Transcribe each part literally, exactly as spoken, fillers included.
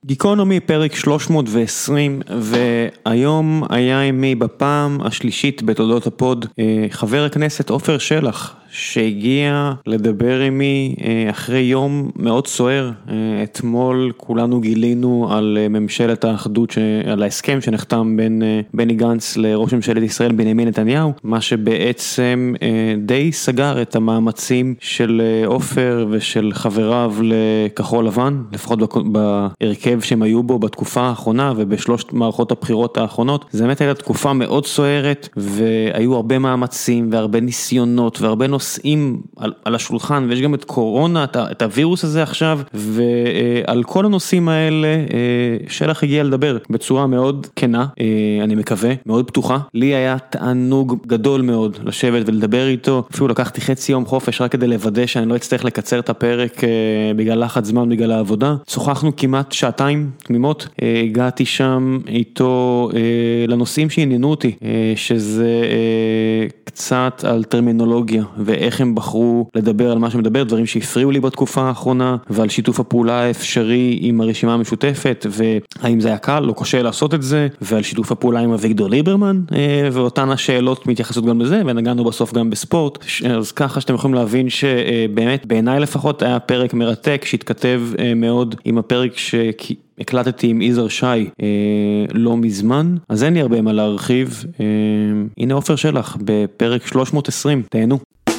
גיקונומי פרק שלוש מאות ועשרים, והיום היה עמי בפעם השלישית בתולדות הפוד חבר הכנסת עופר שלח, שהגיע לדבר עמי אחרי יום מאוד סוער. אתמול כולנו גילינו על ממשלת האחדות, על ההסכם שנחתם בין בני גנץ לראש ממשלת ישראל בנימין נתניהו, מה שבעצם די סגר את המאמצים של עופר ושל חבריו לכחול לבן, לפחות בהרכב שהם היו בו בתקופה האחרונה ובשלושת מערכות הבחירות האחרונות. זה באמת הייתה תקופה מאוד סוערת, והיו הרבה מאמצים והרבה ניסיונות והרבה נושאים על, על השולחן, ויש גם את קורונה, את, את הווירוס הזה עכשיו, ועל כל הנושאים האלה שלח הגיע לדבר בצורה מאוד כנה, אני מקווה, מאוד פתוחה. לי היה תענוג גדול מאוד לשבת ולדבר איתו, אפילו לקחתי חצי יום חופש רק כדי לוודא שאני לא אצטרך לקצר את הפרק בגלל לחץ זמן, בגלל העבודה. שוחחנו כמעט שעתיים תמימות, הגעתי שם איתו לנושאים שעניינו אותי, שזה קצת על טרמינולוגיה, ואיך הם בחרו לדבר על מה שמדבר, דברים שהפריעו לי בתקופה האחרונה, ועל שיתוף הפעולה האפשרי עם הרשימה המשותפת, והאם זה היה קל או קשה לעשות את זה, ועל שיתוף הפעולה עם אביגדור ליברמן, ואותן השאלות מתייחסות גם לזה, ונגענו בסוף גם בספורט. אז ככה שאתם יכולים להבין שבאמת בעיניי לפחות היה פרק מרתק, שהתכתב מאוד עם הפרק שהקלטתי עם יזהר שי לא מזמן, אז אין לי הרבה מה להרחיב. הנה עופר שלח בפרק שלוש מאות ועשרים, תהנו.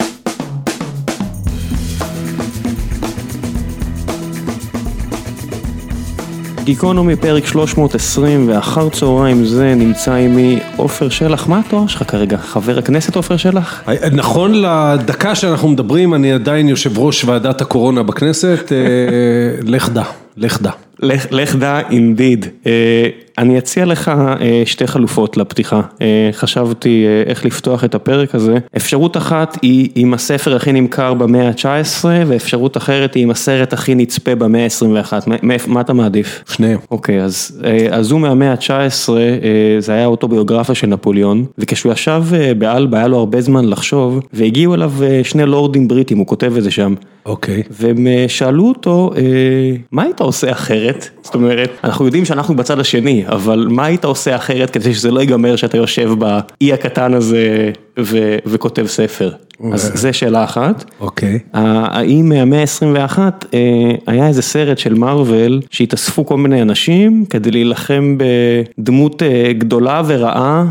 גיקונומי פרק שלוש מאות ועשרים, ואחר צהריים זה נמצא עמי עופר שלח. מה התואר שלך כרגע? חבר הכנסת עופר שלח? נכון לדקה שאנחנו מדברים, אני עדיין יושב ראש ועדת הקורונה בכנסת. לך דע, לך דע. לך דע, indeed. אני אציע לך שתי חלופות לפתיחה. חשבתי איך לפתוח את הפרק הזה. אפשרות אחת היא עם הספר הכי נמכר במאה ה-תשע עשרה, ואפשרות אחרת היא עם הסרט הכי נצפה במאה ה-עשרים ואחת. מה אתה מעדיף? שניהם. אוקיי, אז, אז הוא מהמאה ה-תשע עשרה, זה היה אוטוביוגרפיה של נפוליאון, וכשהוא ישב באלבה, היה לו הרבה זמן לחשוב, והגיעו אליו שני לורדים בריטים, הוא כותב את זה שם. אוקיי. והם שאלו אותו, מה היית עושה אחרת? זאת אומרת, אנחנו יודעים שאנחנו בצד השני, אבל מה היית עושה אחרת כדי שזה לא ייגמר שאתה יושב באי הקטן הזה ו- וכותב ספר? אז זה שאלה אחת. אוקיי. האם מהמאה ה-עשרים ואחת היה איזה סרט של מארוול שהתאספו כל מיני אנשים כדי להילחם בדמות גדולה ורעה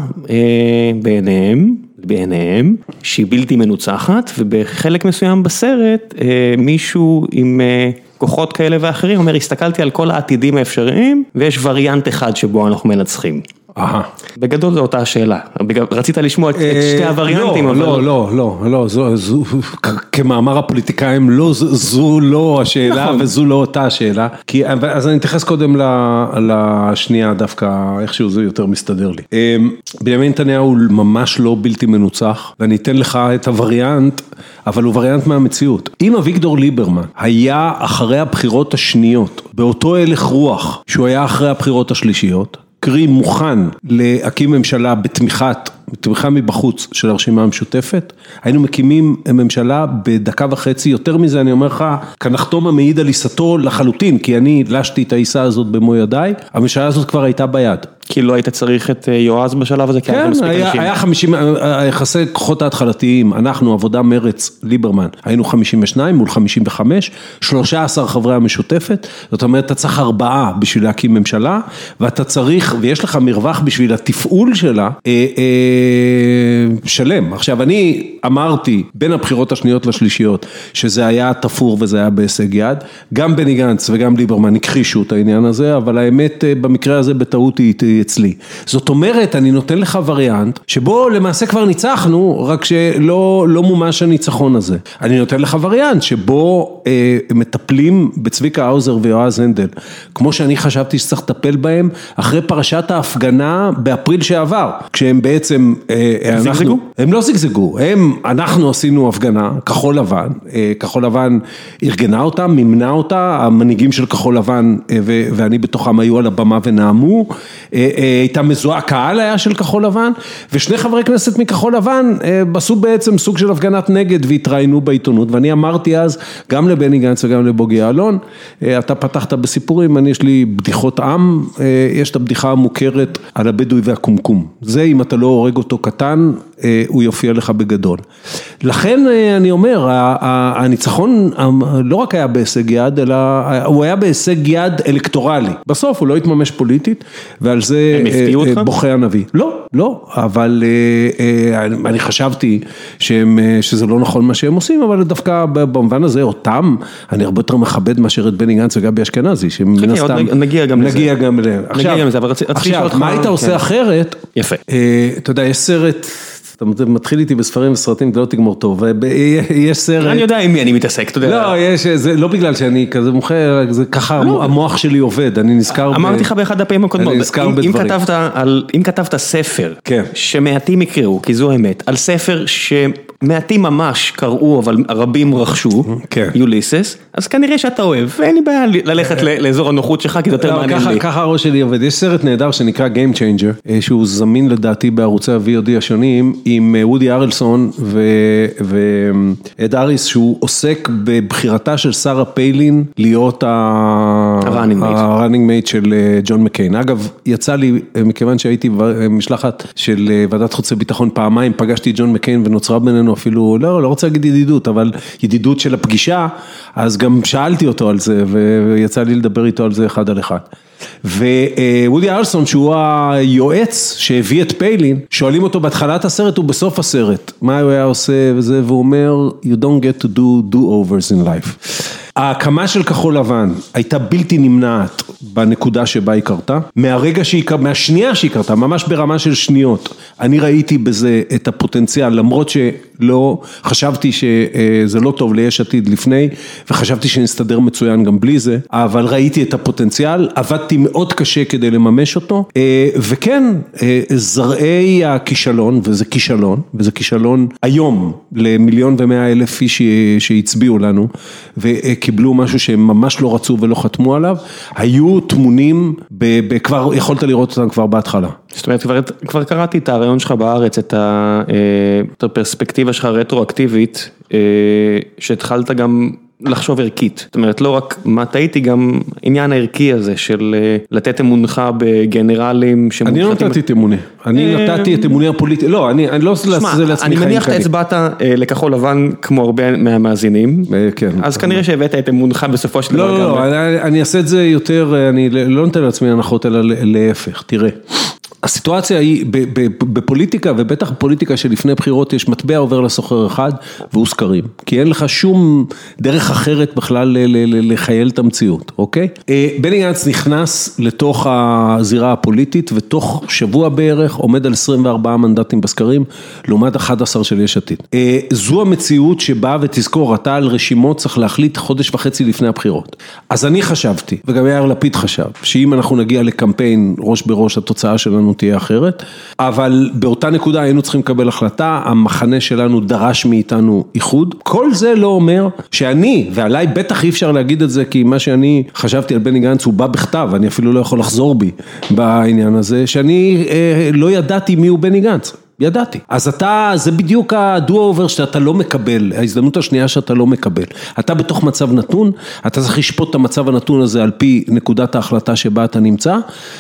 בעיניהם, בעיניהם, שהיא בלתי מנוצחת, ובחלק מסוים בסרט מישהו עם כוחות כאלה ואחרים אומר, הסתכלתי על כל העתידים האפשריים, ויש וריאנט אחד שבו אנחנו מנצחים. אהה. בגדול זו אותה השאלה. רצית לשמוע את שתי הווריאנטים, אבל... לא, לא, לא, לא, זו, כמאמר הפוליטיקאים, זו לא השאלה, וזו לא אותה השאלה. אז אני אתייחס קודם לשנייה, דווקא איכשהו זה יותר מסתדר לי. בנימין נתניהו הוא ממש לא בלתי מנוצח, ואני אתן לך את הווריאנט, אבל הוא וריאנט מהמציאות. אם אביגדור ליברמן היה אחרי הבחירות השניות, באותו הלך רוח, שהוא היה אחרי הבחירות השלישיות, קרי מוכן להקים ממשלה בתמיכת, בתמיכה מבחוץ של הרשימה המשותפת, היינו מקימים ממשלה בדקה וחצי, יותר מזה אני אומר לך, כנחתום המעיד על עיסתו לחלוטין, כי אני הדלשתי את העיסה הזאת במו ידיי, הממשלה הזאת כבר הייתה ביד. כי לא היית צריך את יועז בשלב הזה? כן, היה, היה חמישים, היחסי כוחות ההתחלתיים, אנחנו, עבודה מרץ, ליברמן, היינו חמישים ושניים מול חמישים וחמש, שלושה עשר חברי המשותפת, זאת אומרת, אתה צריך ארבעה בשביל להקים ממשלה, ואתה צריך, ויש לך מרווח בשביל התפעול שלה, אה, אה, שלם. עכשיו, אני אמרתי, בין הבחירות השניות לשלישיות, שזה היה תפור וזה היה בהישג יד, גם בני גנץ וגם ליברמן הכחישו את העניין הזה, אבל האמת, במקרה הזה, בטעות היא אצלי. זאת אומרת, אני נותן לך וריאנט, שבו למעשה כבר ניצחנו, רק שלא לא מומש הניצחון הזה. אני נותן לך וריאנט, שבו אה, מטפלים בצביקה האוזר ויועז הנדל, כמו שאני חשבתי שצריך לטפל בהם, אחרי פרשת ההפגנה באפריל שעבר, כשהם בעצם בעצם, זגזגו? הם לא זגזגו, הם, אנחנו עשינו הפגנה, כחול לבן, כחול לבן ארגנה אותה, מימנה אותה, המנהיגים של כחול לבן, ואני בתוכם היו על הבמה ונעמו, הייתה מזוהה, קהל היה של כחול לבן, ושני חברי כנסת מכחול לבן, עשו בעצם סוג של הפגנת נגד, והתראינו בעיתונות, ואני אמרתי אז, גם לבני גנץ וגם לבוגי יעלון, אתה פתחת בסיפורים, אני יש לי בדיחות עם, יש את הבדיחה המוכרת על הבדואי והקומקום, זה אם אתה לא הורג אותו קטן, הוא יופיע לך בגדול. לכן אני אומר, הניצחון לא רק היה בהישג יד, אלא הוא היה בהישג יד אלקטורלי. בסוף הוא לא התממש פוליטית, ועל זה בוכה הנביא. לא, לא, אבל אני חשבתי שזה לא נכון מה שהם עושים, אבל דווקא במובן הזה, אותם, אני הרבה יותר מכבד מאשר את בני גנץ וגבי אשכנזי, שמן הסתם... נגיע גם לזה. נגיע גם לזה. עכשיו, מה היית עושה אחרת? יפה. אתה יודע, יש סרט... אתה מתחיל איתי בספרים וסרטים, אתה לא תגמור טוב, ויש סרט... אני יודע עם מי אני מתעסק, אתה יודע. לא, יש, זה לא בגלל שאני כזה מומחה, זה ככה המוח שלי עובד, אני נזכר... אמרתי לך באחד הפעמים הקודמות, אני נזכר בדברים. אם כתבת ספר, שמעטים יקראו, כי זו האמת, על ספר שמעטים ממש קראו, אבל רבים רכשו, יוליסס, אז כנראה שאתה אוהב, ואין לי בעיה ללכת לאזור הנוחות שלך, כי זה יותר מעניין לי. ככה הראש שלי עובד, יש סרט נהדר שנקרא Game Changer, שהוא זמין לדעתי בערוצי ה-וי או די השונים, עם וודי ארלסון ואד אריס, שהוא עוסק בבחירתה של שרה פיילין להיות ה-running mate של ג'ון מקיין. אגב, יצא לי, מכיוון שהייתי משלחת של ועדת חוץ וביטחון פעמיים, פגשתי את ג'ון מקיין ונוצרה בינינו אפילו, לא, לא רוצה להגיד ידידות, אבל ידידות של הפגישה, אז גם שאלתי אותו על זה, ויצא לי לדבר איתו על זה אחד על אחד. ווודי ארלסון, שהוא היועץ שהביא את פיילין, שואלים אותו בהתחלת הסרט ובסוף הסרט, מה הוא היה עושה וזה, והוא אומר, you don't get to do do-overs in life. ההקמה של כחול לבן הייתה בלתי נמנעת בנקודה שבה היא קרתה, מהרגע שהיא, מהשנייה שהיא קרתה, ממש ברמה של שניות, אני ראיתי בזה את הפוטנציאל, למרות שלא, חשבתי שזה לא טוב ליש עתיד לפני, וחשבתי שנסתדר מצוין גם בלי זה, אבל ראיתי את הפוטנציאל, עבדתי מאוד קשה כדי לממש אותו, וכן, זרעי הכישלון, וזה כישלון, וזה כישלון היום, למיליון ומאה אלף איש שהצביעו לנו, וקיבלו משהו שהם ממש לא רצו ולא חתמו עליו, היו תמונים, כבר יכולת לראות אותם כבר בהתחלה. זאת אומרת, כבר, כבר קראתי את הרעיון שלך בארץ, את, ה, את הפרספקטיבה שלך רטרואקטיבית, שהתחלת גם לחשוב ערכית, זאת אומרת, לא רק מה טעיתי, גם עניין הערכי הזה של לתת אמונך בגנרלים אני לא נתתי את אמוני, אני נתתי את אמוני הפוליטי, לא, אני לא עושה לעצמי חיים. אני מניח שאתה הצבעת לכחול לבן כמו הרבה מהמאזינים, אז כנראה שהבאת את אמונך בסופו של דבר. לא, לא, אני אעשה את זה יותר, אני לא נותן לעצמי הנחות, אלא להפך, תראה. הסיטואציה היא, בפוליטיקה, ובטח פוליטיקה שלפני בחירות, יש מטבע עובר לסוחר אחד, והוא סקרים. כי אין לך שום דרך אחרת בכלל לחייל את המציאות, אוקיי? בני גנץ נכנס לתוך הזירה הפוליטית, ותוך שבוע בערך עומד על עשרים וארבעה מנדטים בסקרים, לעומת אחד עשר של יש עתיד. זו המציאות שבה, ותזכור, אתה על רשימות צריך להחליט חודש וחצי לפני הבחירות. אז אני חשבתי, וגם יאיר לפיד חשב, שאם אנחנו נגיע לקמפיין ראש בראש, התוצאה שלנו תהיה אחרת, אבל באותה נקודה היינו צריכים לקבל החלטה, המחנה שלנו דרש מאיתנו איחוד, כל זה לא אומר שאני, ועליי בטח אי אפשר להגיד את זה, כי מה שאני חשבתי על בני גנץ הוא בא בכתב, אני אפילו לא יכול לחזור בי בעניין הזה, שאני אה, לא ידעתי מי הוא בני גנץ. ידעתי. אז אתה, זה בדיוק הדו-אובר שאתה לא מקבל, ההזדמנות השנייה שאתה לא מקבל. אתה בתוך מצב נתון, אתה צריך לשפוט את המצב הנתון הזה על פי נקודת ההחלטה שבה אתה נמצא,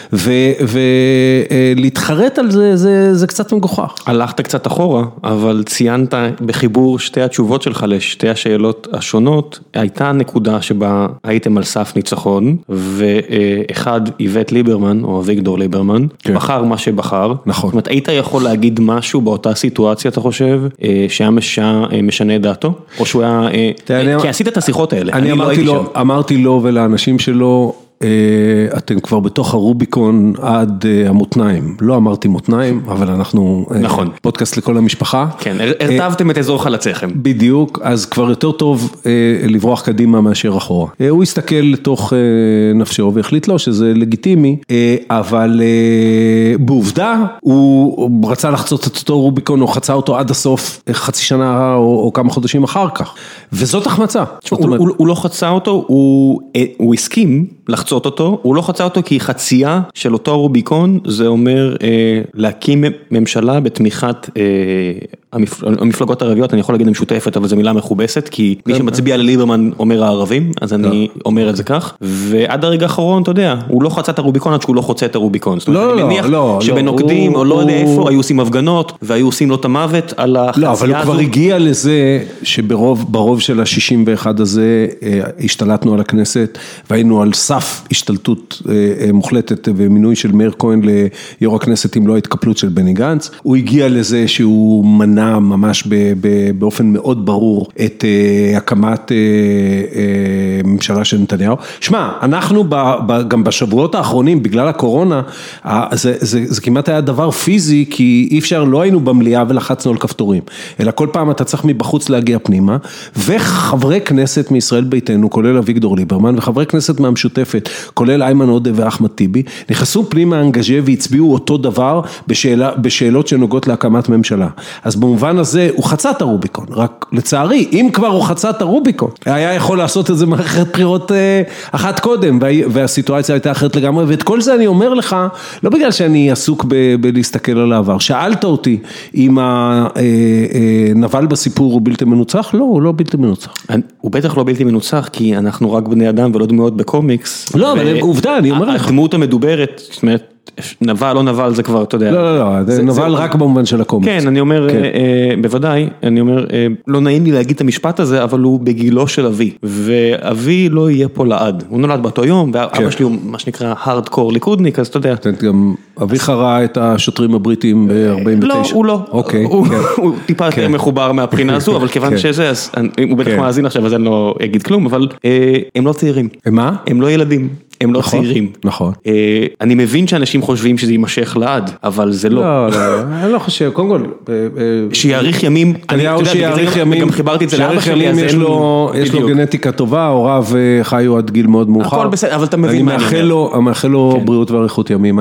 ולהתחרט על זה, זה, זה קצת מגוחך. הלכת קצת אחורה, אבל ציינת בחיבור שתי התשובות שלך לשתי השאלות השונות, הייתה נקודה שבה הייתם על סף ניצחון, ואחד איווט ליברמן, או אביגדור ליברמן, כן. בחר מה שבחר. נכון. זאת אומרת, היית יכול להגיד משהו באותה סיטואציה, אתה חושב, שהיה משנה דעתו? או שהוא היה... כי עשית את השיחות האלה. אני אמרתי לו ולאנשים שלו, אתם כבר בתוך הרוביקון עד המותניים, לא אמרתי מותניים, אבל אנחנו, נכון. פודקאסט לכל המשפחה. כן, הרטבתם את אזור חלציכם. בדיוק, אז כבר יותר טוב לברוח קדימה מאשר אחורה. הוא הסתכל לתוך נפשו והחליט לו שזה לגיטימי, אבל בעובדה הוא רצה לחצות את אותו רוביקון, הוא חצה אותו עד הסוף חצי שנה או, או כמה חודשים אחר כך, וזאת החמצה. הוא, הוא, הוא לא חצה אותו, הוא, הוא הסכים לחצות אותו, הוא לא חצה אותו כי חצייה של אותו רוביקון, זה אומר אה, להקים ממשלה בתמיכת אה, המפ... המפלגות הערביות, אני יכול להגיד המשותפת, אבל זו מילה מכובסת, כי מי שמצביע לליברמן אומר הערבים, אז אני אומר את זה כך, ועד הרגע האחרון, אתה יודע, הוא לא חצה את הרוביקון עד שהוא לא חוצה את הרוביקון, זאת אומרת, אני מניח שבנוקדים, או לא יודע איפה, היו עושים הפגנות, והיו עושים לו את המוות על החצייה הזו. לא, אבל הוא כבר הגיע לזה, שברוב של ה-שישים ואחת הזה, השתלטנו על הכנסת, והיינו על סף השתלטות מוחלטת, ומינוי של מאיר כהן ליו"ר הכנסת, אם לא ההתקפלות של בני גנץ, הוא הגיע לזה שהוא מנע ממש באופן מאוד ברור את הקמת ממשלה של נתניהו. שמע, אנחנו גם בשבועות האחרונים, בגלל הקורונה, זה, זה, זה כמעט היה דבר פיזי, כי אי אפשר, לא היינו במליאה ולחצנו על כפתורים, אלא כל פעם אתה צריך מבחוץ להגיע פנימה, וחברי כנסת מישראל ביתנו, כולל אביגדור ליברמן, וחברי כנסת מהמשותפת, כולל איימן עודה ואחמד טיבי, נכנסו פנימה אנגז'ה והצביעו אותו דבר בשאלה, בשאלות שנוגעות להקמת ממשלה. אז במובן הזה הוא חצה את הרוביקון, רק לצערי, אם כבר הוא חצה את הרוביקון, היה יכול לעשות את זה מערכת בחירות אחת קודם, והסיטואציה הייתה אחרת לגמרי, ואת כל זה אני אומר לך, לא בגלל שאני עסוק ב- בלהסתכל על העבר, שאלת אותי אם הנבל בסיפור הוא בלתי מנוצח? לא, הוא לא בלתי מנוצח. הוא בטח לא בלתי מנוצח, כי אנחנו רק בני אדם ולא דמויות בקומיקס. לא, אבל עובדה, אני אומר לך. הדמות המדוברת, זאת אומרת, נבל לא נבל זה כבר, אתה יודע. לא, לא, לא, נבל רק במובן של הקומיקס. כן, אני אומר, בוודאי, אני אומר, לא נעים לי להגיד את המשפט הזה, אבל הוא בגילו של אבי, ואבי לא יהיה פה לעד. הוא נולד באותו יום, ואבא שלי הוא מה שנקרא הארדקור ליכודניק, אז אתה יודע. גם אבי חרה את השוטרים הבריטים ב-ארבעים ותשע. לא, הוא לא. אוקיי. הוא טיפה יותר מחובר מהבחינה הזו, אבל כיוון שזה, אז הוא בטח מאזין עכשיו, אז אני לא אגיד כלום, אבל הם לא צעירים. הם מה? הם לא ילדים. הם לא צעירים. נכון. אני מבין שאנשים חושבים שזה יימשך לעד, אבל זה לא. לא, לא, אני לא חושב, קודם כל. שיאריך ימים. נתניהו שיאריך ימים. גם חיברתי את זה לאבא שלי. יש לו גנטיקה טובה, הוריו חיו עד גיל מאוד מאוחר. הכל בסדר, אבל אתה מבין מה אני אומר. אני מאחל לו בריאות ואריכות ימים.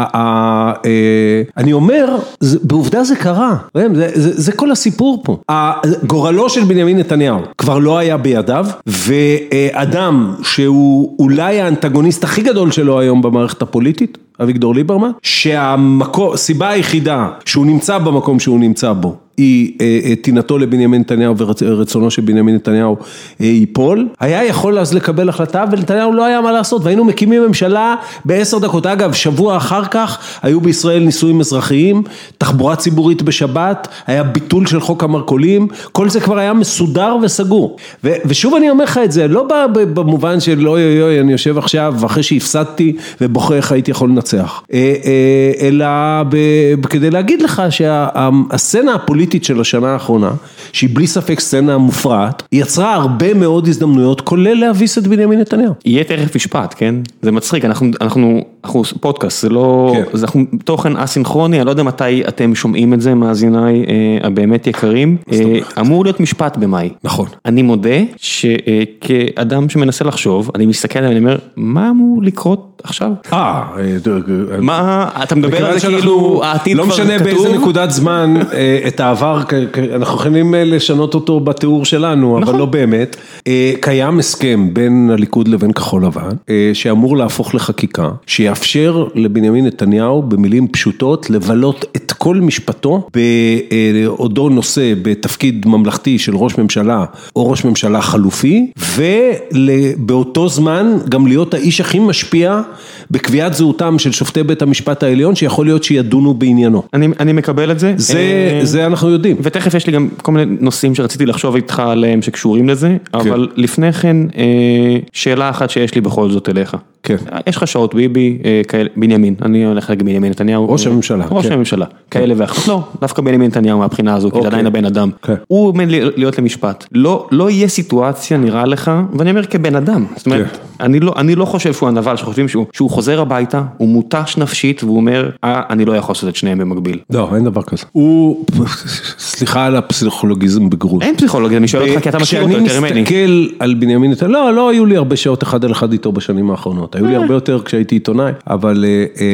אני אומר, בעובדה זה קרה. זה כל הסיפור פה. גורלו של בנימין נתניהו כבר לא היה בידיו, ואדם שהוא אולי האנטגוניסט הכי גדול שלו היום במערכת הפוליטית, אביגדור ליברמן, שהסיבה היחידה שהוא נמצא במקום שהוא נמצא בו, היא תינתו לבנימין נתניהו ורצונו של בנימין נתניהו ייפול, היה יכול אז לקבל החלטה, ונתניהו לא היה מה לעשות, והיינו מקימים ממשלה בעשר דקות. אגב, שבוע אחר כך היו בישראל נישואים אזרחיים, תחבורה ציבורית בשבת, היה ביטול של חוק המרכולים, כל זה כבר היה מסודר וסגור. ו- ושוב אני אומר לך את זה, לא במובן של אוי אוי אוי, אני יושב עכשיו אחרי שהפסדתי ובוכה איך הייתי יכול לנצח, אלא ב- כדי להגיד לך שהסצנה הפוליטית של השנה האחרונה, שהיא בלי ספק סצנה מופרעת, היא יצרה הרבה מאוד הזדמנויות, כולל להביס את בנימין נתניהו. יהיה תכף משפט, כן? זה מצחיק, אנחנו, אנחנו, אנחנו פודקאסט, זה לא, כן. זה אנחנו תוכן אסינכרוני, אני לא יודע מתי אתם שומעים את זה, מאזיניי אה, הבאמת יקרים, אה, אמור להיות משפט במאי. נכון. אני מודה שכאדם שמנסה לחשוב, אני מסתכל עליו, אני אומר, מה אמור לקרות עכשיו? אה, מה, אתה מדבר על זה כאילו, העתיד כבר כתוב? לא משנה באיזה נקודת זמן, את העבר, אנחנו יכולים לשנות אותו בתיאור שלנו, אבל לא באמת. קיים הסכם בין הליכוד לבין כחול לבן, שאמור להפוך לחקיקה, שיאפשר לבנימין נתניהו, במילים פשוטות, לבלות את כל משפטו, בעודו נושא בתפקיד ממלכתי של ראש ממשלה, או ראש ממשלה חלופי, ובאותו זמן גם להיות האיש הכי משפיע, בקביעת זהותם של שופטי בית המשפט העליון, שיכול להיות שידונו בעניינו. אני, אני מקבל את זה. זה, זה אנחנו יודעים. ותכף יש לי גם כל מיני נושאים שרציתי לחשוב איתך עליהם שקשורים לזה, אבל לפני כן, שאלה אחת שיש לי בכל זאת אליך. כן. יש לך שעות ביבי, בנימין, אני הולך להגיד בנימין נתניהו. ראש הממשלה. ראש הממשלה, כאלה ואחת. לא, דווקא בנימין נתניהו מהבחינה הזו, כי זה עדיין הבן אדם. הוא עומד להיות למשפט. לא יהיה סיטואציה, נראה לך, ואני אומר כבן אדם. זאת אומרת, אני לא, אני לא חושב שהוא הנבל, שחושבים שהוא, שהוא חוזר הביתה, הוא מוטש נפשית, והוא אומר, אה, אני לא יכול לעשות את שניהם במקביל. לא, אין דבר כזה. הוא, סליחה על הפסיכולוגיזם בגרות. אין פסיכולוגיזם, אני שואל אותך, כי אתה מכיר אותו יותר ממני. כשאני מסתכל על בנימין נתניהו, לא, לא היו לי הרבה שעות אחד על אחד איתו בשנים האחרונות, היו לי הרבה יותר כשהייתי עיתונאי, אבל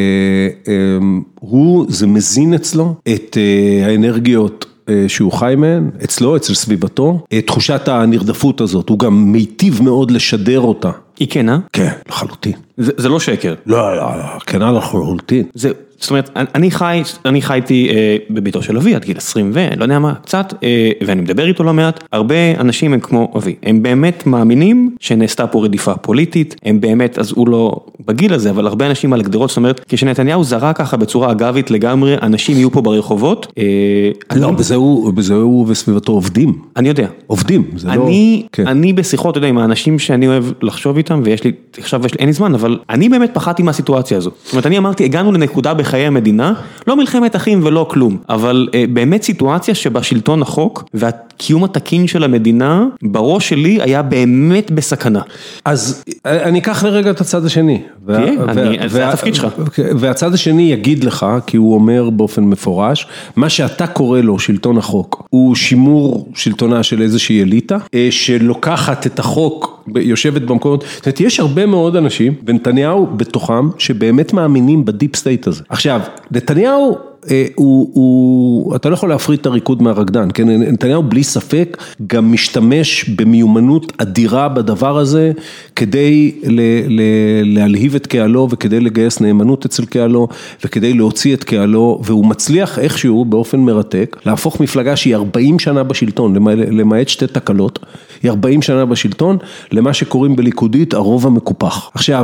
הוא, זה מזין אצלו את האנרגיות שהוא חי מהן, אצלו, אצל סביבתו, תחושת הנרדפות הזאת, הוא גם מיטיב מאוד לשדר אותה. היא כנה? כן, לחלוטין. זה, זה לא שקר. לא, לא, לא, כנה לחלוטין. זה, זאת אומרת, אני חי, אני חייתי אה, בביתו של אבי עד גיל עשרים ולא יודע מה, קצת, אה, ואני מדבר איתו לא מעט, הרבה אנשים הם כמו אבי, הם באמת מאמינים שנעשתה פה רדיפה פוליטית, הם באמת, אז הוא לא בגיל הזה, אבל הרבה אנשים על הגדרות, זאת אומרת, כשנתניהו זרק ככה בצורה אגבית לגמרי, אנשים יהיו פה ברחובות. אה, לא, אני... בזה הוא, בזה הוא וסביבתו עובדים. אני יודע. עובדים, זה אני, לא... כן. אני בשיחות, אתה יודע, עם האנשים שאני אוהב לחשוב איתם, ויש לי, עכשיו יש לי, אין לי זמן, אבל אני באמת פחדתי מהסיטואציה הזו. זאת אומרת, אני אמרתי, הגענו לנקודה בחיי המדינה, לא מלחמת אחים ולא כלום, אבל אה, באמת סיטואציה שבה שלטון החוק והקיום התקין של המדינה, בראש שלי היה באמת בסכנה. אז אני אקח לרגע את הצד השני. כן, זה התפקיד שלך. והצד השני יגיד לך, כי הוא אומר באופן מפורש, מה שאתה קורא לו שלטון החוק, הוא שימור שלטונה של איזושהי אליטה, שלוקחת את החוק, יושבת במקומות, זאת אומרת, יש הרבה מאוד אנשים, ונתניהו בתוכם, שבאמת מאמינים בדיפ סטייט הזה. עכשיו, נתניהו, הוא, הוא, אתה לא יכול להפריד את הריקוד מהרקדן, כן? נתניהו בלי ספק גם משתמש במיומנות אדירה בדבר הזה, כדי ל, ל, להלהיב את קהלו, וכדי לגייס נאמנות אצל קהלו, וכדי להוציא את קהלו, והוא מצליח איכשהו באופן מרתק, להפוך מפלגה שהיא ארבעים שנה בשלטון, למעט שתי תקלות, היא ארבעים שנה בשלטון, למה שקוראים בליכודית הרוב המקופח. עכשיו,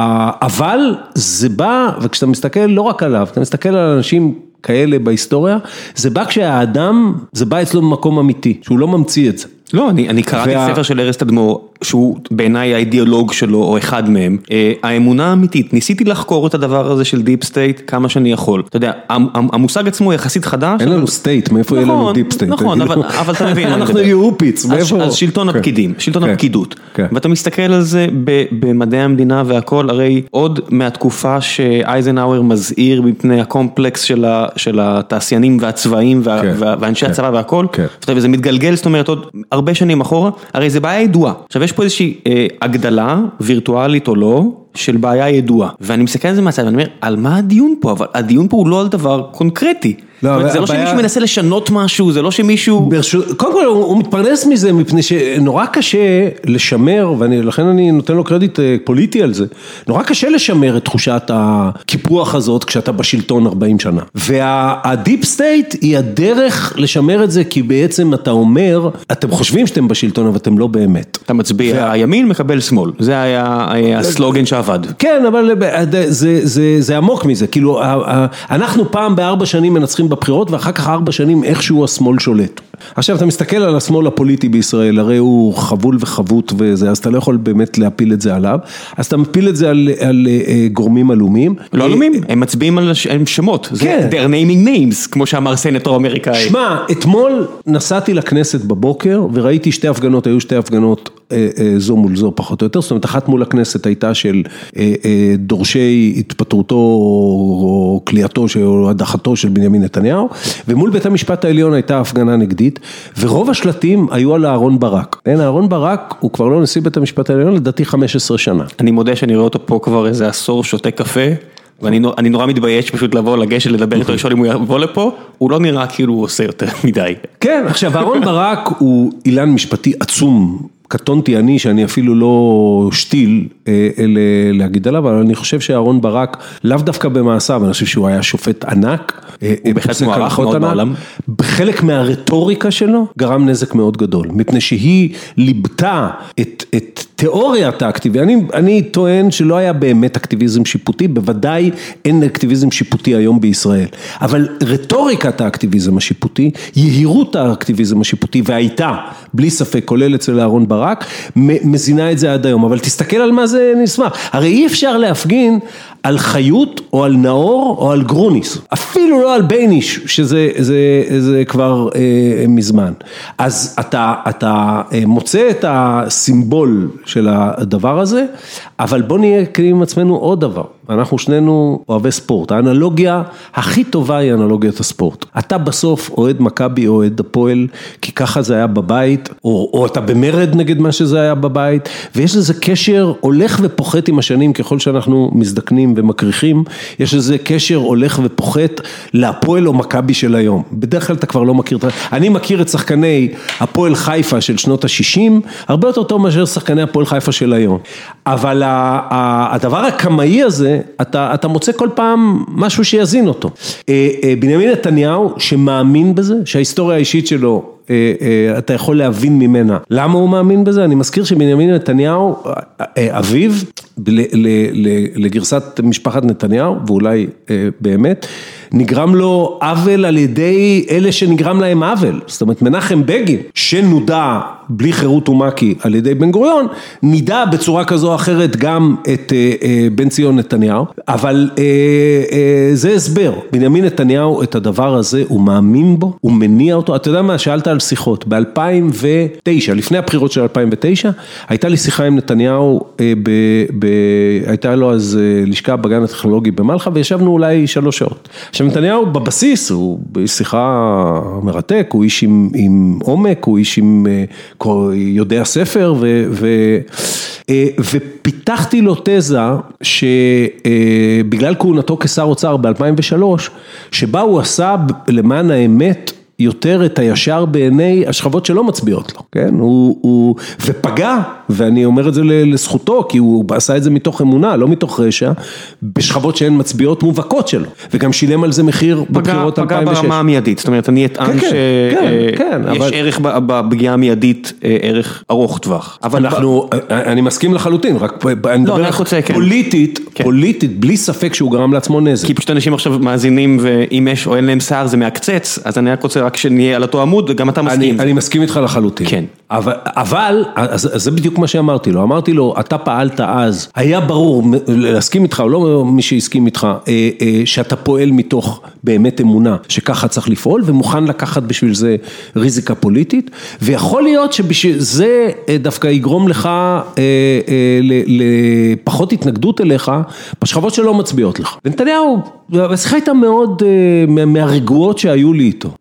אבל זה בא, וכשאתה מסתכל לא רק עליו, אתה מסתכל על אנשים כאלה בהיסטוריה, זה בא כשהאדם, זה בא אצלו במקום אמיתי, שהוא לא ממציא את זה. לא, אני, אני קראתי וה... ספר של ארז תדמור, שהוא בעיניי האידיאולוג שלו, או אחד מהם, האמונה האמיתית, ניסיתי לחקור את הדבר הזה של דיפ סטייט, כמה שאני יכול. אתה יודע, המושג עצמו יחסית חדש. אין לנו סטייט, מאיפה יהיה לנו דיפ סטייט? נכון, אבל, אבל אתה מבין. אנחנו יופיץ, מאיפה? אז שלטון הפקידים, שלטון הפקידות. ואתה מסתכל על זה במדעי המדינה והכל, הרי עוד מהתקופה שאייזנהאואר מזהיר מפני הקומפלקס של התעשיינים והצבאים, ואנשי הצבא והכל, וזה מתגלגל, זאת אומרת, עוד הרבה שנים אחורה, הרי זה בעיה ידועה. עכשיו יש פה איזושהי אה, הגדלה, וירטואלית או לא, של בעיה ידועה. ואני מסתכל על זה מהצד, ואני אומר, על מה הדיון פה? אבל הדיון פה הוא לא על דבר קונקרטי. לא, זה לא שמישהו מנסה לשנות משהו, זה לא שמישהו... קודם כל, הוא מתפרנס מזה, מפני שנורא קשה לשמר, ולכן אני נותן לו קרדיט פוליטי על זה, נורא קשה לשמר את תחושת הקיפוח הזאת, כשאתה בשלטון ארבעים שנה. והדיפ סטייט היא הדרך לשמר את זה, כי בעצם אתה אומר, אתם חושבים שאתם בשלטון, אבל אתם לא באמת. אתה מצביע, הימין מקבל שמאל, זה היה הסלוגן שעבד. כן, אבל זה עמוק מזה, כאילו, אנחנו פעם בארבע שנים מנצחים בבחירות, ואחר כך ארבע שנים איכשהו השמאל שולט. עכשיו, אתה מסתכל על השמאל הפוליטי בישראל, הרי הוא חבול וחבוט וזה, אז אתה לא יכול באמת להפיל את זה עליו, אז אתה מפיל את זה על, על גורמים עלומים. לא עלומים, הם מצביעים על שמות, כן. They're naming names, כמו שאמר סנטור אמריקאי. שמע, אתמול נסעתי לכנסת בבוקר, וראיתי שתי הפגנות, היו שתי הפגנות, זו מול זו פחות או יותר, זאת אומרת, אחת מול הכנסת הייתה של דורשי התפטרותו או קליעתו או הדחתו של בנימין נתניהו, ומול בית המשפט העליון הייתה הפגנה נגדית, ורוב השלטים היו על אהרון ברק. אין, אהרון ברק הוא כבר לא נשיא בית המשפט העליון, לדעתי חמש עשרה שנה. אני מודה שאני רואה אותו פה כבר איזה עשור, שותה קפה, ואני נורא מתבייש פשוט לבוא לגשת לדבר איתו, לשאול אם הוא יבוא לפה, הוא לא נראה כאילו הוא עושה יותר מדי. כן, עכשיו, אהרון ברק הוא אילן משפטי עצום, קטונתי אני, שאני אפילו לא שתיל להגיד עליו, אבל אני חושב שאהרון ברק, לאו דווקא במעשיו, אני חושב שהוא היה שופט ענק, הוא בחלק מוערך מאוד בעולם. בחלק מהרטוריקה שלו, גרם נזק מאוד גדול, מפני שהיא ליבטה את, את תיאוריית האקטיביזם, אני, אני טוען שלא היה באמת אקטיביזם שיפוטי, בוודאי אין אקטיביזם שיפוטי היום בישראל, אבל רטוריקת האקטיביזם השיפוטי, יהירות האקטיביזם השיפוטי, והייתה, בלי ספק, כולל אצל אהרון ברק, מזינה את זה עד היום, אבל תסתכל על מה זה נשמח, הרי אי אפשר להפגין על חיות או על נאור או על גרוניס, אפילו לא על בייניש, שזה זה, זה כבר אה, מזמן. אז אתה, אתה מוצא את הסימבול של הדבר הזה, אבל בוא נהיה כנים עם עצמנו עוד דבר, אנחנו שנינו אוהבי ספורט, האנלוגיה הכי טובה היא אנלוגיית הספורט, אתה בסוף אוהד מכבי או אוהד הפועל, כי ככה זה היה בבית, או, או אתה במרד נגד מה שזה היה בבית, ויש לזה קשר הולך ופוחת עם השנים, ככל שאנחנו מזדקנים ומקריחים, יש לזה קשר הולך ופוחת להפועל או מכבי של היום, בדרך כלל אתה כבר לא מכיר, אני מכיר את שחקני הפועל חיפה של שנות ה-שישים, הרבה יותר טוב מאשר שחקני הפועל חיפה של היום, אבל הדבר הקמאי הזה, אתה, אתה מוצא כל פעם משהו שיזין אותו. בנימין נתניהו שמאמין בזה, שההיסטוריה האישית שלו, אתה יכול להבין ממנה. למה הוא מאמין בזה? אני מזכיר שבנימין נתניהו, אביו, לגרסת משפחת נתניהו, ואולי באמת, נגרם לו עוול על ידי אלה שנגרם להם עוול. זאת אומרת, מנחם בגין, שנודע בלי חירות ומקי על ידי בן גוריון, נידע בצורה כזו או אחרת גם את בן ציון נתניהו, אבל זה הסבר. בנימין נתניהו את הדבר הזה, הוא מאמין בו, הוא מניע אותו. אתה יודע מה, שאלת על שיחות. ב-אלפיים ותשע, לפני הבחירות של אלפיים ותשע, הייתה לי שיחה עם נתניהו, ב, ב, הייתה לו אז לשכה בגן הטכנולוגי במלחה, וישבנו אולי שלוש שעות. עכשיו נתניהו בבסיס, הוא בשיחה מרתק, הוא איש עם, עם עומק, הוא איש עם יודע ספר, ו, ו, ופיתחתי לו תזה, שבגלל כהונתו כשר אוצר ב-אלפיים ושלוש, שבה הוא עשה למען האמת, יותר את הישר בעיני השכבות שלא מצביעות לו, כן? הוא, הוא, ופגע, ואני אומר את זה לזכותו, כי הוא עשה את זה מתוך אמונה, לא מתוך רשע, בשכבות שהן מצביעות מובהקות שלו, וגם שילם על זה מחיר בבחירות אלפיים ושש. פגע ברמה המיידית, זאת אומרת, אני אטען שיש ערך בפגיעה המיידית, ערך ארוך טווח. אנחנו, אני מסכים לחלוטין, רק אני מדבר פוליטית, פוליטית, בלי ספק שהוא גרם לעצמו נזק. כי פשוט אנשים עכשיו מאזינים, ואם יש או אין להם שיער זה מהקצץ, אז אני רק רוצה רק שנהיה על אותו עמוד, וגם אתה מסכים. אני, אני מסכים איתך לחלוטין. כן. אבל, אבל, אז, אז זה בדיוק מה שאמרתי לו. אמרתי לו, אתה פעלת אז, היה ברור, להסכים איתך, או לא מי שהסכים איתך, אה, אה, שאתה פועל מתוך באמת אמונה, שככה צריך לפעול, ומוכן לקחת בשביל זה ריזיקה פוליטית, ויכול להיות שבשביל זה דווקא יגרום לך אה, אה, לפחות התנגדות אליך, בשכבות שלא מצביעות לך. ונתניהו, השיחה הייתה מאוד אה, מהרגועות שהיו לי איתו.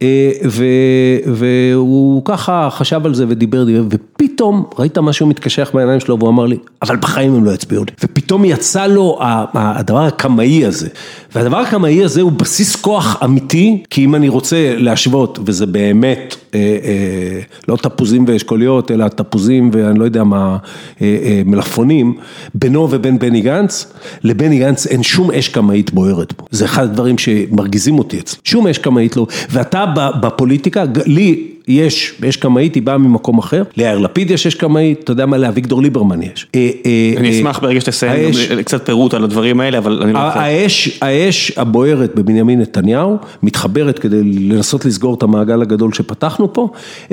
והוא ככה חשב על זה ודיבר, ופתאום ראית משהו מתקשח בעיניים שלו, והוא אמר לי, אבל בחיים הם לא יצביעו לי. ופתאום יצא לו הדבר הקמאי הזה, והדבר הקמאי הזה הוא בסיס כוח אמיתי, כי אם אני רוצה להשוות, וזה באמת לא תפוזים ואשכוליות, אלא תפוזים ואני לא יודע מה, מלפפונים, בינו ובין בני גנץ, לבני גנץ אין שום אש קמאית בוערת פה. זה אחד הדברים שמרגיזים אותי אצלו. שום אש קמאית לא, ואתה בפוליטיקה, לי יש, יש קמאית, היא באה ממקום אחר, ליאיר לפיד יש, יש קמאית, אתה יודע מה, לאביגדור ליברמן יש. אני אשמח ברגע שתסיים קצת פירוט על הדברים האלה, אבל אני לא חושב. האש, האש הבוערת בבנימין נתניהו, מתחברת כדי לנסות לסגור את המעגל הגדול שפתחנו פה,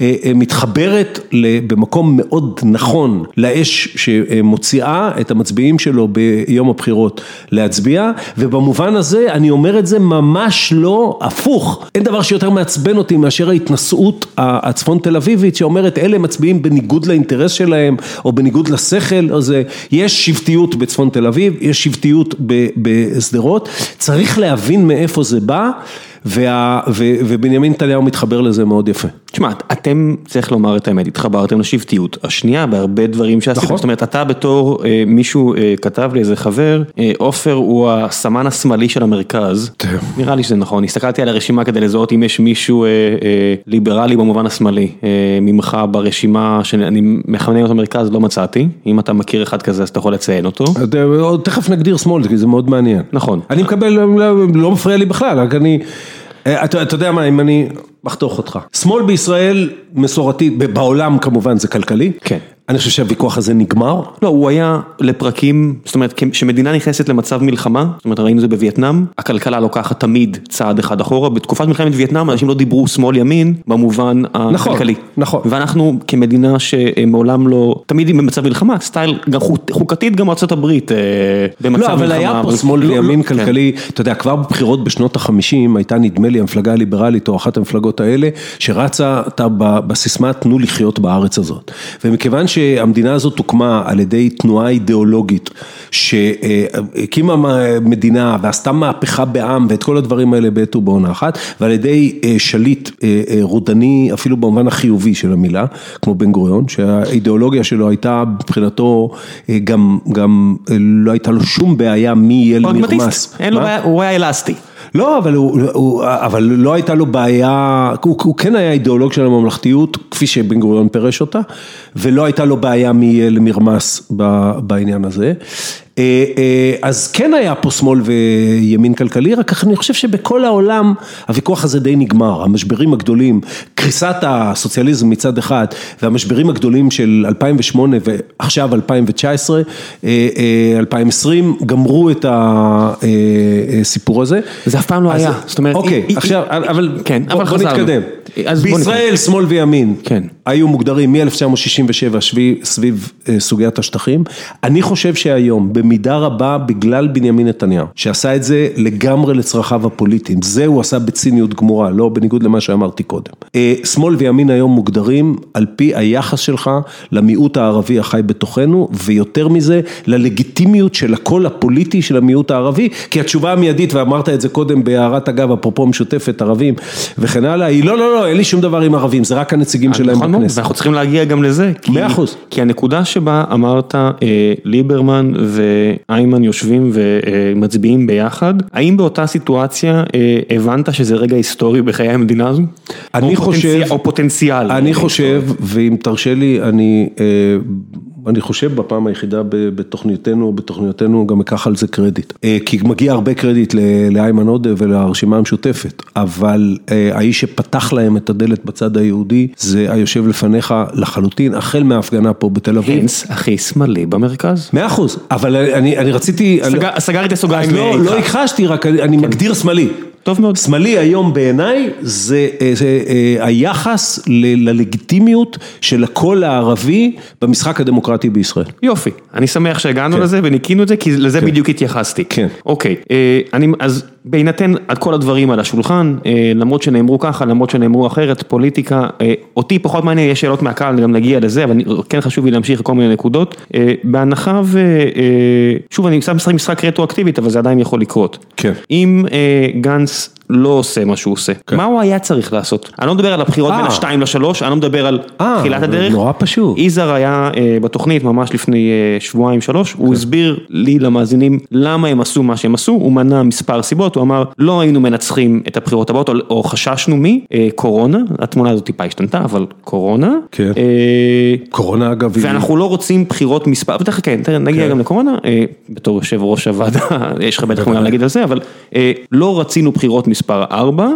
מתחברת במקום מאוד נכון, לאש שמוציאה את המצביעים שלו ביום הבחירות להצביע, ובמובן הזה אני אומר את זה ממש לא הפוך. אין דבר שיותר מעצבן אותי מאשר ההתנסות הצפון תל אביבית שאומרת אלה מצביעים בניגוד לאינטרס שלהם או בניגוד לשכל, אז יש שבטיות בצפון תל אביב, יש שבטיות בסדרות, צריך להבין מאיפה זה בא, וה, ו, ובנימין נתניהו מתחבר לזה מאוד יפה. תשמע, אתם, צריך לומר את האמת, התחברתם לשבטיות השנייה בהרבה דברים שעשיתם, נכון. זאת אומרת, אתה בתור אה, מישהו אה, כתב לי איזה חבר, אה, אופר הוא הסמן השמאלי של המרכז, נראה לי שזה נכון, הסתכלתי על הרשימה כדי לזהות אם יש מישהו אה, אה, ליברלי במובן השמאלי, אה, ממך ברשימה שאני מכנה אותו מרכז, לא מצאתי, אם אתה מכיר אחד כזה אז אתה יכול לציין אותו. עוד תכף נגדיר שמאל, כי זה מאוד מעניין. נכון. אני מקבל, לא, לא מפריע לי בכלל, רק אני... אתה, אתה יודע מה, אם אני מחתוך אותך. שמאל בישראל מסורתית, בעולם כמובן זה כלכלי. כן. אני חושב שהוויכוח הזה נגמר. לא, הוא היה לפרקים, זאת אומרת, כשמדינה נכנסת למצב מלחמה, זאת אומרת, ראינו זה בווייטנאם, הכלכלה לוקחת תמיד צעד אחד אחורה, בתקופת מלחמת וייטנאם, אנשים לא דיברו שמאל ימין, במובן נכון, הכלכלי. נכון. ואנחנו כמדינה שמעולם לא, תמיד במצב מלחמה, סטייל, גם חוקתית גם ארצות הברית, במצב מלחמה. לא, אבל היה פה שמאל וימין כלכלי, אתה יודע, כבר בבחירות בשנות החמישים, הייתה נדמה לי המפלגה הליברלית, או אחת המפלגות האלה, שרצה בסיסמה, תנו לחיות בארץ הזאת. ומכיוון שהמדינה הזאת הוקמה על ידי תנועה אידיאולוגית, שהקימה מדינה ועשתה מהפכה בעם ואת כל הדברים האלה בעת ובעונה אחת, ועל ידי שליט רודני אפילו במובן החיובי של המילה, כמו בן גוריון, שהאידיאולוגיה שלו הייתה מבחינתו גם, גם לא הייתה לו שום בעיה מי יהיה למרמס. אין לו בעיה, הוא היה אלסטי. לא, אבל, הוא, הוא, אבל לא הייתה לו בעיה, הוא, הוא כן היה אידיאולוג של הממלכתיות, כפי שבן גוריון פירש אותה, ולא הייתה לו בעיה מי יהיה למרמס בעניין הזה. אז כן היה פה שמאל וימין כלכלי, רק אני חושב שבכל העולם הוויכוח הזה די נגמר, המשברים הגדולים, קריסת הסוציאליזם מצד אחד, והמשברים הגדולים של אלפיים ושמונה ועכשיו אלפיים תשע עשרה, אלפיים עשרים, גמרו את הסיפור הזה. זה אף פעם לא היה. אוקיי, עכשיו, אבל בוא נתקדם. בישראל שמאל וימין היו מוגדרים מ-אלף תשע מאות שישים ושבע סביב סוגיית השטחים. אני חושב שהיום, במידה רבה בגלל בנימין נתניהו, שעשה את זה לגמרי לצרכיו הפוליטיים, זה הוא עשה בציניות גמורה, לא בניגוד למה שאמרתי קודם. שמאל וימין היום מוגדרים על פי היחס שלך למיעוט הערבי החי בתוכנו, ויותר מזה, ללגיטימיות של הקול הפוליטי של המיעוט הערבי, כי התשובה המיידית, ואמרת את זה קודם בהערת אגב, אפרופו משותפת ערבים וכן הלאה, היא לא, לא, לא, אין לי שום דבר עם ערבים, זה רק הנציגים שלהם בכנסת. ואנחנו צריכים להגיע גם לזה, מאה אחוז. כי הנקודה שבה אמרת, ליברמן ואיימן יושבים ומצביעים ביחד, האם באותה סיטואציה הבנת שזה רגע היסטורי בחיי המדינה הזו? אני חושב, או פוטנציאל. אני חושב, ואם תרשה לי, אני, אני חושב בפעם היחידה בתוכניותינו, בתוכניותינו גם אקח על זה קרדיט. כי מגיע הרבה קרדיט לאיימן עודה ולרשימה המשותפת, אבל האיש שפתח להם את הדלת בצד היהודי, זה היושב לפניך לחלוטין, החל מההפגנה פה בתל אביב. הנס הכי שמאלי במרכז. מאה אחוז, אבל אני, אני רציתי... סגרתי הסוגריים. לא, לא הכחשתי, רק אני מגדיר שמאלי. טוב מאוד. שמאלי היום בעיניי זה, זה היחס ללגיטימיות של הקול הערבי במשחק הדמוקרטי בישראל. יופי, אני שמח שהגענו לזה וניקינו את זה, כי לזה בדיוק התייחסתי. כן. אוקיי, אני, אז בהינתן עד כל הדברים על השולחן, למרות שנאמרו ככה, למרות שנאמרו אחרת, פוליטיקה, אותי פחות מעניין, יש שאלות מהקהל, גם נגיע לזה, אבל כן חשוב לי להמשיך כל מיני נקודות. בהנחה ו... שוב, אני משחק משחק רטרואקטיבית, אבל זה עדיין יכול לקרות. כן. אם גנץ לא עושה מה שהוא עושה. מה הוא היה צריך לעשות? אני לא מדבר על הבחירות בין השתיים לשלוש, אני לא מדבר על תחילת הדרך. נורא פשוט. איזר היה בתוכנית ממש לפני שבועיים שלוש, הוא הסביר לי למאזינים למה הם עשו מה שהם עשו, הוא מנע מספר סיבות, הוא אמר לא היינו מנצחים את הבחירות הבאות, או חששנו מקורונה, התמונה הזאת טיפה השתנתה, אבל קורונה. כן. קורונה אגב. ואנחנו לא רוצים בחירות מספר, בטח כן, נגיע גם לקורונה, בתור יושב ראש הוועדה, יש לך בטח מה להגיד על זה, אבל לא רצינו בחירות מספר ארבע,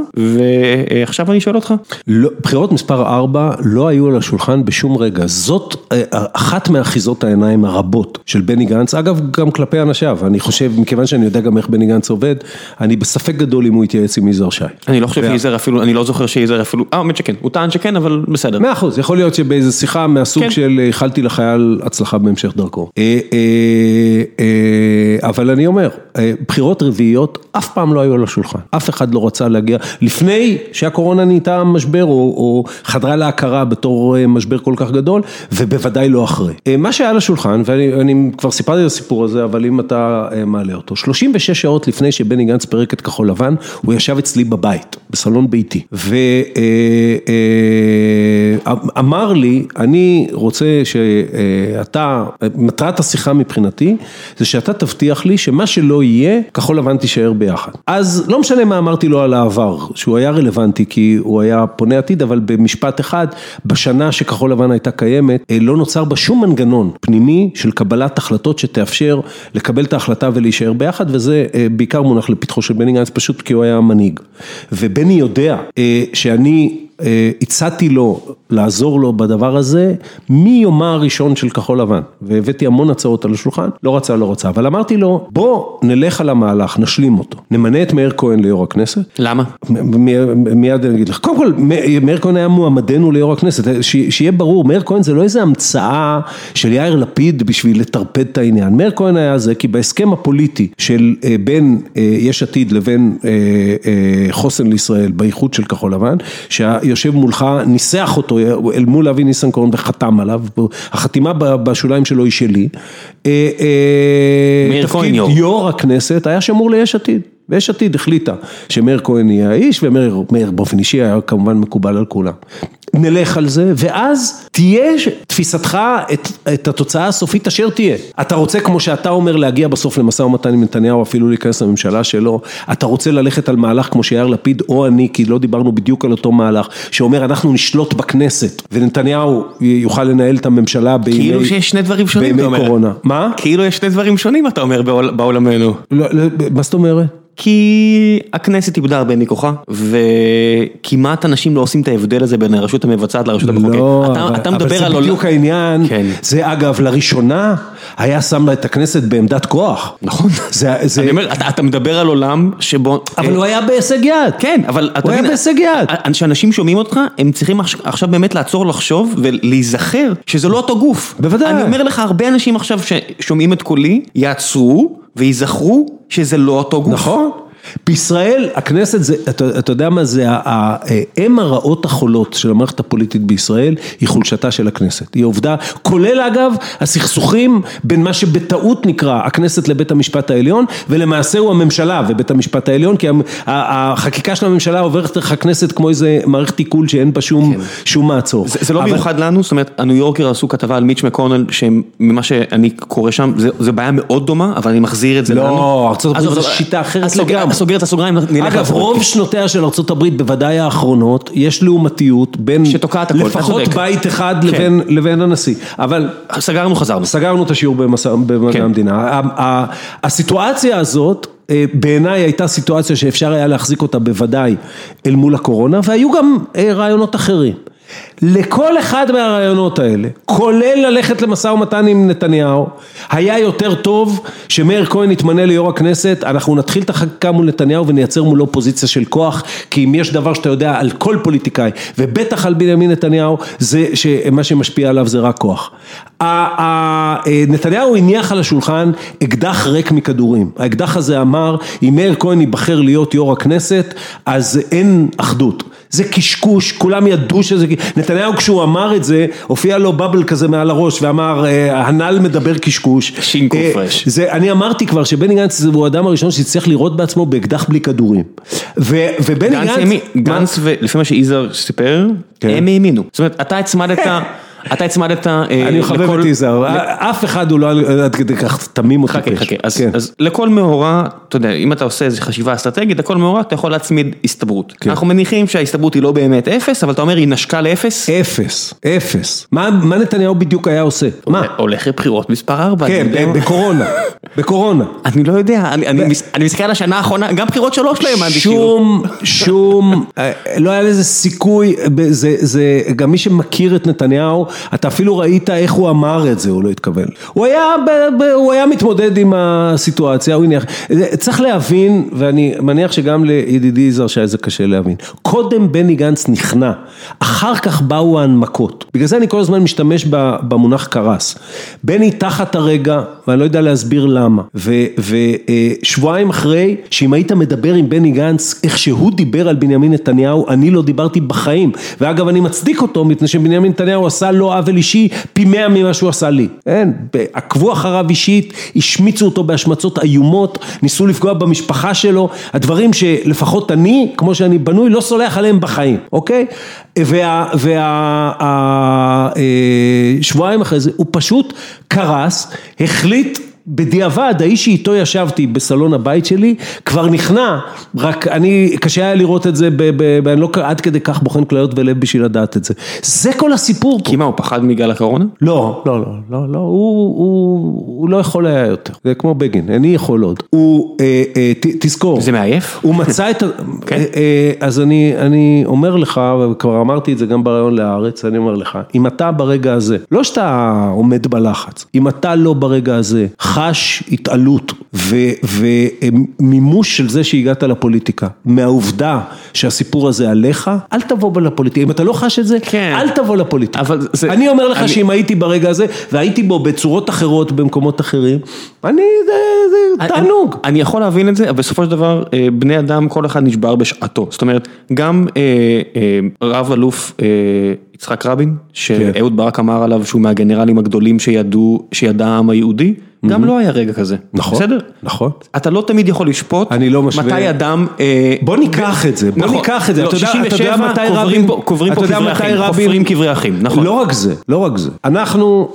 ועכשיו אני שואל אותך. לא, בחירות מספר ארבע לא היו על השולחן בשום רגע. זאת אחת מאחיזות העיניים הרבות של בני גנץ, אגב גם כלפי אנשיו. אני חושב, מכיוון שאני יודע גם איך בני גנץ עובד, אני בספק גדול אם הוא יתייעץ עם יזהר שי. אני לא חושב שיזהר אפילו, אני לא זוכר שיזהר אפילו, אה, באמת שכן, הוא טען שכן, אבל בסדר. מאה אחוז, יכול להיות שבאיזו שיחה מהסוג כן. של איחלתי לחייל הצלחה בהמשך דרכו. אה, אה, אה, אבל אני אומר, בחירות רביעיות אף פעם לא היו על השולחן. אף אחד לא רצה להגיע, לפני שהקורונה נהייתה משבר, או, או חדרה להכרה בתור משבר כל כך גדול, ובוודאי לא אחרי. מה שהיה לשולחן, ואני אני כבר סיפרתי את הסיפור הזה, אבל אם אתה מעלה אותו, שלושים ושש שעות לפני שבני גנץ פרק את כחול לבן, הוא ישב אצלי בבית, בסלון ביתי, ואמר לי, אני רוצה שאתה, מטרת השיחה מבחינתי, זה שאתה תבטיח לי שמה שלא יהיה, כחול לבן תישאר ביחד. אז לא משנה מה אמרתי לו על העבר, שהוא היה רלוונטי, כי הוא היה פונה עתיד, אבל במשפט אחד, בשנה שכחול לבן הייתה קיימת, לא נוצר בה שום מנגנון פנימי של קבלת החלטות שתאפשר לקבל את ההחלטה ולהישאר ביחד, וזה בעיקר מונח לפתחו של בני גנץ, פשוט כי הוא היה מנהיג. ובני יודע שאני הצעתי לו לעזור לו בדבר הזה מיומה הראשון של כחול לבן, והבאתי המון הצעות על השולחן, לא רצה, לא רצה, אבל אמרתי לו, בוא נלך על המהלך, נשלים אותו, נמנה את מאיר כהן ליו"ר הכנסת. למה? מיד אני אגיד לך, קודם כל, מאיר כהן היה מועמדנו ליו"ר הכנסת, שיהיה ברור, מאיר כהן זה לא איזו המצאה של יאיר לפיד בשביל לטרפד את העניין, מאיר כהן היה זה, כי בהסכם הפוליטי של בין יש עתיד לבין חוסן לישראל, באיחוד של כחול לבן, שה יושב מולך, ניסח אותו אל מול אבי ניסנקורן וחתם עליו, החתימה בשוליים שלו היא שלי. מאיר כהן יור. יור הכנסת היה שמור ליש עתיד. ויש עתיד החליטה שמאיר כהן יהיה האיש, ומאיר באופן אישי היה כמובן מקובל על כולם. נלך על זה, ואז תהיה תפיסתך את, את התוצאה הסופית אשר תהיה. אתה רוצה, כמו שאתה אומר, להגיע בסוף למשא ומתן עם נתניהו, אפילו להיכנס לממשלה שלו, אתה רוצה ללכת על מהלך כמו שיאיר לפיד או אני, כי לא דיברנו בדיוק על אותו מהלך, שאומר אנחנו נשלוט בכנסת, ונתניהו יוכל לנהל את הממשלה בימי, כאילו שיש שני דברים שונים, בימי קורונה. מה? כאילו יש שני דברים שונים, אתה אומר, בעולמנו. לא, לא, מה זאת אומרת? כי הכנסת איבדה הרבה מכוחה, וכמעט אנשים לא עושים את ההבדל הזה בין הרשות המבצעת לרשות המחוקקת. לא, אתה, אבל, אתה אבל מדבר זה על בדיוק עולם... העניין, כן. זה אגב לראשונה היה שם לה את הכנסת בעמדת כוח. נכון. זה, זה... אני אומר, אתה, אתה מדבר על עולם שבו... אבל הוא היה בהישג יד. כן, אבל... הוא היה בהישג יד. כשאנשים שומעים אותך, הם צריכים עכשיו באמת לעצור לחשוב ולהיזכר שזה לא אותו גוף. בוודאי. אני אומר לך, הרבה אנשים עכשיו ששומעים את קולי, יעצרו ויזכרו שזה לא אותו גוף. נכון. בישראל, הכנסת זה, אתה, אתה יודע מה זה, הם הרעות החולות של המערכת הפוליטית בישראל, היא חולשתה של הכנסת. היא עובדה, כולל אגב, הסכסוכים בין מה שבטעות נקרא הכנסת לבית המשפט העליון, ולמעשה הוא הממשלה ובית המשפט העליון, כי החקיקה של הממשלה עוברת דרך הכנסת כמו איזה מערכת עיכול שאין בה שום, כן. שום מעצור. זה, זה לא אבל... מיוחד לנו, זאת אומרת, הניו יורקר עשו כתבה על מיץ' מקונל, שממה שאני קורא שם, זה, זה בעיה מאוד דומה, אבל אני מחזיר את זה לא, לנו. לא, ארצות הברית זו שיטה אחרת לגמרי. סוגר את הסוגריים, אגב, רוב שנותיה של ארצות הברית, בוודאי האחרונות, יש לעומתיות בין לפחות בית אחד לבין הנשיא. אבל סגרנו, חזרנו. סגרנו את השיעור במדעי המדינה. הסיטואציה הזאת, בעיניי הייתה סיטואציה שאפשר היה להחזיק אותה בוודאי אל מול הקורונה, והיו גם רעיונות אחרים. לכל אחד מהרעיונות האלה, כולל ללכת למשא ומתן עם נתניהו, היה יותר טוב שמאיר כהן יתמנה ליו"ר הכנסת, אנחנו נתחיל את החקיקה מול נתניהו ונייצר מולו פוזיציה של כוח, כי אם יש דבר שאתה יודע על כל פוליטיקאי, ובטח על בנימין נתניהו, זה שמה שמשפיע עליו זה רק כוח. נתניהו הניח על השולחן אקדח ריק מכדורים. האקדח הזה אמר, אם מאיר כהן ייבחר להיות יו"ר הכנסת, אז אין אחדות. זה קשקוש, כולם ידעו שזה, נתניהו כשהוא אמר את זה, הופיע לו בבל כזה מעל הראש, ואמר, הנ"ל מדבר קשקוש. שינקו פרש. זה, אני אמרתי כבר, שבני גנץ הוא האדם הראשון שצריך לראות בעצמו באקדח בלי כדורים. ו, ובני גנץ... גנץ, ולפי מה שאיזר סיפר, הם האמינו. זאת אומרת, אתה הצמדת... אתה הצמדת... אני מחבב את איזר, אף אחד הוא לא עד כדי כך תמים אותי. חכה, חכה, אז לכל מאורע, אתה יודע, אם אתה עושה איזו חשיבה אסטרטגית, לכל מאורע אתה יכול להצמיד הסתברות. אנחנו מניחים שההסתברות היא לא באמת אפס, אבל אתה אומר היא נשקה לאפס? אפס, אפס. מה נתניהו בדיוק היה עושה? מה? הולך לבחירות מספר ארבע. כן, בקורונה, בקורונה. אני לא יודע, אני מסתכל על השנה האחרונה, גם בחירות שלוש לא האמנתי. שום, שום, לא היה לזה סיכוי, זה גם מי שמכיר את נתניהו, אתה אפילו ראית איך הוא אמר את זה, הוא לא התכוון. הוא היה, הוא היה מתמודד עם הסיטואציה, הוא הניח, צריך להבין, ואני מניח שגם לידידי יזהר שהיה זה קשה להבין, קודם בני גנץ נכנע, אחר כך באו ההנמקות, בגלל זה אני כל הזמן משתמש במונח קרס, בני תחת הרגע, ואני לא יודע להסביר למה, ושבועיים אחרי, שאם היית מדבר עם בני גנץ, איך שהוא דיבר על בנימין נתניהו, אני לא דיברתי בחיים, ואגב אני מצדיק אותו, מפני שבנימין נתניהו עשה לו עוול אישי, פי מאה ממה שהוא עשה לי. אין, עקבו אחריו אישית, השמיצו אותו בהשמצות איומות, ניסו לפגוע במשפחה שלו, הדברים שלפחות אני, כמו שאני בנוי, לא סולח עליהם בחיים, אוקיי? והשבועיים אחרי זה, הוא פשוט קרס, החליט, בדיעבד, האיש שאיתו ישבתי בסלון הבית שלי, כבר נכנע, רק אני, קשה היה לראות את זה, אני לא עד כדי כך בוחן כליות ולב בשביל לדעת את זה. זה כל הסיפור. כי מה, הוא פחד מגל הקורונה? לא, לא, לא, לא, לא, הוא, הוא, הוא לא יכול היה יותר. זה כמו בגין, אני יכול עוד. הוא, אה, אה, ת, תזכור. זה מעייף? הוא מצא את, כן. אה, אה, אז אני, אני אומר לך, וכבר אמרתי את זה גם ברעיון לארץ, אני אומר לך, אם אתה ברגע הזה, לא שאתה עומד בלחץ, אם אתה לא ברגע הזה, חש התעלות ומימוש של זה שהגעת לפוליטיקה, מהעובדה שהסיפור הזה עליך, אל תבוא בו לפוליטיקה, אם אתה לא חש את זה, כן. אל תבוא לפוליטיקה. אבל זה... אני אומר לך אני... שאם הייתי ברגע הזה, והייתי בו בצורות אחרות, במקומות אחרים, אני, זה, זה תענוג. אני, אני יכול להבין את זה, אבל בסופו של דבר, בני אדם, כל אחד נשבר בשעתו, זאת אומרת, גם אה, אה, רב אלוף אה, יצחק רבין, שאהוד ברק אמר עליו שהוא מהגנרלים הגדולים שידעו, שידע העם היהודי, גם לא היה רגע כזה. נכון. בסדר? נכון. אתה לא תמיד יכול לשפוט מתי אדם... בוא ניקח את זה, בוא ניקח את זה. שישים ושבע קוברים פה קברי אחים, חופרים קברי אחים, נכון. לא רק זה, לא רק זה. אנחנו,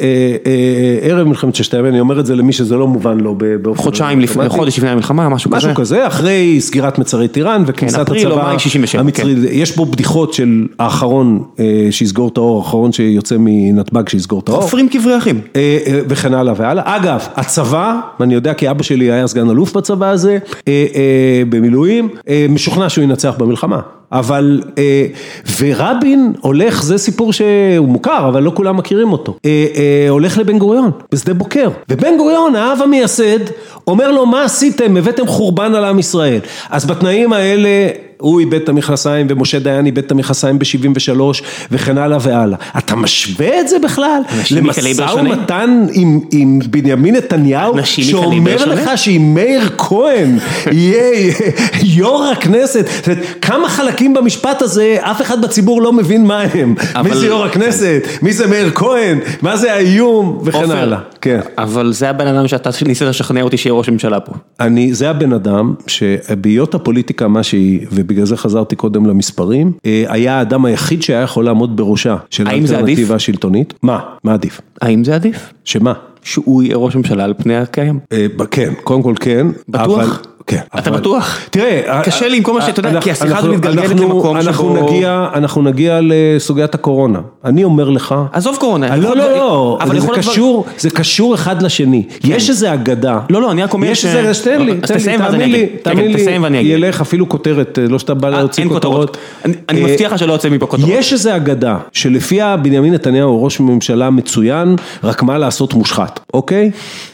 ערב מלחמת ששת הימים, אני אומר את זה למי שזה לא מובן לו. חודשיים לפני, חודש לפני המלחמה, משהו כזה. משהו כזה, אחרי סגירת מצרי טיראן וכניסת הצבא המצרי. יש פה בדיחות של האחרון שיסגור את האור, האחרון שיוצא מנתב"ג שיסגור את האור. חופרים קברי אחים. וכן הלאה והלאה. אגב, הצבא, ואני יודע כי אבא שלי היה סגן אלוף בצבא הזה, אה, אה, במילואים, אה, משוכנע שהוא ינצח במלחמה. אבל, אה, ורבין הולך, זה סיפור שהוא מוכר, אבל לא כולם מכירים אותו, אה, אה, הולך לבן גוריון, בשדה בוקר. ובן גוריון, האב המייסד, אומר לו, מה עשיתם? הבאתם חורבן על עם ישראל. אז בתנאים האלה, הוא איבד את המכנסיים, ומשה דיין איבד את המכנסיים ב-שבעים ושלוש, וכן הלאה והלאה. אתה משווה את זה בכלל? למשא ומתן עם, עם בנימין נתניהו, שאומר לך שאם מאיר כהן יהיה יו"ר הכנסת, כמה חלקים במשפט הזה, אף אחד בציבור לא מבין מה הם. מי זה יו"ר הכנסת? מי זה מאיר כהן? מה זה האיום? וכן הלאה. כן. אבל זה הבן אדם שאתה ניסית לשכנע אותי שיהיה ראש הממשלה פה. אני, זה הבן אדם שבהיות הפוליטיקה מה שהיא, ובגלל זה חזרתי קודם למספרים, היה האדם היחיד שהיה יכול לעמוד בראשה של האלטרנטיבה השלטונית. מה? מה עדיף? האם זה עדיף? שמה? שהוא יהיה ראש ממשלה על פני הקיים? כן, קודם כל כן. בטוח? כן. אתה בטוח? תראה, קשה לי עם כל מה שאתה יודע, כי השיחה הזו מתגלגלת למקום שבו... אנחנו נגיע לסוגיית הקורונה. אני אומר לך... עזוב קורונה. לא, לא, לא. זה קשור אחד לשני. יש איזה אגדה. לא, לא, אני רק אומר ש... תן לי, תאמין לי, תאמין לי, ילך אפילו כותרת, לא שאתה בא להוציא כותרות. אני מבטיח לך שלא יוצא מפה כותרות. יש איזה אגדה, שלפיה בנימין נתניהו הוא ראש ממשלה מצוין, רק מה לעשות מושחת, אוקיי?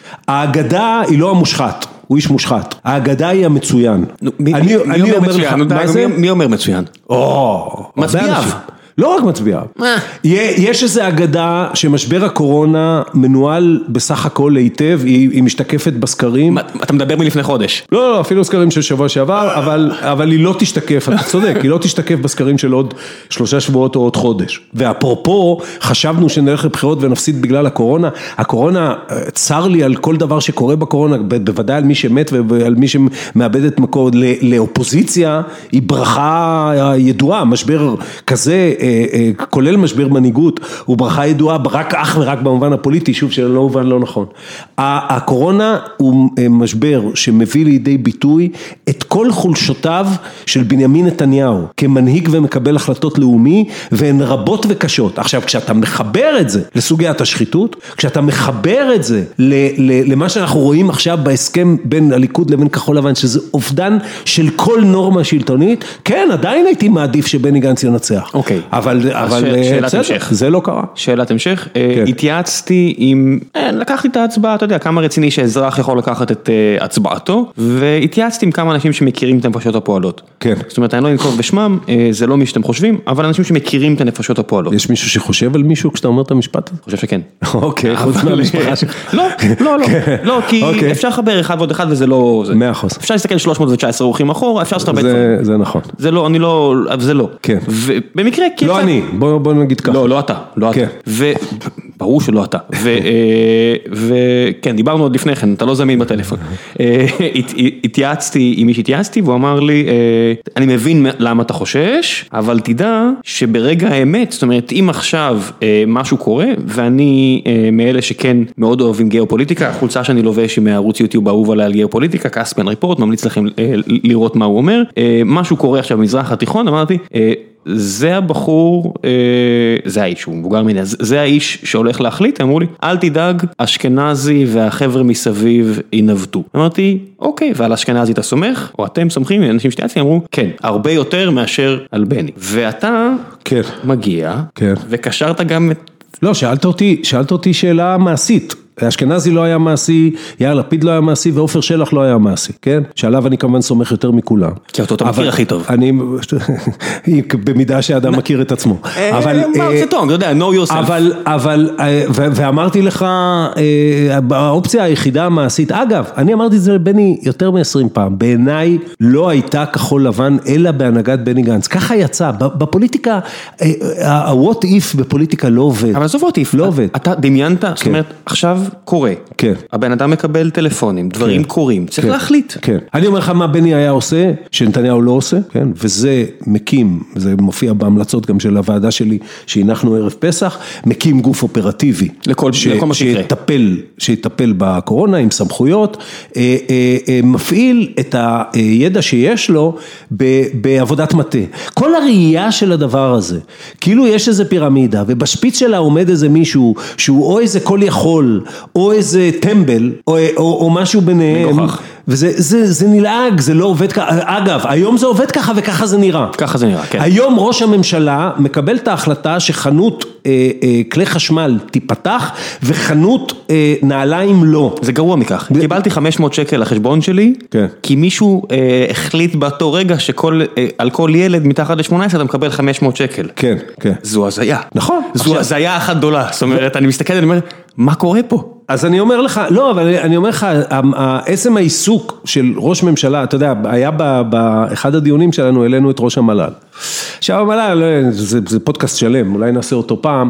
האגדה היא לא המושחת. הוא איש מושחת. האגדה היא המצוין. מי אומר מצוין? מי אומר מצוין? או, מצביעיו. לא רק מצביעיו. יש איזו אגדה שמשבר הקורונה מנוהל בסך הכל היטב, היא משתקפת בסקרים. אתה מדבר מלפני חודש. לא, לא, אפילו סקרים של שבוע שעבר, אבל היא לא תשתקף, אתה צודק, היא לא תשתקף בסקרים של עוד שלושה שבועות או עוד חודש. ואפרופו, חשבנו שנלך לבחירות ונפסיד בגלל הקורונה, הקורונה, צר לי על כל דבר שקורה בקורונה, בוודאי על מי שמת ועל מי שמאבד את מקור, לאופוזיציה, היא ברכה ידועה, משבר כזה, כולל משבר מנהיגות, הוא ברכה ידועה רק אך ורק במובן הפוליטי, שוב שלא הובן לא נכון. הקורונה הוא משבר שמביא לידי ביטוי את כל חולשותיו של בנימין נתניהו, כמנהיג ומקבל החלטות לאומי, והן רבות וקשות. עכשיו, כשאתה מחבר את זה לסוגיית השחיתות, כשאתה מחבר את זה למה שאנחנו רואים עכשיו בהסכם בין הליכוד לבין כחול לבן, שזה אובדן של כל נורמה שלטונית, כן, עדיין הייתי מעדיף שבני גנץ ינצח. אוקיי. אבל, אבל, שאלת המשך. זה לא קרה. שאלת המשך. התייעצתי עם, לקחתי את ההצבעה, אתה יודע, כמה רציני שאזרח יכול לקחת את הצבעתו, והתייעצתי עם כמה אנשים שמכירים את הנפשות הפועלות. כן. זאת אומרת, אני לא אנקוב בשמם, זה לא מי שאתם חושבים, אבל אנשים שמכירים את הנפשות הפועלות. יש מישהו שחושב על מישהו כשאתה אומר את המשפט הזה? חושב שכן. אוקיי, חוץ מהמשפחה שלך. לא, לא, לא. לא, כי אפשר לחבר אחד ועוד אחד וזה לא... מאה אחוז. אפשר להסתכל שלוש מאות ותשע עשרה אורחים אחורה, אפשר לעשות הרבה דברים. זה נכון. זה לא, אני לא, זה לא. כן. ובמקרה, לא אני, בוא נגיד ככה. לא, לא אתה, לא אתה. וברור שלא אתה. וכן, דיברנו עוד לפני כן, אתה לא זמין בטלפון. התייעצתי עם מי שהתייעצתי, והוא אמר לי, אני מבין למה אתה חושש, אבל תדע שברגע האמת, זאת אומרת, אם עכשיו משהו קורה, ואני מאלה שכן מאוד אוהבים גיאופוליטיקה, החולצה שאני לובש היא מהערוץ יוטיוב האהוב עליי על גיאופוליטיקה, קספיאן ריפורט, ממליץ לכם לראות מה הוא אומר. משהו קורה עכשיו במזרח התיכון, אמרתי, זה הבחור, זה האיש, הוא מבוגר מני, זה האיש שהולך להחליט, אמרו לי, אל תדאג, אשכנזי והחבר'ה מסביב ינבטו. אמרתי, אוקיי, ועל אשכנזי אתה סומך, או אתם סומכים, אנשים שתייצתי, אמרו, כן, הרבה יותר מאשר על בני. ואתה מגיע, וקשרת גם את... לא, שאלת אותי, שאלת אותי שאלה מעשית. אשכנזי לא היה מעשי, יאיר לפיד לא היה מעשי, ועופר שלח לא היה מעשי, כן? שעליו אני כמובן סומך יותר מכולם. כי אותו אתה מכיר הכי טוב. אני, במידה שאדם מכיר את עצמו. אבל, זה טוב, אתה יודע, know yourself. אבל, אבל, ואמרתי לך, האופציה היחידה המעשית, אגב, אני אמרתי את זה לבני יותר מ-עשרים פעם, בעיניי לא הייתה כחול לבן, אלא בהנהגת בני גנץ. ככה יצא, בפוליטיקה, ה-what if בפוליטיקה לא עובד. אבל זו what if, לא עובד. אתה דמיינת, זאת אומרת, עכשיו קורה. כן. הבן אדם מקבל טלפונים, דברים קורים, צריך להחליט. כן. אני אומר לך מה בני היה עושה, שנתניהו לא עושה, כן? וזה מקים, זה מופיע בהמלצות גם של הוועדה שלי, שהנחנו ערב פסח, מקים גוף אופרטיבי. לכל מה שיקרה. שיטפל בקורונה עם סמכויות, מפעיל את הידע שיש לו בעבודת מטה. כל הראייה של הדבר הזה, כאילו יש איזה פירמידה, ובשפיץ שלה עומד איזה מישהו, שהוא או איזה כל יכול, או איזה טמבל, או, או, או משהו ביניהם, וזה זה, זה נלעג, זה לא עובד ככה, אגב, היום זה עובד ככה וככה זה נראה. ככה זה נראה, כן. היום ראש הממשלה מקבל את ההחלטה שחנות אה, אה, כלי חשמל תיפתח, וחנות אה, נעליים לא. זה גרוע מכך. ב... קיבלתי חמש מאות שקל לחשבון שלי, כן. כי מישהו אה, החליט באותו רגע שכל, אה, על כל ילד מתחת ל-שמונה עשרה אתה מקבל חמש מאות שקל. כן, כן. זו הזיה. נכון. זו הזיה אחת גדולה. זאת אומרת, אני מסתכל, אני אומר, מה קורה פה? אז אני אומר לך, לא, אבל אני אומר לך, העצם העיסוק של ראש ממשלה, אתה יודע, היה באחד הדיונים שלנו, העלינו את ראש המל"ל. עכשיו המל"ל, זה, זה פודקאסט שלם, אולי נעשה אותו פעם,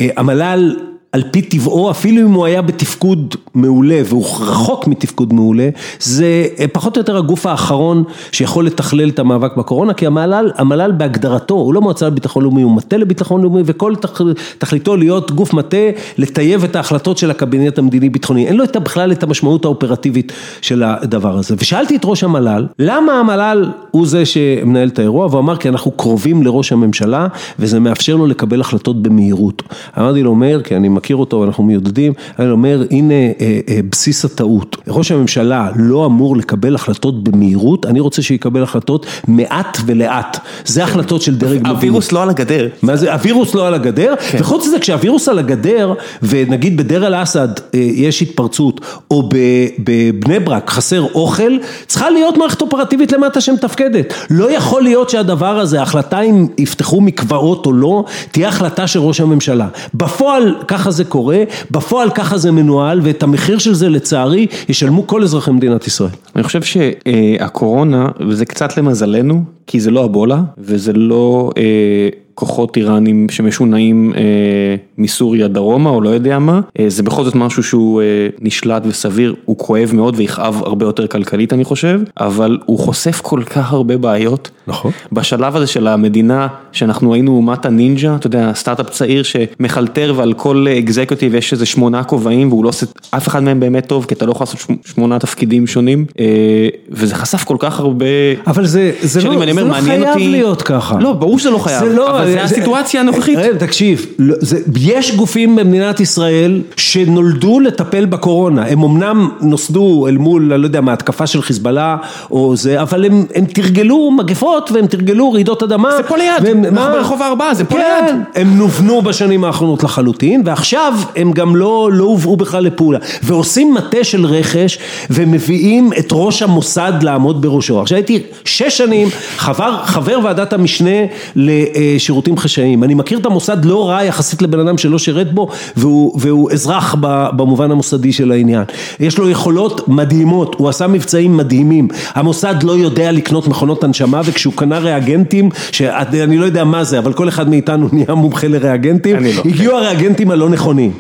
המל"ל על פי טבעו, אפילו אם הוא היה בתפקוד מעולה, והוא רחוק מתפקוד מעולה, זה פחות או יותר הגוף האחרון שיכול לתכלל את המאבק בקורונה, כי המל"ל, המל"ל בהגדרתו, הוא לא מועצה לביטחון לאומי, הוא מטה לביטחון לאומי, וכל תכליתו להיות גוף מטה, לטייב את ההחלטות של הקבינט המדיני-ביטחוני. אין לו את, בכלל את המשמעות האופרטיבית של הדבר הזה. ושאלתי את ראש המל"ל, למה המל"ל הוא זה שמנהל את האירוע, והוא אמר, כי אנחנו קרובים לראש הממשלה, וזה מאפשר לו לקבל החלטות במהירות. אמרתי לו, אומר, כי אני מכיר אותו, אנחנו מיודדים, אני אומר, הנה אה, אה, בסיס הטעות. ראש הממשלה לא אמור לקבל החלטות במהירות, אני רוצה שיקבל החלטות מעט ולאט. זה החלטות של דרג מדיני. הווירוס לא על הגדר. מה זה? הווירוס לא על הגדר, כן. וחוץ לזה, כשהווירוס על הגדר, ונגיד בדיר אל אסד אה, יש התפרצות, או בבני ברק חסר אוכל, צריכה להיות מערכת אופרטיבית למטה שמתפקדת. לא יכול להיות שהדבר הזה, ההחלטה אם יפתחו מקוואות או לא, תהיה החלטה של ראש הממשלה. בפועל, ככה זה קורה, בפועל ככה זה מנוהל, ואת המחיר של זה לצערי, ישלמו כל אזרחי מדינת ישראל. אני חושב שהקורונה, וזה קצת למזלנו, כי זה לא אבולה, וזה לא אה, כוחות איראנים שמשונעים אה, מסוריה דרומה, או לא יודע מה, אה, זה בכל זאת משהו שהוא אה, נשלט וסביר, הוא כואב מאוד ויכאב הרבה יותר כלכלית אני חושב, אבל הוא חושף כל כך הרבה בעיות. נכון. בשלב הזה של המדינה, שאנחנו היינו אומת הנינג'ה, אתה יודע, סטארט-אפ צעיר שמחלטר, ועל כל אקזקיוטיב יש איזה שמונה כובעים, והוא לא עושה אף אחד מהם באמת טוב, כי אתה לא יכול לעשות שמונה תפקידים שונים, אה, וזה חשף כל כך הרבה... אבל זה, זה לא, זה לא חייב אותי... להיות ככה. לא, ברור שזה לא חייב, זה לא, אבל זה, זה הסיטואציה הנוכחית. תקשיב, זה, יש גופים במדינת ישראל שנולדו לטפל בקורונה, הם אמנם נוסדו אל מול, לא יודע מה, התקפה של חיזבאללה או זה, אבל הם, הם תרגלו מגפות והם תרגלו רעידות אדמה. זה פה ליד, אנחנו ברחוב הארבעה, זה פה כן, ליד. הם נובנו בשנים האחרונות לחלוטין, ועכשיו הם גם לא, לא הובאו בכלל לפעולה, ועושים מטה של רכש, ומביאים את ראש המוסד לעמוד בראשו. עכשיו הייתי שש שנים חבר, חבר ועדת המשנה לשירותים חשאיים. אני מכיר את המוסד לא רע יחסית לבן אדם שלא שירת בו, והוא, והוא אזרח במובן המוסדי של העניין. יש לו יכולות מדהימות, הוא עשה מבצעים מדהימים. המוסד לא יודע לקנות מכונות הנשמה, וכשהוא קנה ריאגנטים, שאני לא יודע מה זה, אבל כל אחד מאיתנו נהיה מומחה לריאגנטים, הגיעו הריאגנטים הלא נכונים.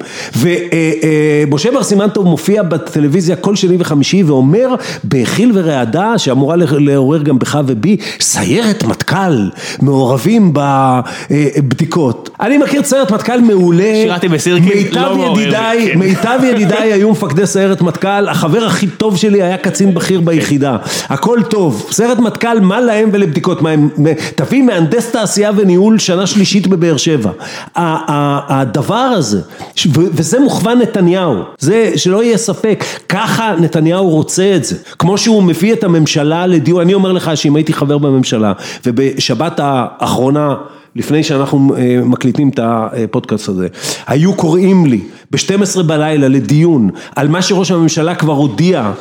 ומשה בר סימן טוב מופיע בטלוויזיה כל שני וחמישי, ואומר בהכיל ורעדה, שאמורה לעורר גם בך ובי, סיירת מטכ"ל, מעורבים בבדיקות. אני מכיר סיירת מטכ"ל מעולה, שירתי בסירקין, לא מעורר. מיטב ידידיי היו מפקדי סיירת מטכ"ל, החבר הכי טוב שלי היה קצין בכיר ביחידה. הכל טוב. סיירת מטכ"ל, מה להם ולבדיקות? מה הם, תביא מהנדס תעשייה וניהול שנה שלישית בבאר שבע. הדבר הזה, וזה מוכוון נתניהו, זה שלא יהיה ספק, ככה נתניהו רוצה את זה. כמו שהוא מביא את הממשלה לדיון, אני אומר לך שאם הייתי חבר בממשלה, ובשבת האחרונה לפני שאנחנו מקליטים את הפודקאסט הזה, היו קוראים לי ב-שתים עשרה בלילה לדיון על מה שראש הממשלה כבר הודיע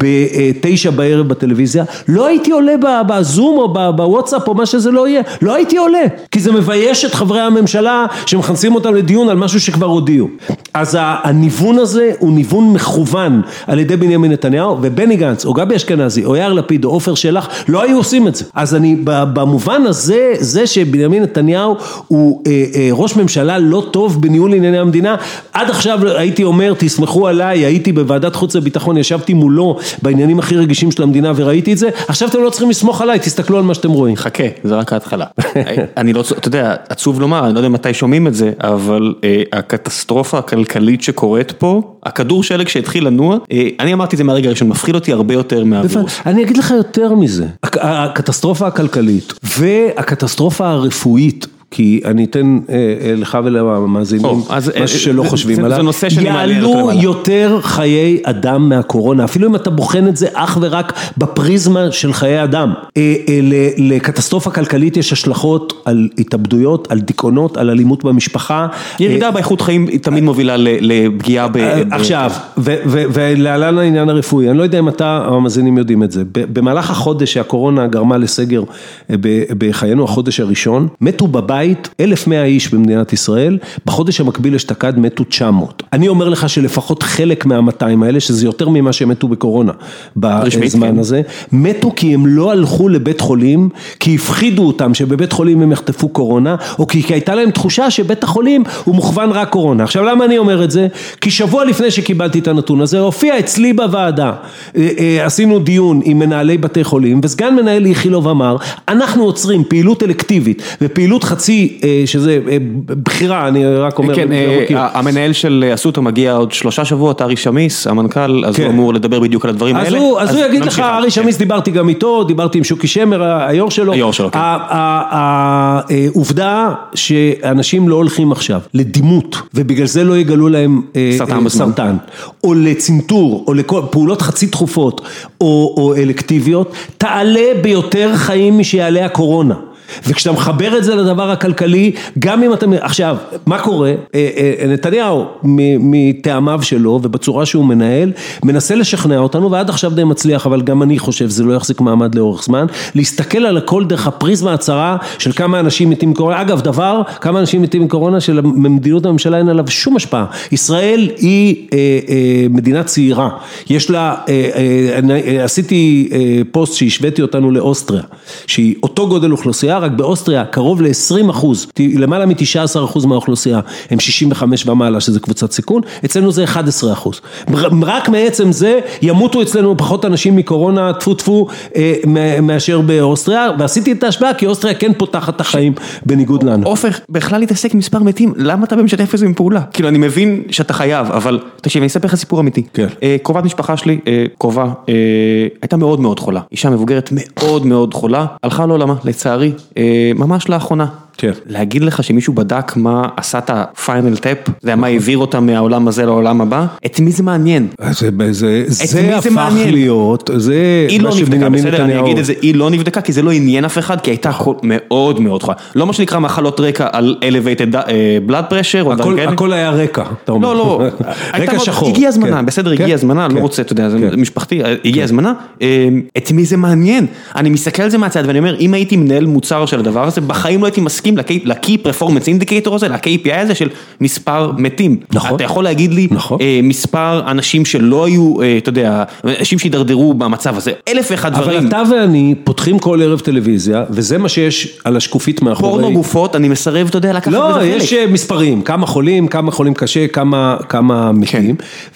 ב-תשע בערב בטלוויזיה, לא הייתי עולה בזום או בוואטסאפ או מה שזה לא יהיה, לא הייתי עולה, כי זה מבייש את חברי הממשלה שמכנסים אותם לדיון על משהו שכבר הודיעו. אז הניוון הזה הוא ניוון מכוון על ידי בנימין נתניהו, ובני גנץ או גבי אשכנזי או יאיר לפיד או עופר שלח לא היו עושים את זה. אז אני במובן הזה, זה שבנימין נתניהו הוא אה, אה, ראש ממשלה לא טוב בניהול ענייני המדינה, עד עכשיו הייתי אומר תסמכו עליי, הייתי בוועדת חוץ וביטחון, ישבתי מולו בעניינים הכי רגישים של המדינה וראיתי את זה, עכשיו אתם לא צריכים לסמוך עליי, תסתכלו על מה שאתם רואים. חכה, זה רק ההתחלה. אני לא, אתה יודע, עצוב לומר, אני לא יודע מתי שומעים את זה, אבל אה, הקטסטרופה הכלכלית שקורית פה, הכדור שלג שהתחיל לנוע, אה, אני אמרתי זה מהרגע הראשון, מפחיד אותי הרבה יותר מהווירוס. אני אגיד לך יותר מזה, הקטסטרופה הכלכלית והקטסטרופה הרפואית, כי אני אתן לך ולמאזינים משהו שלא חושבים עליו, יעלו יותר חיי אדם מהקורונה, אפילו אם אתה בוחן את זה אך ורק בפריזמה של חיי אדם. לקטסטרופה כלכלית יש השלכות על התאבדויות, על דיכאונות, על אלימות במשפחה. ירידה באיכות חיים היא תמיד מובילה לפגיעה ב... עכשיו, ולהלן העניין הרפואי, אני לא יודע אם אתה המאזינים יודעים את זה, במהלך החודש שהקורונה גרמה לסגר בחיינו, החודש הראשון, מתו בבית אלף ומאה איש במדינת ישראל, בחודש המקביל אשתקד מתו תשע מאות. אני אומר לך שלפחות חלק מה-מאתיים האלה, שזה יותר ממה שמתו בקורונה בזמן הזה, מתו כי הם לא הלכו לבית חולים, כי הפחידו אותם שבבית חולים הם יחטפו קורונה, או כי הייתה להם תחושה שבית החולים הוא מוכוון רק קורונה. עכשיו למה אני אומר את זה? כי שבוע לפני שקיבלתי את הנתון הזה, הופיע אצלי בוועדה, עשינו דיון עם מנהלי בתי חולים, וסגן מנהל איכילוב אמר, אנחנו עוצרים פעילות אלקטיבית, ופעילות חצי שזה בחירה, אני רק אומר. כן, המנהל של אסותא מגיע עוד שלושה שבועות, ארי שמיס, המנכ"ל, אז הוא אמור לדבר בדיוק על הדברים האלה. אז הוא יגיד לך, ארי שמיס, דיברתי גם איתו, דיברתי עם שוקי שמר, היו"ר שלו. היו"ר שלו, כן. העובדה שאנשים לא הולכים עכשיו לדימות, ובגלל זה לא יגלו להם סרטן, או לצנתור, או לפעולות חצי תכופות, או אלקטיביות, תעלה ביותר חיים משיעלה הקורונה. וכשאתה מחבר את זה לדבר הכלכלי, גם אם אתם, עכשיו, מה קורה? נתניהו, מטעמיו שלו, ובצורה שהוא מנהל, מנסה לשכנע אותנו, ועד עכשיו די מצליח, אבל גם אני חושב, זה לא יחזיק מעמד לאורך זמן, להסתכל על הכל דרך הפריזמה הצרה, של כמה אנשים מתים מקורונה, אגב, דבר, כמה אנשים מתים מקורונה, שלמדינות הממשלה אין עליו שום השפעה. ישראל היא מדינה צעירה, יש לה, עשיתי פוסט שהשוויתי אותנו לאוסטריה, שהיא אותו גודל אוכלוסייה, רק באוסטריה קרוב ל-עשרים אחוז, למעלה מ-תשעה עשר אחוז מהאוכלוסייה, הם שישים וחמש ומעלה, שזה קבוצת סיכון, אצלנו זה אחד עשר אחוז. רק מעצם זה, ימותו אצלנו פחות אנשים מקורונה, תפו תפו, מאשר באוסטריה, ועשיתי את ההשוואה, כי אוסטריה כן פותחת את החיים, בניגוד לנו. עופר, בכלל להתעסק מספר מתים, למה אתה משתף איזה עם פעולה? כאילו, אני מבין שאתה חייב, אבל תקשיב, אני אספר לך סיפור אמיתי. כן. קרובת משפחה שלי, קרובה, הייתה מאוד מאוד חולה. אישה מבוגרת מאוד מאוד חולה, הלכה לעולמה, לצערי, ממש לאחרונה. כן. להגיד לך שמישהו בדק מה עשה את הפיינל טאפ, זה מה העביר אותה מהעולם הזה לעולם הבא, את מי זה מעניין? זה, זה, זה הפך להיות, זה היא לא נבדקה, בסדר, אני אגיד את זה, היא לא נבדקה, כי זה לא עניין אף אחד, כי הייתה מאוד מאוד חולה. לא מה שנקרא מחלות רקע על elevated blood pressure, או הכל, הכל היה רקע, אתה אומר. לא, לא. רקע שחור. הגיע הזמנה, בסדר, הגיע הזמנה, אני לא רוצה, אתה יודע, זה משפחתי, הגיע הזמנה, את מי זה מעניין? אני מסתכל על זה מהצד, ואני אומר, אם הייתי מנהל מוצר של הדבר הזה, בחיים לא הייתי מסכים ל-Key Performance Indicator הזה, ל-K P I הזה של מספר מתים. נכון. אתה יכול להגיד לי, נכון. מספר אנשים שלא היו, אתה יודע, אנשים שידרדרו במצב הזה, אלף ואחד דברים. אבל אתה ואני פותחים כל ערב טלוויזיה, וזה מה שיש על השקופית מאחורי. פורנו גופות, אני מסרב, אתה יודע, לקחת לא, בזה חלק. לא, יש מספרים, כמה חולים, כמה חולים קשה, כמה, כמה מתים,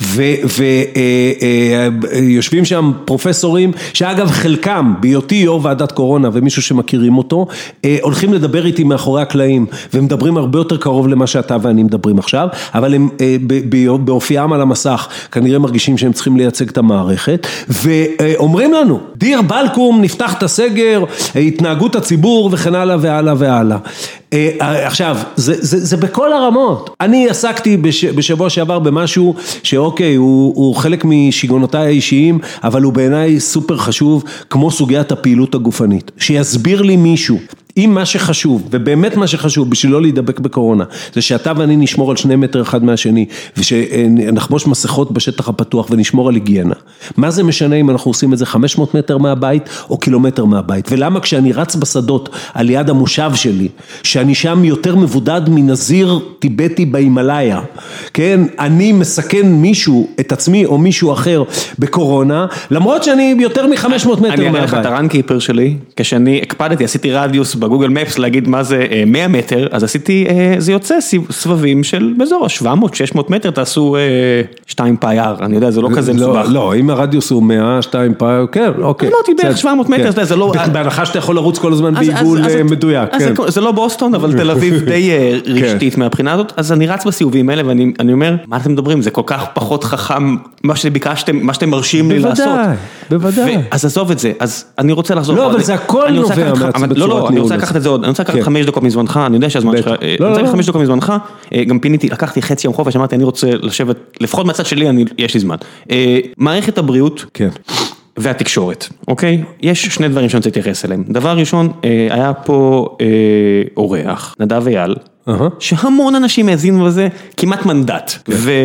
ויושבים שם פרופסורים, שאגב חלקם, בהיותי יו"ר ועדת קורונה, ומישהו שמכירים אותו, הולכים לדבר איתי מאחורי הקלעים, והם מדברים הרבה יותר קרוב למה שאתה ואני מדברים עכשיו, אבל הם באופיים על המסך, כנראה מרגישים שהם צריכים לייצג את המערכת, ואומרים לנו, דיר בלקום, נפתח את הסגר, התנהגות הציבור וכן הלאה והלאה והלאה. עכשיו, זה, זה, זה בכל הרמות. אני עסקתי בש, בשבוע שעבר במשהו שאוקיי, הוא, הוא חלק משיגונותיי האישיים, אבל הוא בעיניי סופר חשוב, כמו סוגיית הפעילות הגופנית. שיסביר לי מישהו, אם מה שחשוב, ובאמת מה שחשוב בשביל לא להידבק בקורונה, זה שאתה ואני נשמור על שני מטר אחד מהשני, ושנחבוש מסכות בשטח הפתוח ונשמור על היגיינה. מה זה משנה אם אנחנו עושים את זה חמש מאות מטר מהבית או קילומטר מהבית? ולמה כשאני רץ בשדות על יד המושב שלי, שאני שם יותר מבודד מנזיר טיבטי בהימלאיה, כן? אני מסכן מישהו, את עצמי או מישהו אחר בקורונה, למרות שאני יותר מ-חמש מאות מטר מהבית. אני אראה לך את הרנקיפר שלי, כשאני הקפדתי, עשיתי רדיוס בגוגל מפס להגיד מה זה מאה מטר, אז עשיתי, זה יוצא סבבים של באזור שבע מאות שש מאות מטר, תעשו שתיים פאי אר, אני יודע, זה לא כזה מסובך. לא, אם הרדיוס הוא מאה, שתיים פאי, כן, אוקיי. אמרתי בערך שבע מאות מטר, זה לא... בהנחה שאתה יכול לרוץ כל הזמן בעיגול מדויק. זה לא בוסטון, אבל תל אביב די רשתית מהבחינה הזאת, אז אני רץ בסיבובים האלה, ואני אומר, מה אתם מדברים? זה כל כך פחות חכם, מה שביקשתם, מה שאתם מרשים לי לעשות. בוודאי, בוודאי. אז עזוב את זה, אז אני רוצה לחזור. לא, אבל זה הכל נובע מעצם בצורת ניהול. לא, לא, אני רוצה לקחת את זה עוד, אני רוצה לקחת חמש דקות מזמנך, אני יודע שהזמן שלך, אני רוצה לקחת חמש דקות מזמנך, גם פיניתי, לקחתי חצי יום חופש, אמרתי, אני רוצה לשבת, לפחות מהצד שלי, יש לי זמן. מערכת הבריאות, כן. והתקשורת, אוקיי? יש שני דברים שאני רוצה להתייחס אליהם. דבר ראשון, היה פה אורח, נדב אייל, שהמון אנשים האזינו לזה, כמעט מנדט,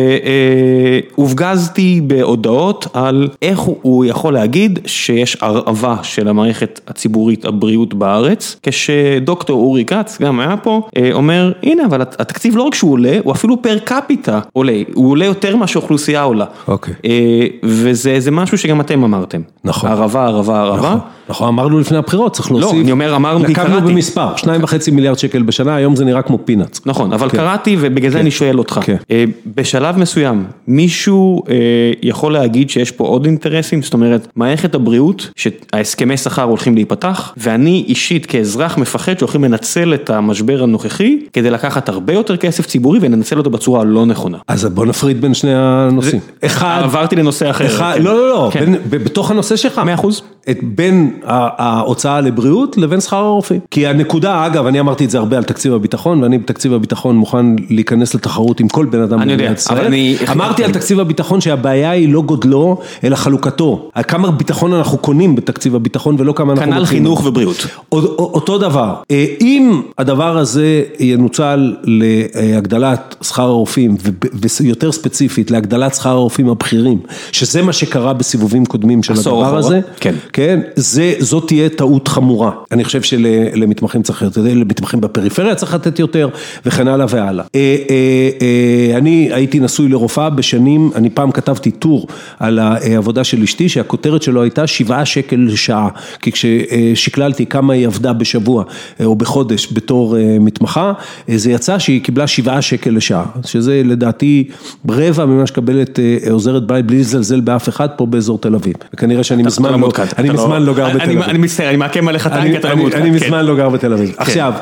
והופגזתי בהודעות על איך הוא יכול להגיד שיש הרעבה של המערכת הציבורית הבריאות בארץ, כשדוקטור אורי קץ גם היה פה, אומר, הנה, אבל התקציב לא רק שהוא עולה, הוא אפילו פר קפיטה עולה, הוא עולה יותר מה שאוכלוסייה עולה. אוקיי. וזה משהו שגם אתם אמרתם. נכון. הרעבה, הרעבה, הרעבה. נכון, אמרנו לפני הבחירות, צריך להוסיף. לא, אני אומר, אמרנו, נקמנו במספר, שניים וחצי מיליארד שקל בשנה, היום זה נראה כמו פינאץ. נכון, אבל קראתי ובגלל זה אני שואל אותך. בשלב מסוים, מישהו יכול להגיד שיש פה עוד אינטרסים, זאת אומרת, מערכת הבריאות, שההסכמי שכר הולכים להיפתח, ואני אישית כאזרח מפחד שהולכים לנצל את המשבר הנוכחי, כדי לקחת הרבה יותר כסף ציבורי, וננצל אותו בצורה לא נכונה. אז בוא נפריד בין שני הנושאים. אחד, עברתי לנושא אחר. לא, לא, לא, בתוך הנושא שלך. מאה אחוז. בין ההוצאה לבריאות לבין שכר הרופאים. כי הנקודה, אגב, אני אמרתי את זה הרבה על תקציב הביטחון, ואני בתקציב הביטחון מוכן להיכנס לתחרות עם כל בן אדם במדינת ישראל. אמרתי על תקציב הביטחון שהבעיה היא לא גודלו, אלא חלוקתו. כמה ביטחון אנחנו קונים בתקציב הביטחון, ולא כמה אנחנו... כנ"ל חינוך ובריאות. אותו דבר. אם הדבר הזה ינוצל להגדלת שכר הרופאים, ויותר ספציפית, להגדלת שכר הרופאים הבכירים, שזה מה שקרה בסיבובים קודמים של הדבר הזה, כן. כן, זה, זאת תהיה טעות חמורה. אני חושב שלמתמחים צריך יותר, למתמחים בפריפריה צריך לתת יותר, וכן הלאה והלאה. אני הייתי נשוי לרופאה בשנים, אני פעם כתבתי טור על העבודה של אשתי, שהכותרת שלו הייתה שבעה שקל לשעה, כי כששקללתי כמה היא עבדה בשבוע, או בחודש בתור מתמחה, זה יצא שהיא קיבלה שבעה שקל לשעה, שזה לדעתי רבע ממה שקבלת עוזרת בית, בלי לזלזל באף אחד פה באזור תל אביב. וכנראה שאני מזמן לא, אני מזמן לא גר בתל אביב. אני מצטער, אני מעקם עליך טנק, אתה לא מעודכן. אני מזמן לא גר בתל אביב. עכשיו,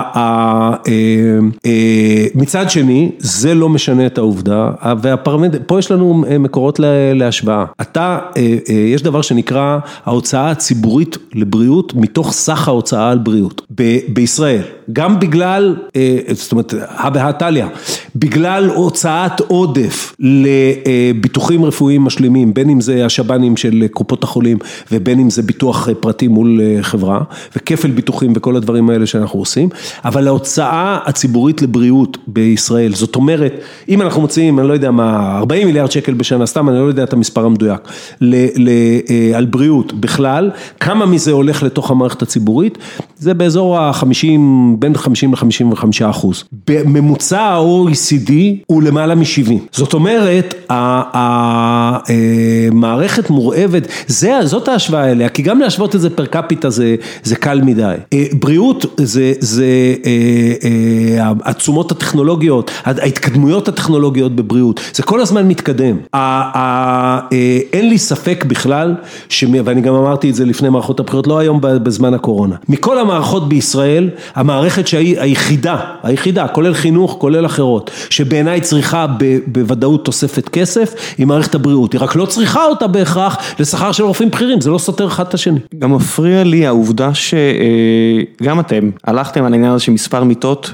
מצד שני, זה לא משנה את העובדה, והפרמטר, פה יש לנו מקורות להשוואה. אתה, יש דבר שנקרא ההוצאה הציבורית לבריאות, מתוך סך ההוצאה על בריאות. בישראל, גם בגלל, זאת אומרת, הבהתליה, בגלל הוצאת עודף לביטוחים רפואיים משלימים, בין אם זה השב"נים של קופות החולים, ובין אם זה ביטוח פרטי מול חברה, וכפל ביטוחים וכל הדברים האלה שאנחנו עושים, אבל ההוצאה הציבורית לבריאות בישראל, זאת אומרת, אם אנחנו מוצאים, אני לא יודע מה, ארבעים מיליארד שקל בשנה, סתם אני לא יודע את המספר המדויק, על בריאות בכלל, כמה מזה הולך לתוך המערכת הציבורית, זה באזור ה-חמישים, בין חמישים ל-חמישים וחמישה אחוז. בממוצע ה-או אי סי די הוא למעלה מ-שבעים. זאת אומרת, המערכת מורעבת, זאת ההשוואה אליה, כי גם להשוות את זה פר קפיטה זה, זה קל מדי. בריאות זה, זה התשומות הטכנולוגיות, ההתקדמויות הטכנולוגיות בבריאות, זה כל הזמן מתקדם. אין לי ספק בכלל, ואני גם אמרתי את זה לפני מערכות הבחירות, לא היום בזמן הקורונה. מכל המערכות בישראל, המערכת שהיא היחידה, היחידה, כולל חינוך, כולל אחרות, שבעיניי צריכה בוודאות תוספת כסף, היא מערכת הבריאות. היא רק לא צריכה אותה בהכרח לשכר של רופאים בכירים, זה לא סותר אחד את השני. גם מפריע לי העובדה שגם אתם הלכתם על העניין הזה של מספר מיטות,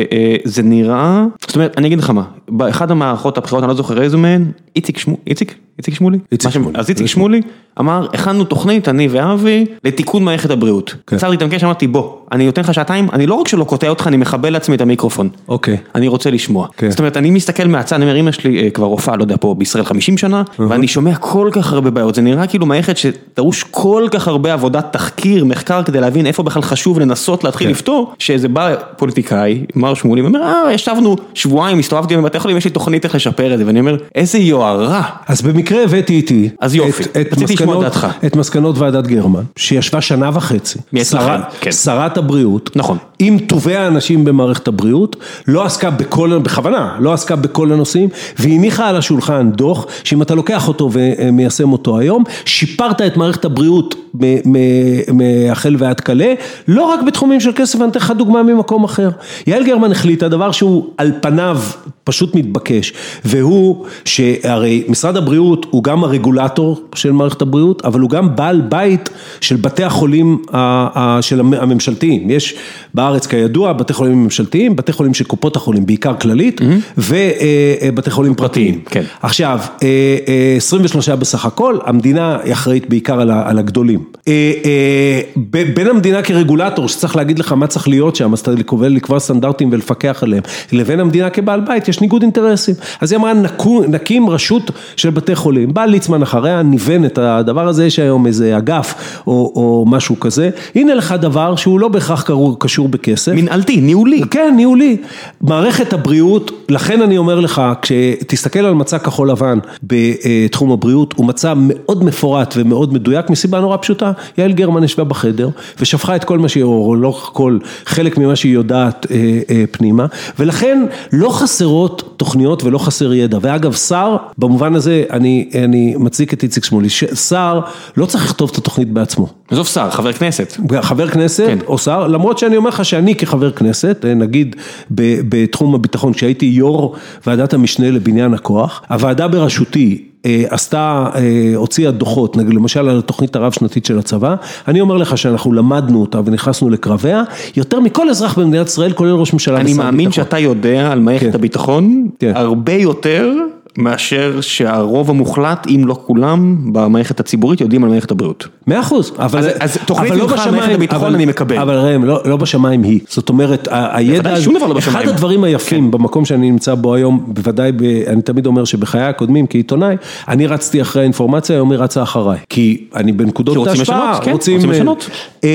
כשזה נראה, זאת אומרת, אני אגיד לך מה, באחד המערכות הבחירות, אני לא זוכר איזה מהן, איציק שמו, איציק? איציק שמולי? איציק שמולי. אז איציק שמולי אמר, הכנו תוכנית, אני ואבי, לתיקון מערכת הבריאות. יצרתי איתם קשר, אמרתי, בוא, אני נותן לך שעתיים, אני לא רק שלא קוטע אותך, אני מכבל לעצמי את המיקרופון. אוקיי. אני רוצה לשמוע. זאת אומרת, אני מסתכל מהצד, אני אומר, אמא שלי כבר רופאה, לא יודע, פה בישראל חמישים שנה, ואני שומע כל כך הרבה בעיות. זה נראה כאילו מערכת שדרוש כל כך הרבה עבודת תחקיר, מחקר, כדי להבין איפה בכלל חשוב לנסות להתחיל לפתור, שזה בא פוליטיקאי, מר שמולי, ואומר, אה, ישבנו שבועיים, הסתובבתי בבתי חולים, יש לי תוכנית איך לשפר את זה, ואני אומר, איזה יוהרה. אז במקרה הבאתי איתי אז יופי, רציתי לשמוע דעתך. את מסקנות ועדת גרמן, שישבה שנה וחצי, שרת הבריאות, נכון. עם טובי האנשים במערכת הבריאות, לא עסקה בכל, בכוונה, לא עסקה בכל הנושאים, והניחה על השולחן דוח, שאם אתה לוקח אותו ומיישם אותו היום, שיפרת את מערכת הבריאות מהחל ועד קלה, לא רק בתחומים של כסף, אני אתן לך דוגמה ממקום אחר. יעל גרמן החליטה דבר שהוא על פניו פשוט מתבקש, והוא שהרי משרד הבריאות הוא גם הרגולטור של מערכת הבריאות, אבל הוא גם בעל בית של בתי החולים של הממשלתיים. יש בארץ כידוע בתי חולים ממשלתיים, בתי חולים של קופות החולים, בעיקר כללית, ובתי חולים פרטיים. עכשיו, עשרים ושלושה בסך הכל, המדינה היא אחראית בעיקר על הגדולים. בין המדינה כרגולטור, שצריך להגיד לך מה צריך להיות שם, אז לקבוע סטנדרטים ולפקח עליהם, לבין המדינה כבעל בית, יש ניגוד אינטרסים. אז היא אמרה, נקים רשות של בתי חולים, בא ליצמן אחריה, ניוון את הדבר הזה, יש היום איזה אגף או, או משהו כזה, הנה לך דבר שהוא לא בהכרח קשור בכסף. מנהלתי, ניהולי. כן, ניהולי. מערכת הבריאות, לכן אני אומר לך, כשתסתכל על מצע כחול לבן בתחום הבריאות, הוא מצע מאוד מפורט ומאוד מדויק, מסיבה נורא פשוטה, יעל גרמן ישבה בחדר, ושפכה את כל מה שהיא, או לא כל, חלק ממה שהיא יודעת אה, אה, פנימה, ולכן לא חסרות תוכניות ולא חסר ידע, ואגב שר, במובן הזה אני, אני מצדיק את איציק שמולי, שר לא צריך לכתוב את התוכנית בעצמו. עזוב שר, חבר כנסת. חבר כנסת כן. או שר, למרות שאני אומר לך שאני כחבר כנסת, נגיד בתחום הביטחון, כשהייתי יו"ר ועדת המשנה לבניין הכוח, הוועדה בראשותי, עשתה, הוציאה דוחות, למשל על התוכנית הרב שנתית של הצבא, אני אומר לך שאנחנו למדנו אותה ונכנסנו לקרביה, יותר מכל אזרח במדינת ישראל, כולל ראש ממשלה. אני מאמין שאתה יודע על מערכת הביטחון, הרבה יותר מאשר שהרוב המוחלט, אם לא כולם, במערכת הציבורית יודעים על מערכת הבריאות. מאה אחוז. אז תוכנית ממך על מערכת הביטחון אני מקבל. אבל ראם, לא בשמיים היא. זאת אומרת, הידע, אחד הדברים היפים במקום שאני נמצא בו היום, בוודאי, אני תמיד אומר שבחיי הקודמים, כעיתונאי, אני רצתי אחרי האינפורמציה, היום היא רצה אחריי. כי אני בנקודות ההשפעה, רוצים לשנות.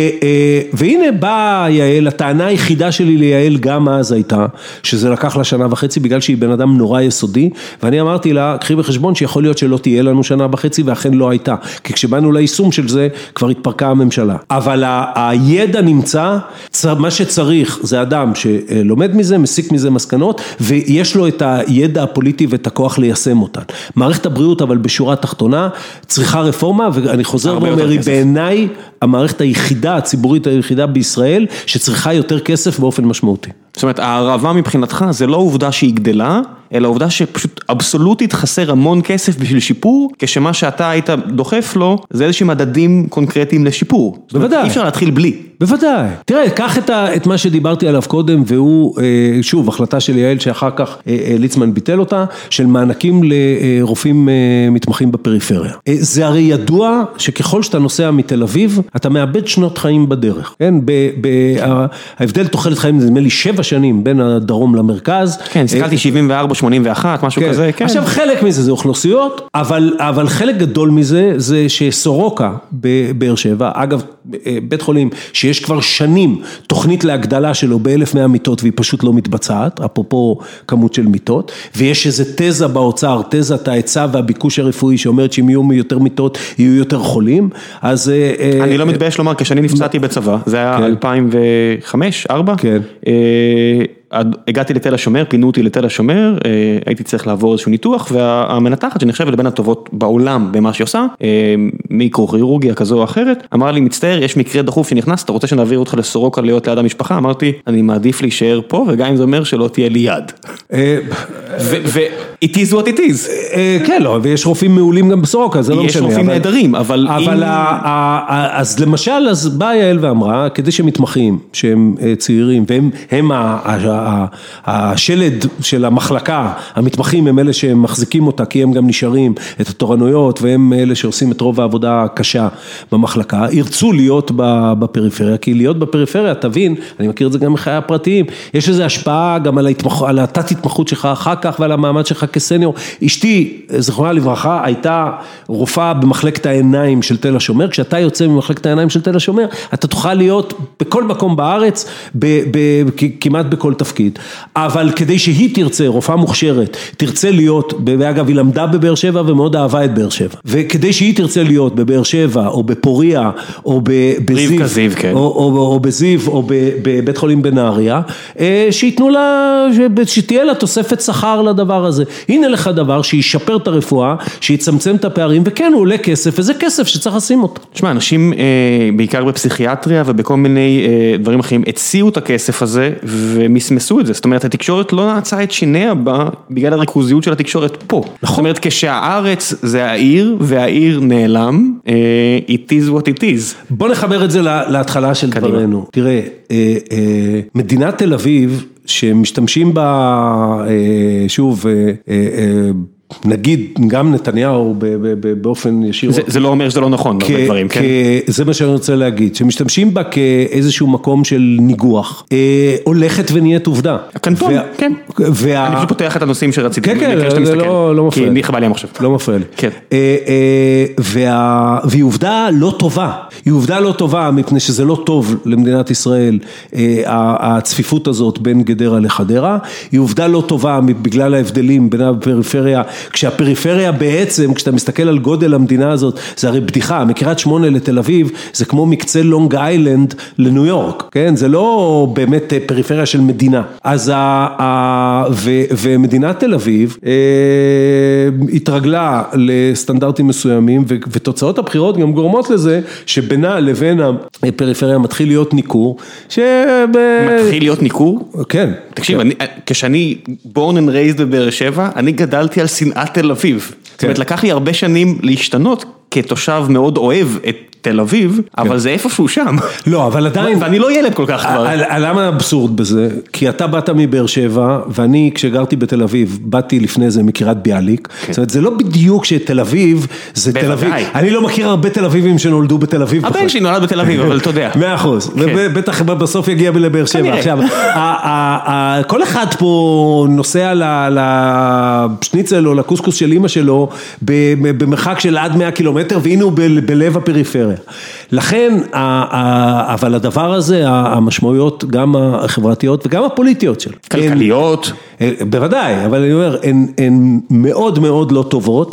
והנה באה יעל, הטענה היחידה שלי ליעל גם אז הייתה, שזה לקח לה שנה וחצי, בגלל שהיא בן אדם נורא יסודי, ואני אמרתי לה, קחי בחשבון שיכול להיות שלא תהיה לנו שנה וחצי, ואכן לא הייתה. כי כשבאנו ליישום של זה, כבר התפרקה הממשלה. אבל הידע נמצא, מה שצריך זה אדם שלומד מזה, מסיק מזה מסקנות, ויש לו את הידע הפוליטי ואת הכוח ליישם אותן. מערכת הבריאות, אבל בשורה התחתונה, צריכה רפורמה, ואני חוזר ואומר, היא בעיניי המערכת היחידה, הציבורית היחידה בישראל, שצריכה יותר כסף באופן משמעותי. זאת אומרת, הערבה מבחינתך זה לא עובדה שהיא גדלה, אלא עובדה שפשוט אבסולוטית חסר המון כסף בשביל שיפור, כשמה שאתה היית דוחף לו, זה איזושהי מדדים קונקרטיים לשיפור. בוודאי. אי אפשר להתחיל בלי. בוודאי. תראה, קח את, ה, את מה שדיברתי עליו קודם, והוא, שוב, החלטה של יעל שאחר כך ליצמן ביטל אותה, של מענקים לרופאים מתמחים בפריפריה. זה הרי ידוע שככל שאתה נוסע מתל אביב, אתה מאבד שנות חיים בדרך. כן? ב, ב, ההבדל תוחלת חיים, זה נדמה לי שבע שנים בין הדרום למרכז. כן, הסתכלתי שבעים וארבע שמונים ואחת, משהו כן. כזה. כן. עכשיו חלק מזה זה אוכלוסיות, אבל, אבל חלק גדול מזה זה שסורוקה בבאר שבע, אגב, בית חולים שיש כבר שנים תוכנית להגדלה שלו ב-אלף ומאה מיטות והיא פשוט לא מתבצעת, אפרופו כמות של מיטות, ויש איזו תזה באוצר, תזת ההיצע והביקוש הרפואי שאומרת שאם יהיו יותר מיטות יהיו יותר חולים, אז... אני לא מתבייש לומר, כשאני נפצעתי בצבא, זה היה אלפיים וחמש, ארבע, כן. הגעתי לתל השומר, פינו אותי לתל השומר, הייתי צריך לעבור איזשהו ניתוח, והמנתחת שנחשבת לבין הטובות בעולם במה שהיא עושה, מיקרוכירורגיה כזו או אחרת, אמרה לי, מצטער, יש מקרה דחוף שנכנס, אתה רוצה שנעביר אותך לסורוקה להיות ליד המשפחה? אמרתי, אני מעדיף להישאר פה, וגם אם זה אומר שלא תהיה לי יד. ו-it is what it is. כן, לא, ויש רופאים מעולים גם בסורוקה, זה לא משנה. יש רופאים נהדרים, אבל... אבל אז למשל, אז באה יעל ואמרה, כדי שמתמחים, שהם צעירים, והם השלד של המחלקה, המתמחים הם אלה שמחזיקים אותה, כי הם גם נשארים את התורנויות, והם אלה שעושים את רוב העבודה הקשה במחלקה, ירצו להיות בפריפריה, כי להיות בפריפריה, תבין, אני מכיר את זה גם מחיי הפרטיים, יש איזו השפעה גם על, ההתמח... על התת התמחות שלך אחר כך, ועל המעמד שלך כסניור. אשתי, זכרונה לברכה, הייתה רופאה במחלקת העיניים של תל השומר, כשאתה יוצא ממחלקת העיניים של תל השומר, אתה תוכל להיות בכל מקום בארץ, ב... ב... כמעט בכל תפקיד. אבל כדי שהיא תרצה, רופאה מוכשרת, תרצה להיות, ואגב, היא למדה בבאר שבע ומאוד אהבה את באר שבע, וכדי שהיא תרצה להיות בבאר שבע, או בפוריה, או בזיו, כזיו, כן. או, או, או בזיו, או בבית חולים בנהריה, שיתנו לה, שתהיה לה תוספת שכר לדבר הזה. הנה לך דבר שישפר את הרפואה, שיצמצם את הפערים, וכן, הוא עולה כסף, וזה כסף שצריך לשים אותו. תשמע, אנשים, בעיקר בפסיכיאטריה ובכל מיני דברים אחרים, הציעו את הכסף הזה, ומסמסו את זה. זאת אומרת, התקשורת לא נעצה את שיניה בה, בגלל הריכוזיות של התקשורת פה. נכון. זאת אומרת, כשהארץ זה העיר, והעיר נעלם, it is what it is. בוא נחבר את זה להתחלה של דברנו. תראה, מדינת תל אביב, שמשתמשים בה, שוב, נגיד גם נתניהו באופן ישיר. זה, זה לא אומר שזה לא נכון, הרבה דברים, כן? זה מה שאני רוצה להגיד, שמשתמשים בה כאיזשהו מקום של ניגוח, הולכת ונהיית עובדה. הקנטון, כן. אני פשוט פותח את הנושאים שרציתי. כן, כן, זה לא מפריע. כי אני חבל לי המחשב. לא מפריע לי. כן. והיא עובדה לא טובה, היא עובדה לא טובה, מפני שזה לא טוב למדינת ישראל, הצפיפות הזאת בין גדרה לחדרה, היא עובדה לא טובה בגלל ההבדלים בין הפריפריה, כשהפריפריה בעצם, כשאתה מסתכל על גודל המדינה הזאת, זה הרי בדיחה, מקריית שמונה לתל אביב, זה כמו מקצה לונג איילנד לניו יורק, כן? זה לא באמת פריפריה של מדינה. אז ה... ה... ו... ומדינת תל אביב אה... התרגלה לסטנדרטים מסוימים, ו... ותוצאות הבחירות גם גורמות לזה, שבינה לבין הפריפריה מתחיל להיות ניכור, שב... מתחיל להיות ניכור? כן. תקשיב, כן. אני, כשאני born and raised בבאר שבע, אני גדלתי על שנאת תל אביב. זאת אומרת, לקח לי הרבה שנים להשתנות כתושב מאוד אוהב את תל אביב, אבל זה איפשהו שם. לא, אבל עדיין... ואני לא ילד כל כך כבר. למה האבסורד בזה? כי אתה באת מבאר שבע, ואני כשגרתי בתל אביב, באתי לפני זה מקריית ביאליק. זאת אומרת, זה לא בדיוק שתל אביב, זה תל אביב. אני לא מכיר הרבה תל אביבים שנולדו בתל אביב. הבן שלי נולד בתל אביב, אבל אתה יודע. מאה אחוז. ובטח בסוף יגיע לבאר שבע. עכשיו, כל אחד פה נוסע לשניצל או לקוסקוס של אמא שלו, במרחק של עד מאה קילומטר, והנה הוא בלב הפריפריה. לכן, אבל הדבר הזה, המשמעויות גם החברתיות וגם הפוליטיות שלו. כלכליות. בוודאי, אבל אני אומר, הן מאוד מאוד לא טובות,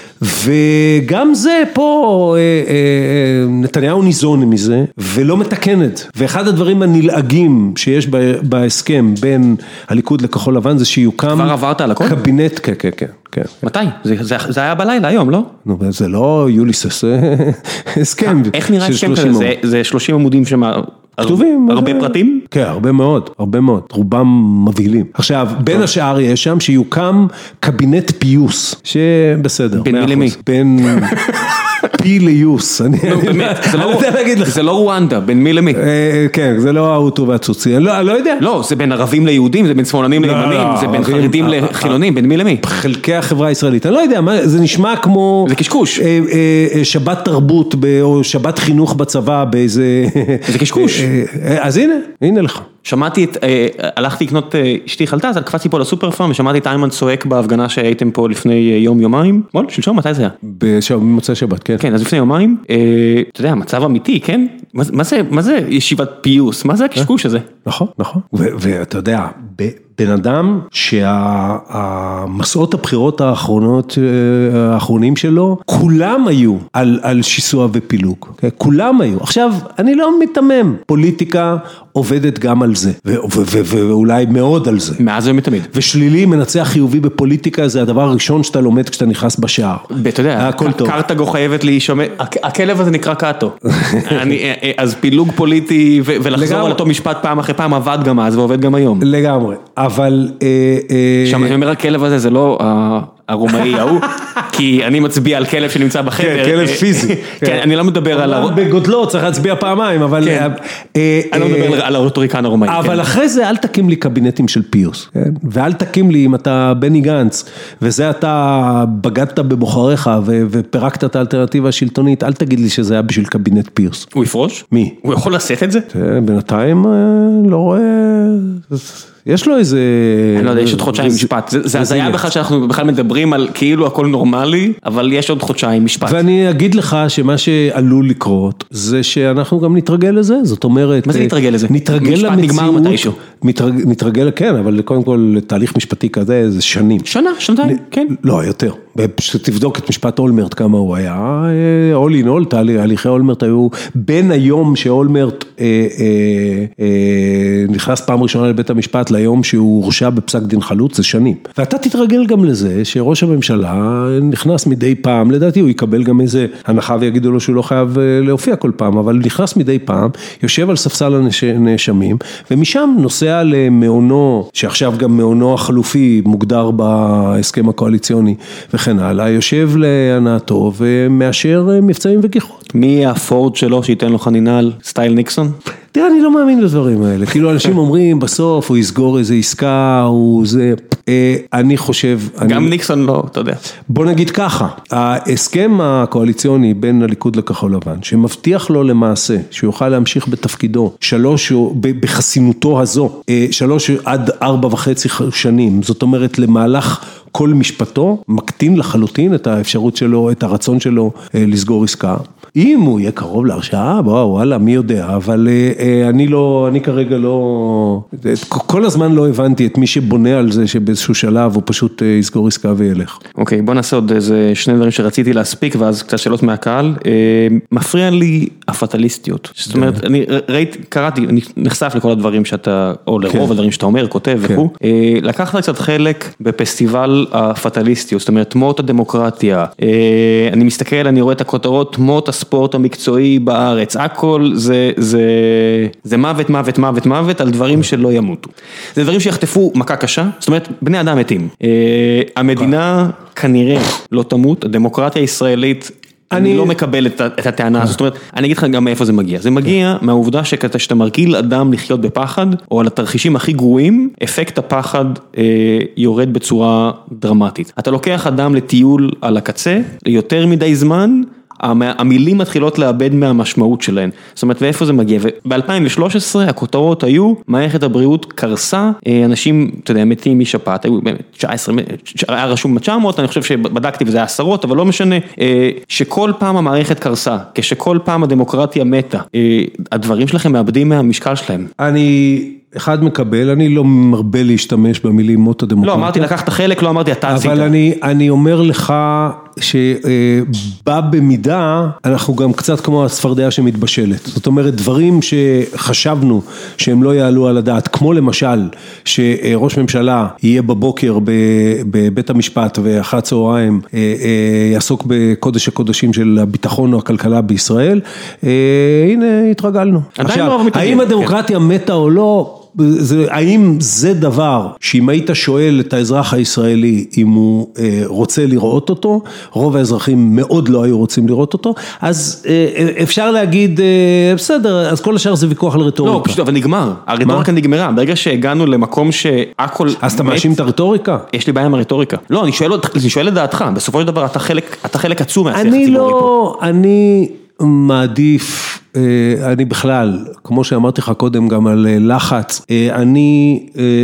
וגם זה פה, נתניהו ניזון מזה, ולא מתקן את זה. ואחד הדברים הנלעגים שיש בהסכם בין הליכוד לכחול לבן, זה שיוקם... כבר עברת על הכל? קבינט, כן, כן, כן. כן. מתי? זה, זה, זה היה בלילה היום, לא? נו, זה לא יוליסס, הסכם. איך נראה הסכם כזה? זה, זה שלושים עמודים שמה... כתובים. הרבה פרטים? כן, הרבה מאוד, הרבה מאוד. רובם מבהילים. עכשיו, בין השאר יש שם שיוקם קבינט פיוס, שבסדר. בין מי למי? בין... פי ליוס, אני לא יודע להגיד לך. זה לא רואנדה, בין מי למי? כן, זה לא האוטו והצוצי, אני לא יודע. לא, זה בין ערבים ליהודים, זה בין שמאלנים לימנים, זה בין חרדים לחילונים, בין מי למי? חלקי החברה הישראלית, אני לא יודע, זה נשמע כמו... זה קשקוש. שבת תרבות, או שבת חינוך בצבא, באיזה... זה קשקוש. אז הנה, הנה לך. שמעתי את, הלכתי לקנות אשתי חלתה, אז קפצתי פה לסופר פארם, ושמעתי את איימן צועק בהפגנה שהייתם פה לפני יום יומיים, בוא, שלשום, מתי זה היה? במוצאי שבת, כן. כן, אז לפני יומיים, אתה יודע, מצב אמיתי, כן? מה זה, מה זה ישיבת פיוס? מה זה הקשקוש הזה? נכון, נכון. ואתה יודע, בן אדם שהמסעות הבחירות האחרונות, האחרונים שלו, כולם היו על, על שיסוע ופילוג. כולם היו. עכשיו, אני לא מתמם. פוליטיקה עובדת גם על זה, ו- ו- ו- ואולי מאוד על זה. מאז ומתמיד. ושלילי מנצח חיובי בפוליטיקה, זה הדבר הראשון שאתה לומד כשאתה נכנס בשער. אתה יודע, קרתגו חייבת להישמע, הכלב הזה נקרא קאטו. אז פילוג פוליטי, ולחזור על אותו משפט פעם אחרי פעם, עבד גם אז ועובד גם היום. לגמרי. אבל... שם אני אומר, הכלב הזה זה לא הרומאי ההוא, כי אני מצביע על כלב שנמצא בחדר. כן, כלב פיזי. כן, אני לא מדבר על... בגודלו צריך להצביע פעמיים, אבל... אני לא מדבר על הרטוריקן הרומאי. אבל אחרי זה אל תקים לי קבינטים של פיוס, ואל תקים לי אם אתה בני גנץ, וזה אתה בגדת בבוחריך ופרקת את האלטרנטיבה השלטונית, אל תגיד לי שזה היה בשביל קבינט פיוס. הוא יפרוש? מי? הוא יכול לשאת את זה? בינתיים לא רואה... יש לו איזה... אני לא יודע, יש עוד חודשיים משפט. זה היה בכלל שאנחנו בכלל מדברים על כאילו הכל נורמלי, אבל יש עוד חודשיים משפט. ואני אגיד לך שמה שעלול לקרות, זה שאנחנו גם נתרגל לזה, זאת אומרת... מה זה נתרגל לזה? נתרגל למציאות... משפט נגמר מתישהו. נתרגל, כן, אבל קודם כל תהליך משפטי כזה, זה שנים. שנה, שנתיים, כן. לא, יותר. שתבדוק את משפט אולמרט כמה הוא היה, אול אין אול, תהליכי אולמרט היו בין היום שאולמרט נכנס פעם ראשונה לבית המשפט, ליום שהוא הורשע בפסק דין חלוץ, זה שנים. ואתה תתרגל גם לזה שראש הממשלה נכנס מדי פעם, לדעתי הוא יקבל גם איזה הנחה ויגידו לו שהוא לא חייב להופיע כל פעם, אבל נכנס מדי פעם, יושב על ספסל הנאשמים, ומשם נוסע למעונו, שעכשיו גם מעונו החלופי מוגדר בהסכם הקואליציוני וכן הלאה, יושב להנאתו ומאשר מבצעים וגיחות. מי הפורד שלו שייתן לו חנינה על סטייל ניקסון? תראה, אני לא מאמין בדברים האלה, כאילו אנשים אומרים בסוף הוא יסגור איזה עסקה, הוא זה, אני חושב... גם ניקסון לא, אתה יודע. בוא נגיד ככה, ההסכם הקואליציוני בין הליכוד לכחול לבן, שמבטיח לו למעשה, שהוא יוכל להמשיך בתפקידו, שלוש, בחסינותו הזו, שלוש עד ארבע וחצי שנים, זאת אומרת למהלך כל משפטו, מקטין לחלוטין את האפשרות שלו, את הרצון שלו לסגור עסקה. אם הוא יהיה קרוב להרשעה, בוא, וואלה, מי יודע, אבל אה, אני לא, אני כרגע לא, כל הזמן לא הבנתי את מי שבונה על זה שבאיזשהו שלב הוא פשוט אה, יסגור עסקה וילך. אוקיי, בוא נעשה עוד איזה שני דברים שרציתי להספיק, ואז קצת שאלות מהקהל. אה, מפריע לי הפטליסטיות. זאת אומרת, אני ראיתי, קראתי, אני נחשף לכל הדברים שאתה, או לרוב כן. הדברים שאתה אומר, כותב כן. וכו'. אה, לקחת קצת חלק בפסטיבל הפטליסטיות, זאת אומרת, תמות הדמוקרטיה. אה, אני מסתכל, אני רואה את הכותרות, תמות הספורט המקצועי בארץ, הכל זה, זה, זה מוות, מוות, מוות, מוות, על דברים שלא ימותו. זה דברים שיחטפו מכה קשה, זאת אומרת, בני אדם מתים. המדינה כנראה לא תמות, הדמוקרטיה הישראלית, אני לא מקבל את הטענה הזאת, זאת אומרת, אני אגיד לך גם מאיפה זה מגיע. זה מגיע מהעובדה שאתה מרגיל אדם לחיות בפחד, או על התרחישים הכי גרועים, אפקט הפחד יורד בצורה דרמטית. אתה לוקח אדם לטיול על הקצה, ליותר מדי זמן, המילים מתחילות לאבד מהמשמעות שלהן. זאת אומרת, ואיפה זה מגיע? ב-אלפיים ושלוש עשרה הכותרות היו, מערכת הבריאות קרסה, אנשים, אתה יודע, מתים משפעת, היו באמת תשע עשרה, היה רשום תשע מאות, אני חושב שבדקתי וזה היה עשרות, אבל לא משנה, שכל פעם המערכת קרסה, כשכל פעם הדמוקרטיה מתה, הדברים שלכם מאבדים מהמשקל שלהם. אני... אחד מקבל, אני לא מרבה להשתמש במילים מות הדמוקרטיה. לא, אמרתי לקחת חלק, לא אמרתי אתה עשית. אבל אני, אני אומר לך שבא במידה, אנחנו גם קצת כמו הספרדיה שמתבשלת. זאת אומרת, דברים שחשבנו שהם לא יעלו על הדעת, כמו למשל, שראש ממשלה יהיה בבוקר בבית המשפט ואחר הצהריים יעסוק בקודש הקודשים של הביטחון או הכלכלה בישראל, הנה התרגלנו. עכשיו, האם הדמוקרטיה מתה או לא? זה, האם זה דבר שאם היית שואל את האזרח הישראלי אם הוא אה, רוצה לראות אותו, רוב האזרחים מאוד לא היו רוצים לראות אותו, אז אה, אפשר להגיד, אה, בסדר, אז כל השאר זה ויכוח על רטוריקה. לא, פשוט, אבל נגמר, הרטוריקה נגמרה, ברגע שהגענו למקום שהכל... אז אתה מאשים את הרטוריקה? יש לי בעיה עם הרטוריקה. לא, אני שואל, אני שואל את דעתך, בסופו של דבר אתה חלק, אתה חלק עצום מהשיח הציבורי פה. אני לא, אני מעדיף... אני בכלל, כמו שאמרתי לך קודם גם על לחץ, אני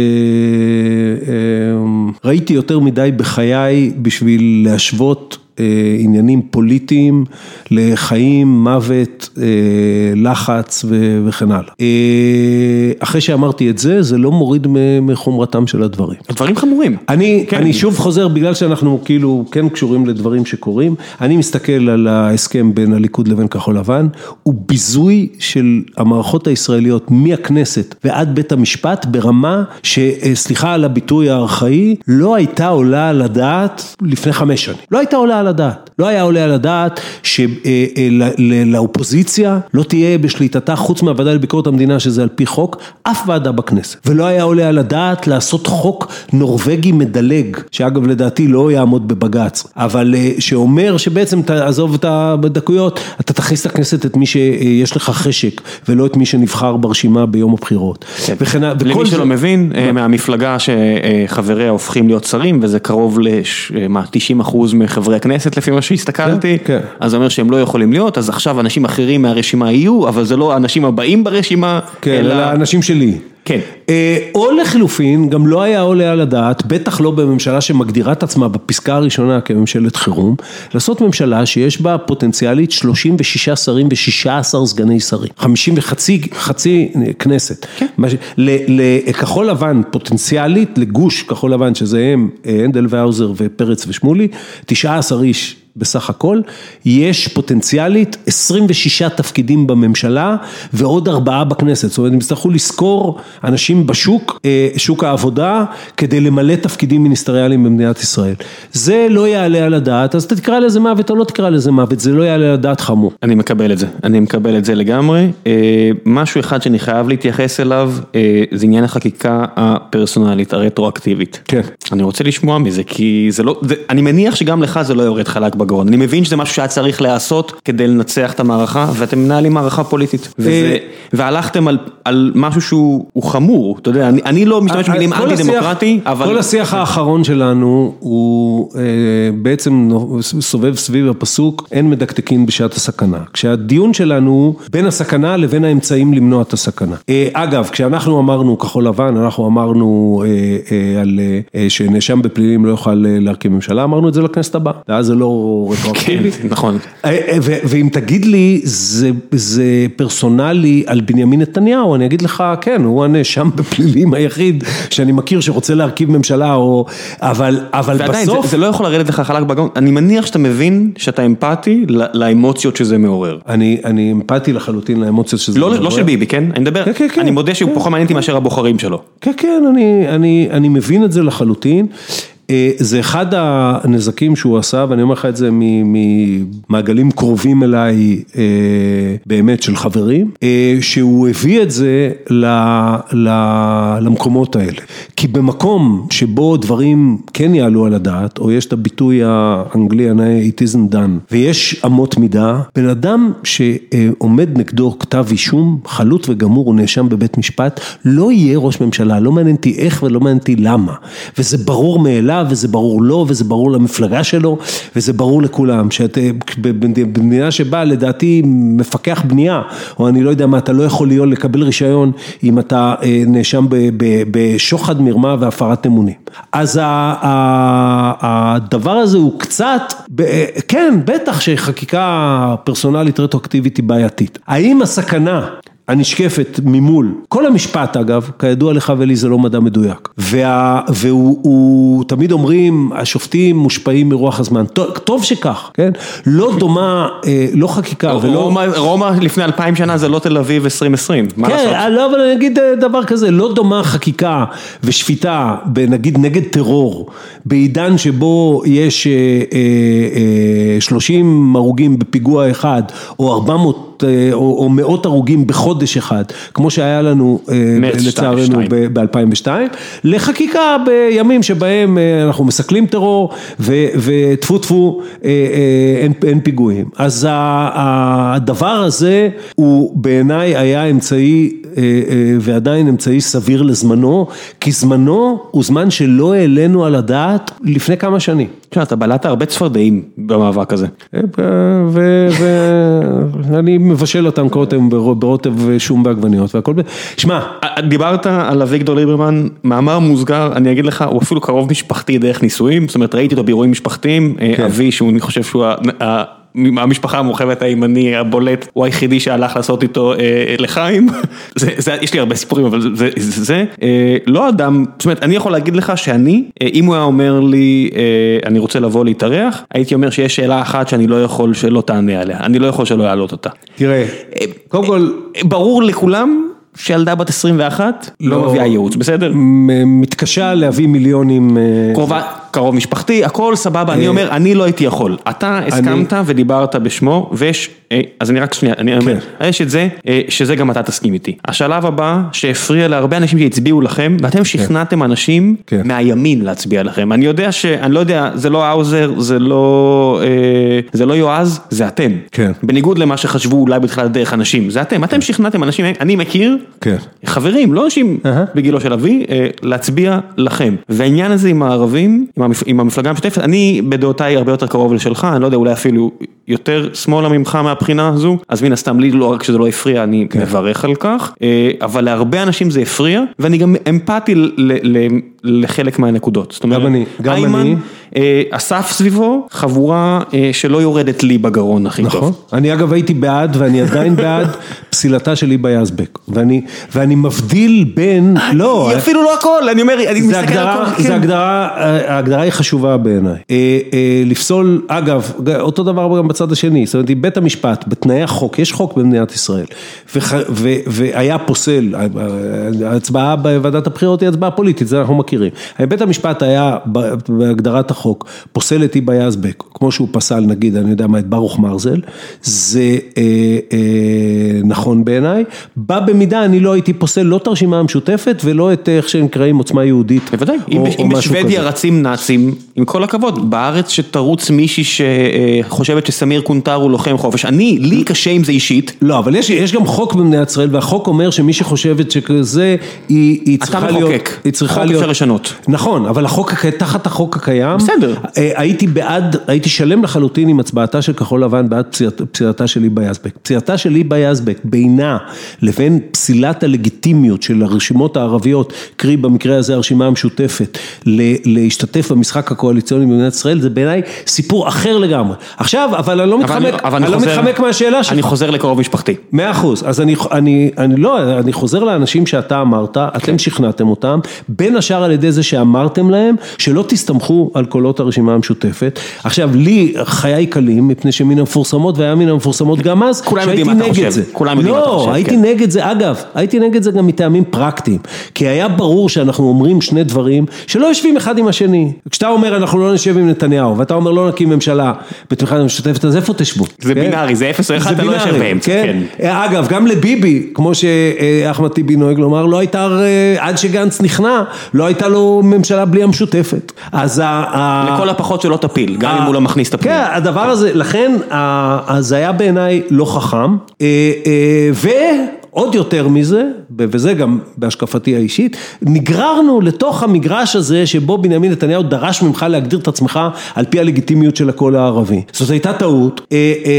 ראיתי יותר מדי בחיי בשביל להשוות עניינים פוליטיים לחיים, מוות, לחץ וכן הלאה. אחרי שאמרתי את זה, זה לא מוריד מחומרתם של הדברים. הדברים חמורים. אני, כן. אני שוב חוזר, בגלל שאנחנו כאילו כן קשורים לדברים שקורים, אני מסתכל על ההסכם בין הליכוד לבין כחול לבן, הוא ביזוי של המערכות הישראליות מהכנסת ועד בית המשפט, ברמה שסליחה על הביטוי הארכאי, לא הייתה עולה על הדעת לפני חמש שנים. לא הייתה עולה על על הדעת. לא היה עולה על הדעת שלאופוזיציה לא תהיה בשליטתה חוץ מהוועדה לביקורת המדינה שזה על פי חוק, אף ועדה בכנסת. ולא היה עולה על הדעת לעשות חוק נורווגי מדלג, שאגב לדעתי לא יעמוד בבג"ץ, אבל שאומר שבעצם תעזוב את הדקויות, אתה תכניס לכנסת את מי שיש לך חשק, ולא את מי שנבחר ברשימה ביום הבחירות. למי שלא מבין, מהמפלגה שחבריה הופכים להיות שרים, וזה קרוב ל-תשעים אחוז מחברי הכנסת לפי מה שהסתכלתי, אז זה אומר שהם לא יכולים להיות, אז עכשיו אנשים אחרים מהרשימה יהיו, אבל זה לא האנשים הבאים ברשימה, אלא האנשים שלי. כן. או לחילופין, גם לא היה עולה על הדעת, בטח לא בממשלה שמגדירה את עצמה בפסקה הראשונה כממשלת חירום, לעשות ממשלה שיש בה פוטנציאלית שלושים ושישה שרים ושישה עשר סגני שרים, חמישים וחצי חצי כנסת. כן. לכחול לבן פוטנציאלית, לגוש כחול לבן שזה הם, הנדל והאוזר ופרץ ושמולי, תשעה עשר איש בסך הכל, יש פוטנציאלית עשרים ושישה תפקידים בממשלה ועוד ארבעה בכנסת, זאת אומרת, הם יצטרכו לזכור אנשים בשוק, שוק העבודה, כדי למלא תפקידים מיניסטריאליים במדינת ישראל. זה לא יעלה על הדעת, אז אתה תקרא לזה מוות או לא תקרא לזה מוות, זה לא יעלה על הדעת חמור. אני מקבל את זה, אני מקבל את זה לגמרי. משהו אחד שאני חייב להתייחס אליו, זה עניין החקיקה הפרסונלית, הרטרואקטיבית. כן. אני רוצה לשמוע מזה, כי זה לא, אני מניח שגם לך זה לא יורד חלק בגרון. אני מבין שזה משהו שהיה צריך לעשות כדי לנצח את המערכה, ואתם מנהלים מערכה פוליטית. וזה, והלכתם על, על משהו שהוא חמור, אתה יודע, אני, אני לא משתמש במילים אנטי דמוקרטי, אבל... כל השיח האחרון שלנו הוא בעצם סובב סביב הפסוק, אין מדקדקין בשעת הסכנה. כשהדיון שלנו הוא בין הסכנה לבין האמצעים למנוע את הסכנה. אגב, כשאנחנו אמרנו כחול לבן, אנחנו אמרנו על שנאשם בפלילים לא יוכל להרכיב ממשלה, אמרנו את זה לכנסת הבאה. ואז זה לא רטרואקטיבי. כן, נכון. ואם תגיד לי, זה פרסונלי על בנימין נתניהו, אני אגיד לך, כן, הוא הנאשם בפלילים היחיד שאני מכיר שרוצה להרכיב ממשלה, אבל בסוף... זה לא יכול לרדת לך חלק בגרון. אני מניח שאתה מבין שאתה אמפתי לאמוציות שזה מעורר. אני אמפתי לחלוטין לאמוציות שזה מעורר. לא של ביבי, כן? אני מדבר, אני מודה שהוא פחות מעניין אותי מאשר הבוחרים שלו. כן, כן, אני מבין את זה לחלוטין. זה אחד הנזקים שהוא עשה, ואני אומר לך את זה ממעגלים קרובים אליי, באמת של חברים, שהוא הביא את זה למקומות האלה. כי במקום שבו דברים כן יעלו על הדעת, או יש את הביטוי האנגלי, it isn't done, ויש אמות מידה, בן אדם שעומד נגדו כתב אישום, חלוט וגמור, הוא נאשם בבית משפט, לא יהיה ראש ממשלה, לא מעניין אותי איך ולא מעניין אותי למה. וזה ברור מאליו, וזה ברור לו, וזה ברור למפלגה שלו, וזה ברור לכולם, שאת במדינה שבה לדעתי מפקח בנייה, או אני לא יודע מה, אתה לא יכול להיות לקבל רישיון, אם אתה נאשם בשוחד מרמה והפרת אמונים. אז הדבר הזה הוא קצת, כן, בטח שחקיקה פרסונלית רטרואקטיבית היא בעייתית. האם הסכנה הנשקפת ממול, כל המשפט אגב, כידוע לך ולי זה לא מדע מדויק, וה, והוא הוא, תמיד אומרים, השופטים מושפעים מרוח הזמן, טוב, טוב שכך, כן? לא דומה, לא חקיקה ולא... רומא, רומא לפני אלפיים שנה זה לא תל אביב עשרים עשרים, מה לעשות? כן, לא, אבל אני אגיד דבר כזה, לא דומה חקיקה ושפיטה, נגיד נגד טרור, בעידן שבו יש שלושים הרוגים בפיגוע אחד, או ארבע מאות או, או מאות הרוגים בחודש אחד, כמו שהיה לנו לצערנו ב-אלפיים ושתיים, לחקיקה בימים שבהם אנחנו מסכלים טרור וטפו טפו אין, אין פיגועים. אז הדבר הזה הוא בעיניי היה אמצעי ועדיין אמצעי סביר לזמנו, כי זמנו הוא זמן שלא העלינו על הדעת לפני כמה שנים. אתה בלעת הרבה צפרדעים במאבק הזה. ואני מבשל אותם קודם ברוטב שום בעגבניות והכל. שמע, דיברת על אביגדור ליברמן, מאמר מוסגר, אני אגיד לך, הוא אפילו קרוב משפחתי דרך נישואים, זאת אומרת ראיתי אותו באירועים משפחתיים, אבי שהוא אני חושב שהוא המשפחה המורחבת הימני הבולט, הוא היחידי שהלך לעשות איתו לחיים, יש לי הרבה סיפורים, אבל זה לא אדם, זאת אומרת, אני יכול להגיד לך שאני, אם הוא היה אומר לי, אני רוצה לבוא להתארח, הייתי אומר שיש שאלה אחת שאני לא יכול שלא תענה עליה, אני לא יכול שלא להעלות אותה. תראה, קודם כל, ברור לכולם, שילדה בת עשרים ואחת לא מביאה ייעוץ, בסדר? מתקשה להביא מיליונים... קרוב משפחתי, הכל סבבה, אני אומר, אני לא הייתי יכול. אתה הסכמת ודיברת בשמו, ויש, אז אני רק שנייה, אני אומר, יש את זה, שזה גם אתה תסכים איתי. השלב הבא שהפריע להרבה אנשים שהצביעו לכם, ואתם שכנעתם אנשים מהימין להצביע לכם. אני יודע שאני לא יודע, זה לא האוזר, זה לא, זה לא יועז, זה אתם. בניגוד למה שחשבו אולי בתחילת דרך אנשים, זה אתם. אתם שכנעתם אנשים, אני מכיר, חברים, לא אנשים בגילו של אבי, להצביע לכם. והעניין הזה עם הערבים, עם המפלגה המשותפת, אני בדעותיי הרבה יותר קרוב לשלך, אני לא יודע, אולי אפילו יותר שמאלה ממך מהבחינה הזו, אז מן הסתם לי לא רק שזה לא הפריע, אני מברך על כך, אבל להרבה אנשים זה הפריע, ואני גם אמפתי לחלק מהנקודות. זאת אומרת, גם אני, גם איימן, אסף סביבו, חבורה שלא יורדת לי בגרון הכי טוב. נכון, אני אגב הייתי בעד, ואני עדיין בעד פסילתה של היבה יזבק, ואני, ואני מבדיל בין, לא, אפילו לא הכל, אני אומר, אני מסתכל על הכל. זה הגדרה, ההגדרה היא חשובה בעיניי. לפסול, אגב, אותו דבר גם בצד השני, זאת אומרת, בית המשפט, בתנאי החוק, יש חוק במדינת ישראל, והיה פוסל, ההצבעה בוועדת הבחירות היא הצבעה פוליטית, זה אנחנו מכירים. בית המשפט היה בהגדרת החוק, פוסל את היבה יזבק, כמו שהוא פסל, נגיד, אני יודע מה, את ברוך מרזל, זה נכון בעיניי, בא במידה, אני לא הייתי פוסל, לא את הרשימה המשותפת, ולא את איך שהם קראים עוצמה יהודית. בוודאי, אם בשוודיה רצים נאצים, עם כל הכבוד, בארץ שתרוץ מישהי שחושבת שסמיר קונטר הוא לוחם חופש, אני, לי קשה עם זה אישית. לא, אבל יש, יש גם חוק במדינת ישראל, והחוק אומר שמי שחושבת שכזה, היא, היא צריכה להיות, היא צריכה להיות, אפשר לשנות. נכון, אבל החוק, תחת החוק הקיים, בסדר. הייתי בעד, הייתי שלם לחלוטין עם הצבעתה של כחול לבן, בעד פסילתה של היבה יזבק. פסילתה של היבה יזבק, בינה לבין פסילת הלגיטימיות של הרשימות הערביות, קרי במקרה הזה הרשימה המשותפת, להשתתף במשחק הקואליציוני במדינת ישראל, זה בעיניי סיפור אחר לגמרי. עכשיו, אבל אני לא מתחמק, אני לא מתחמק מהשאלה שלך. אני חוזר לקרוב משפחתי. מאה אחוז, אז אני, אני, אני לא, אני חוזר לאנשים שאתה אמרת, אתם שכנעתם אותם, בין השאר על ידי זה שאמרתם להם, שלא תסתמכו על קולות הרשימה המשותפת. עכשיו, לי חיי קלים, מפני שמן המפורסמות, והיה מן המפורסמות גם אז, שהייתי נגד זה. לא, הייתי נגד זה, אגב, הייתי נגד זה גם מטעמים פרקטיים, כי היה ברור שאנחנו אומרים שני דברים, שלא יושבים אחד עם השני. כשאתה אומר, אנחנו לא נשב עם נתניהו, ואתה אומר, לא נקים ממשלה בתמיכה המשותפת, אז איפה תשבו? זה בינארי, זה אפס או אחד, אתה לא יושב באמצע. אגב, גם לביבי, כמו שאחמד טיבי נוהג לומר, לא הייתה, עד שגנץ נכנע, לא הייתה לו ממשלה בלי המשותפת. אז לכל הפחות שלא תפיל, גם אם הוא לא מכניס את הפיל. כן, הדבר הזה, לכן, זה היה בעיניי לא חכם, ו... עוד יותר מזה, וזה גם בהשקפתי האישית, נגררנו לתוך המגרש הזה שבו בנימין נתניהו דרש ממך להגדיר את עצמך על פי הלגיטימיות של הקול הערבי. זאת הייתה טעות,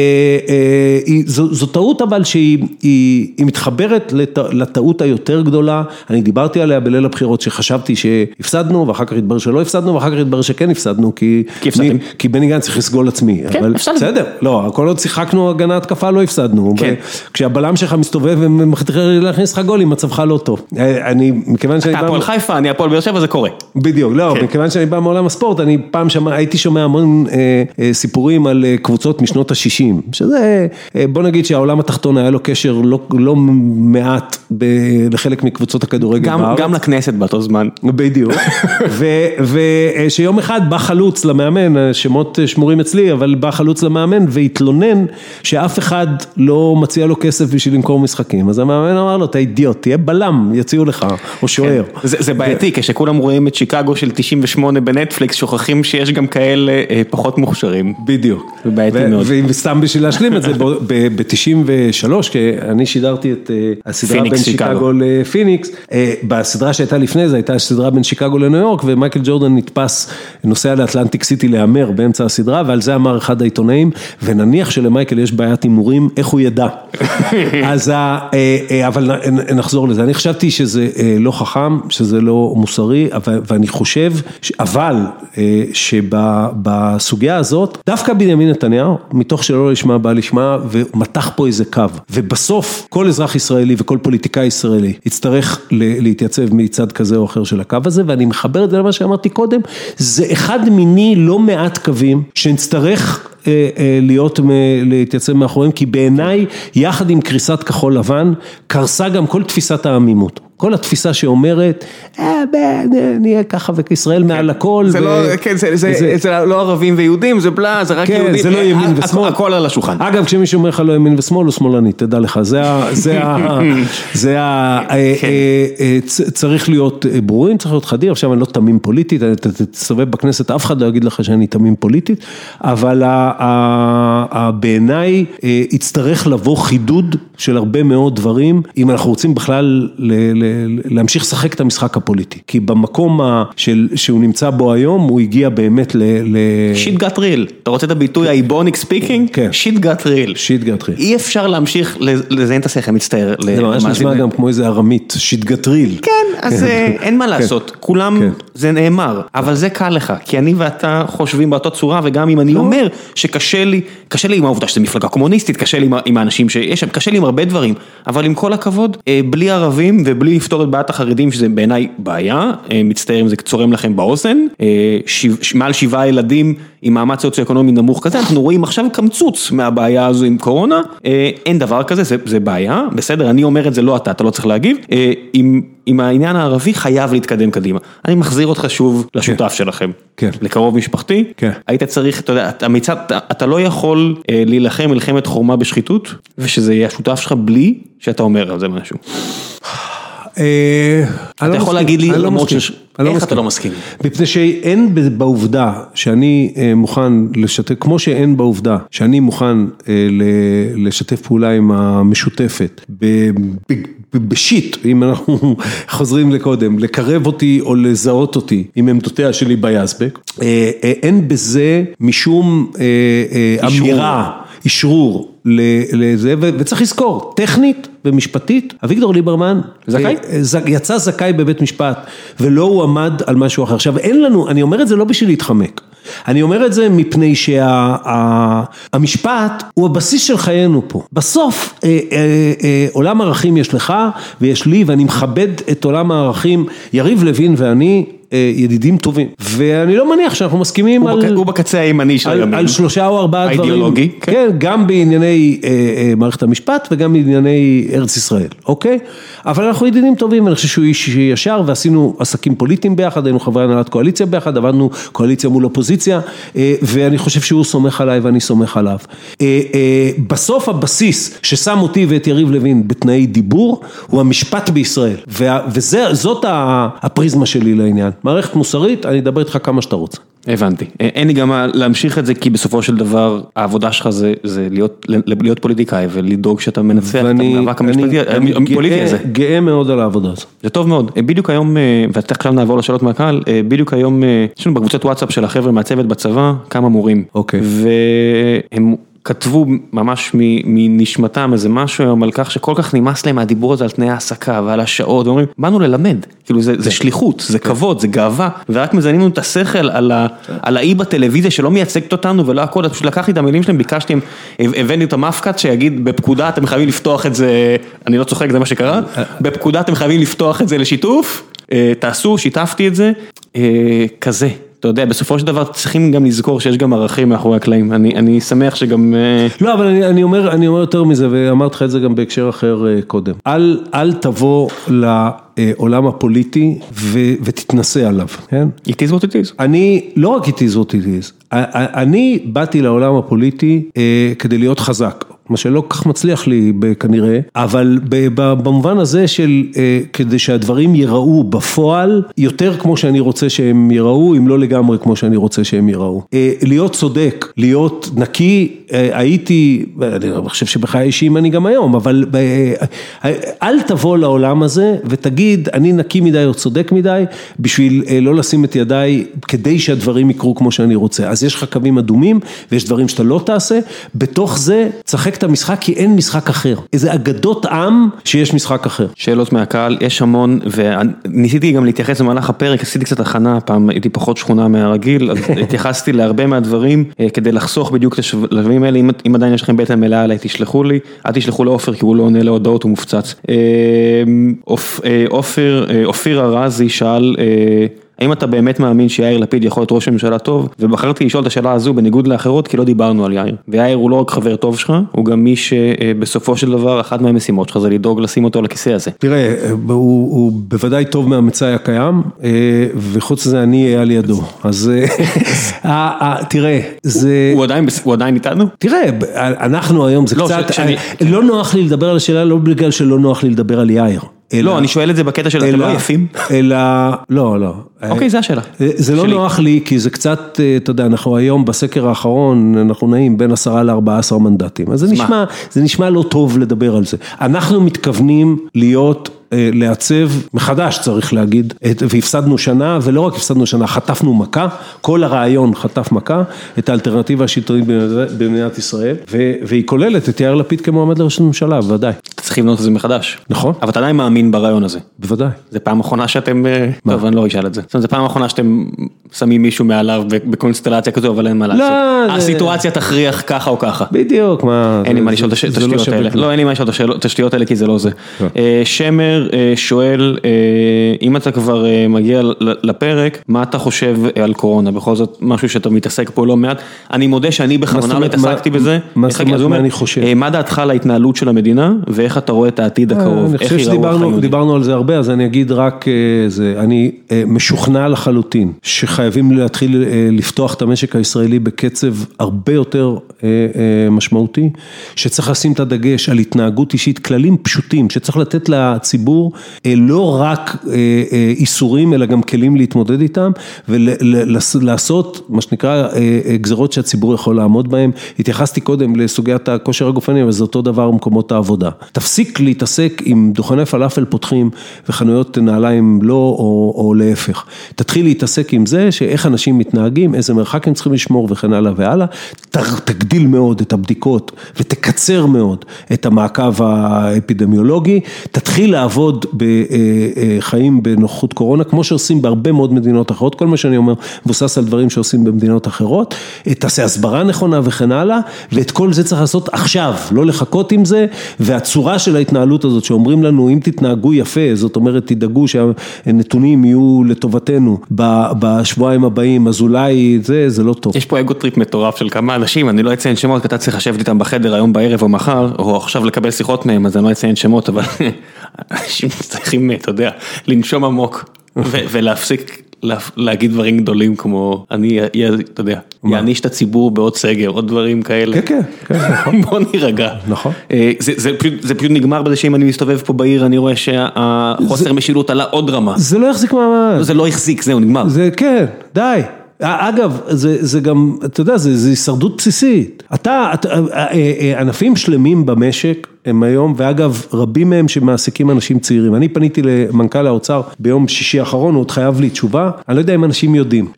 זו טעות אבל שהיא מתחברת לטעות היותר גדולה, אני דיברתי עליה בליל הבחירות שחשבתי שהפסדנו, ואחר כך התברר שלא הפסדנו, ואחר כך התברר שכן הפסדנו, כי בני גנץ צריך לסגול עצמי. כן, הפסדנו. בסדר, לא, כל עוד שיחקנו הגנה התקפה לא הפסדנו. כשהבלם שלך מסתובב ומחתיך להכניס לך גולים, מצבך לא טוב. אני, מכיוון שאני אתה הפועל חיפה, אני הפועל באר שבע, זה קורה. בדיוק, לא, מכיוון שאני בא מעולם הספורט, אני פעם שמע, הייתי שומע המון סיפורים על קבוצות משנות ה-שישים, שזה, בוא נגיד שהעולם התחתון היה לו קשר לא מעט לחלק מקבוצות הכדורגל בארץ. גם לכנסת באותו זמן. בדיוק. ושיום אחד בא חלוץ למאמן, שמות שמורים אצלי, אבל בא חלוץ למאמן והתלונן שאף אחד לא מציע לו כסף בשביל למכור משחקים. אז המאמן אמר לו, אתה אידיוט, תהיה בלם, יציעו לך, או שוער. זה בעייתי, כשכולם רואים את שיקגו של תשעים ושמונה בנטפליקס, שוכחים שיש גם כאלה פחות מוכשרים. בדיוק. זה בעייתי מאוד. וסתם בשביל להשלים את זה, ב-תשעים ושלוש, כי אני שידרתי את הסדרה בין שיקגו לפיניקס, בסדרה שהייתה לפני זה, הייתה סדרה בין שיקגו לניו יורק, ומייקל ג'ורדן נתפס, נוסע לאטלנטיק סיטי להמר באמצע הסדרה, ועל זה אמר אחד העיתונאים, ונניח שלמייקל יש בעיית הימורים, איך הוא ידע. אז אבל נחזור לזה, אני חשבתי שזה לא חכם, שזה לא מוסרי, ואני חושב, אבל שבסוגיה הזאת, דווקא בנימין נתניהו, מתוך שלא לשמה בא לשמה, ומתח פה איזה קו, ובסוף כל אזרח ישראלי וכל פוליטיקאי ישראלי יצטרך להתייצב מצד כזה או אחר של הקו הזה, ואני מחבר את זה למה שאמרתי קודם, זה אחד מיני לא מעט קווים שנצטרך להיות, להתייצב מאחוריהם, כי בעיניי, יחד עם קריסת כחול לבן, קרסה גם כל תפיסת העמימות. כל התפיסה שאומרת, אה, נהיה ככה וישראל מעל הכל. זה לא, כן, זה לא ערבים ויהודים, זה בלה, זה רק יהודים. זה לא ימין ושמאל. הכל על השולחן. אגב, כשמישהו אומר לך לא ימין ושמאל, הוא שמאלני, תדע לך, זה צריך להיות ברורים, צריך להיות חדיר, עכשיו אני לא תמים פוליטית, אתה תסתובב בכנסת, אף אחד לא יגיד לך שאני תמים פוליטית, אבל בעיניי יצטרך לבוא חידוד של הרבה מאוד דברים, אם אנחנו רוצים בכלל להמשיך לשחק את המשחק הפוליטי, כי במקום שהוא נמצא בו היום, הוא הגיע באמת ל... שיט גאט ריל, אתה רוצה את הביטוי האיבוניק ספיקינג? כן. שיט גאט ריל. שיט גאט ריל. אי אפשר להמשיך לזיין את השכל, מצטער. זה ממש נשמע גם כמו איזה ארמית, שיט גאט ריל. כן, אז אין מה לעשות, כולם זה נאמר, אבל זה קל לך, כי אני ואתה חושבים באותה צורה, וגם אם אני אומר שקשה לי, קשה לי עם העובדה שזה מפלגה קומוניסטית, קשה לי עם האנשים שיש שם, קשה לי עם הרבה דברים, אבל עם כל הכבוד, בלי ערבים ובלי לפתור את בעיית החרדים, שזה בעיניי בעיה, מצטער אם זה צורם לכם באוזן, מעל שבעה ילדים עם מאמץ סוציו-אקונומי נמוך כזה, אנחנו רואים עכשיו קמצוץ מהבעיה הזו עם קורונה, אין דבר כזה, זה, זה בעיה, בסדר, אני אומר את זה לא אתה, אתה לא צריך להגיב, עם, עם העניין הערבי חייב להתקדם קדימה, אני מחזיר אותך שוב לשותף שלכם, כן. לקרוב משפחתי, כן. היית צריך, אתה יודע, אתה, מצד, אתה, אתה לא יכול להילחם מלחמת חורמה בשחיתות, ושזה יהיה השותף שלך בלי שאתה אומר על זה משהו. אתה יכול להגיד לי, איך אתה לא מסכים? מפני שאין בעובדה שאני מוכן לשתף, כמו שאין בעובדה שאני מוכן לשתף פעולה עם המשותפת, בשיט, אם אנחנו חוזרים לקודם, לקרב אותי או לזהות אותי עם עמדותיה שלי ביאסבק, אין בזה משום אמירה, אישרור לזה, וצריך לזכור, טכנית ומשפטית, אביגדור ליברמן זכאי? יצא זכאי בבית משפט, ולא הוא עמד על משהו אחר. עכשיו, אין לנו, אני אומר את זה לא בשביל להתחמק, אני אומר את זה מפני שהמשפט הוא הבסיס של חיינו פה. בסוף, עולם ערכים יש לך ויש לי, ואני מכבד את עולם הערכים, יריב לוין ואני, ידידים טובים, ואני לא מניח שאנחנו מסכימים על... הוא בקצה הימני של הימין. על שלושה או ארבעה דברים. האידיאולוגי. כן, גם בענייני מערכת המשפט וגם בענייני ארץ ישראל, אוקיי? אבל אנחנו ידידים טובים, אני חושב שהוא איש ישר, ועשינו עסקים פוליטיים ביחד, היינו חברי הנהלת קואליציה ביחד, עבדנו קואליציה מול אופוזיציה, ואני חושב שהוא סומך עליי ואני סומך עליו. בסוף הבסיס ששם אותי ואת יריב לוין בתנאי דיבור, הוא המשפט בישראל, וזאת הפריזמה שלי לעניין. מערכת מוסרית, אני אדבר איתך כמה שאתה רוצה. הבנתי. אין לי גם להמשיך את זה, כי בסופו של דבר, העבודה שלך זה, זה להיות, להיות פוליטיקאי, ולדאוג שאתה מנצח את המאבק הפוליטי הזה. אני גאה מאוד על העבודה הזאת. זה טוב מאוד. בדיוק היום, ואתה עכשיו נעבור לשאלות מהקהל, בדיוק היום, יש לנו בקבוצת וואטסאפ של החבר'ה מהצוות בצבא, כמה מורים. אוקיי. והם... כתבו ממש מנשמתם איזה משהו היום על כך שכל כך נמאס להם מהדיבור הזה על תנאי העסקה ועל השעות, ואומרים, באנו ללמד, כאילו זה, זה שליחות, זה כבוד, זה גאווה, ורק מזיינים לנו את השכל על, ה, על האי בטלוויזיה שלא מייצגת אותנו ולא הכל, אז פשוט לקחתי את המילים שלהם, ביקשתי, הבאנו את המפקד שיגיד, בפקודה אתם חייבים לפתוח את זה, אני לא צוחק, זה מה שקרה, בפקודה אתם חייבים לפתוח את זה לשיתוף, תעשו, שיתפתי את זה, כזה. אתה יודע, בסופו של דבר צריכים גם לזכור שיש גם ערכים מאחורי הקלעים. אני, אני שמח שגם... לא, אבל אני, אני אומר, אני אומר יותר מזה, ואמרתי לך את זה גם בהקשר אחר קודם. אל, אל תבוא לעולם הפוליטי ו, ותתנסה עליו, כן? It is what it is. אני, לא רק it is what it is, אני באתי לעולם הפוליטי כדי להיות חזק. מה שלא כך מצליח לי כנראה, אבל במובן הזה של כדי שהדברים ייראו בפועל, יותר כמו שאני רוצה שהם ייראו, אם לא לגמרי כמו שאני רוצה שהם ייראו. להיות צודק, להיות נקי, הייתי, אני חושב שבחיי אישיים אני גם היום, אבל אל תבוא לעולם הזה ותגיד, אני נקי מדי או צודק מדי, בשביל לא לשים את ידיי, כדי שהדברים יקרו כמו שאני רוצה. אז יש לך קווים אדומים, ויש דברים שאתה לא תעשה, בתוך זה צחק את המשחק, כי אין משחק אחר. איזה אגדות עם שיש משחק אחר. שאלות מהקהל, יש המון, וניסיתי גם להתייחס במהלך הפרק, עשיתי קצת הכנה, פעם הייתי פחות שכונה מהרגיל, אז התייחסתי להרבה מהדברים, כדי לחסוך בדיוק את השלבים האלה, אם, אם עדיין יש לכם בטן מלאה עליי, תשלחו לי, אל תשלחו לאופר, כי הוא לא עונה להודעות, הוא מופצץ. אופיר, אופיר הרזי שאל, האם אתה באמת מאמין שיאיר לפיד יכול להיות ראש ממשלה טוב? ובחרתי לשאול את השאלה הזו בניגוד לאחרות, כי לא דיברנו על יאיר. ויאיר הוא לא רק חבר טוב שלך, הוא גם מי שבסופו של דבר, אחת מהמשימות שלך זה לדאוג לשים אותו לכיסא הזה. תראה, הוא, הוא בוודאי טוב מהמצאי הקיים, וחוץ לזה אני אהיה על ידו. אז תראה, זה... הוא עדיין, הוא עדיין איתנו? תראה, אנחנו היום, זה קצת... לא נוח לי לדבר על השאלה, לא בגלל שלא נוח לי לדבר על יאיר. לא, אני שואל את זה בקטע של אתם לא יפים. אלא, לא, לא. אוקיי, זה השאלה. זה לא נוח לי, כי זה קצת, אתה יודע, אנחנו היום בסקר האחרון, אנחנו נעים בין עשרה לארבעה עשר מנדטים. אז זה נשמע, זה נשמע לא טוב לדבר על זה. אנחנו מתכוונים להיות... לעצב מחדש צריך להגיד, והפסדנו שנה, ולא רק הפסדנו שנה, חטפנו מכה, כל הרעיון חטף מכה, את האלטרנטיבה השלטונית במדינת ישראל, והיא כוללת את יאיר לפיד כמועמד לראש הממשלה, בוודאי. אתה צריך לבנות את זה מחדש. נכון. אבל אתה עדיין מאמין ברעיון הזה. בוודאי. זה פעם אחרונה שאתם, טוב, אני לא אשאל את זה. זאת אומרת, זה פעם אחרונה שאתם שמים מישהו מעליו בקונסטלציה כזו, אבל אין מה לעשות. הסיטואציה תכריח ככה או ככה. בדיוק, מה... אין לי מה לשאול את השטויות האלה. לא, אין לי מה לשאול את השטויות האלה, כי זה לא זה. שמר שואל, אם אתה כבר מגיע לפרק, מה אתה חושב על קורונה? בכל זאת, משהו שאתה מתעסק פה לא מעט. אני מודה שאני בכוונה לא התעסקתי בזה. מה אני חושב? מה דעתך על ההתנהלות של המדינה, ואיך אתה רואה את העתיד הקרוב? אני חושב שדיברנו על זה הרבה, אז אני אגיד רק זה. אני משוכנע לחלוטין, שחייבים להתחיל לפתוח את המשק הישראלי בקצב הרבה יותר משמעותי, שצריך לשים את הדגש על התנהגות אישית, כללים פשוטים, שצריך לתת לציבור לא רק איסורים, אלא גם כלים להתמודד איתם, ולעשות מה שנקרא גזרות שהציבור יכול לעמוד בהם. התייחסתי קודם לסוגיית הכושר הגופני, אבל זה אותו דבר במקומות העבודה. תפסיק להתעסק עם דוכני פלאפל פותחים וחנויות נעליים לא או, או להפך. תתחיל להתעסק עם זה שאיך אנשים מתנהגים, איזה מרחק הם צריכים לשמור וכן הלאה והלאה. תגדיל מאוד את הבדיקות ותקצר מאוד את המעקב האפידמיולוגי. תתחיל לעבוד בחיים בנוכחות קורונה, כמו שעושים בהרבה מאוד מדינות אחרות. כל מה שאני אומר מבוסס על דברים שעושים במדינות אחרות. תעשה הסברה נכונה וכן הלאה, ואת כל זה צריך לעשות עכשיו, לא לחכות עם זה, והצורה של ההתנהלות הזאת שאומרים לנו, אם תתנהגו יפה, זאת אומרת, תדאגו שהנתונים יהיו לטובתנו בשבועיים הבאים, אז אולי זה, זה לא טוב. יש פה אגו טריפ מטורף של כמה אנשים, אני לא אציין שמות, כי אתה צריך לשבת איתם בחדר היום בערב או מחר, או עכשיו לקבל שיחות מהם, אז אני לא אציין שמות, אבל אנשים צריכים, אתה יודע, לנשום עמוק, ולהפסיק להגיד דברים גדולים כמו, אני, אתה יודע, יעניש את הציבור בעוד סגר, עוד דברים כאלה. כן, כן, נכון. בוא נירגע. נכון. זה פשוט נגמר בזה שאם אני מסתובב פה בעיר, אני רואה שהחוסר משילות עלה עוד רמה. זה לא יחזיק מעמד. זה לא יחזיק, זהו, נגמר. זה כן, די. אגב, זה, זה גם, אתה יודע, זה, זה הישרדות בסיסית. אתה, ענפים שלמים במשק, הם היום, ואגב, רבים מהם שמעסיקים אנשים צעירים. אני פניתי למנכ"ל האוצר ביום שישי האחרון, הוא עוד חייב לי תשובה, אני לא יודע אם אנשים יודעים.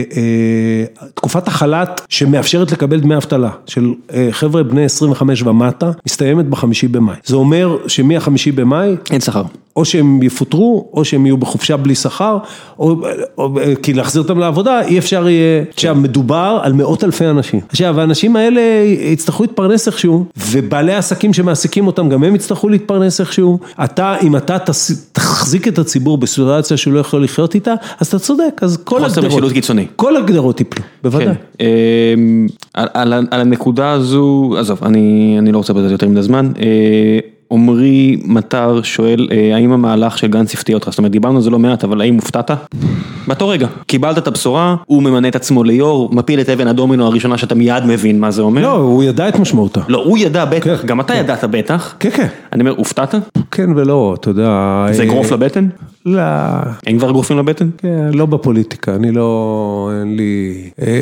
תקופת החל"ת שמאפשרת לקבל דמי אבטלה, של חבר'ה בני עשרים וחמש ומטה, מסתיימת בחמישי במאי. זה אומר שמי החמישי במאי, אין שכר. או שהם יפוטרו, או שהם יהיו בחופשה בלי שכר, או, או, כי להחזיר אותם לעבודה, אי אפשר יהיה, עכשיו, מדובר על מאות אלפי אנשים. עכשיו, האנשים האלה יצטרכו להתפרנס איכשהו, ובעלי העסקים שמעסיקים אותם, גם הם יצטרכו להתפרנס איכשהו. אתה, אם אתה תחזיק את הציבור בסיטואציה שהוא לא יכול לחיות איתה, אז אתה צודק, אז כל הגדרות, כל הגדרות יפלו, בוודאי. כן. על, על, על הנקודה הזו, עזוב, אני, אני לא רוצה בזה יותר מדי זמן, עומרי מטר שואל, האם המהלך של גנץ הפתיע אותך? זאת אומרת, דיברנו על זה לא מעט, אבל האם הופתעת? באותו רגע, קיבלת את הבשורה, הוא ממנה את עצמו ליור, מפיל את אבן הדומינו הראשונה שאתה מיד מבין מה זה אומר. לא, הוא ידע את משמעותה. לא, הוא ידע בטח, גם אתה ידעת בטח. כן, כן. אני אומר, הופתעת? כן ולא, אתה יודע. זה גרוף לבטן? לא. אין כבר גרופים לבטן? כן, לא בפוליטיקה, אני לא, אין לי,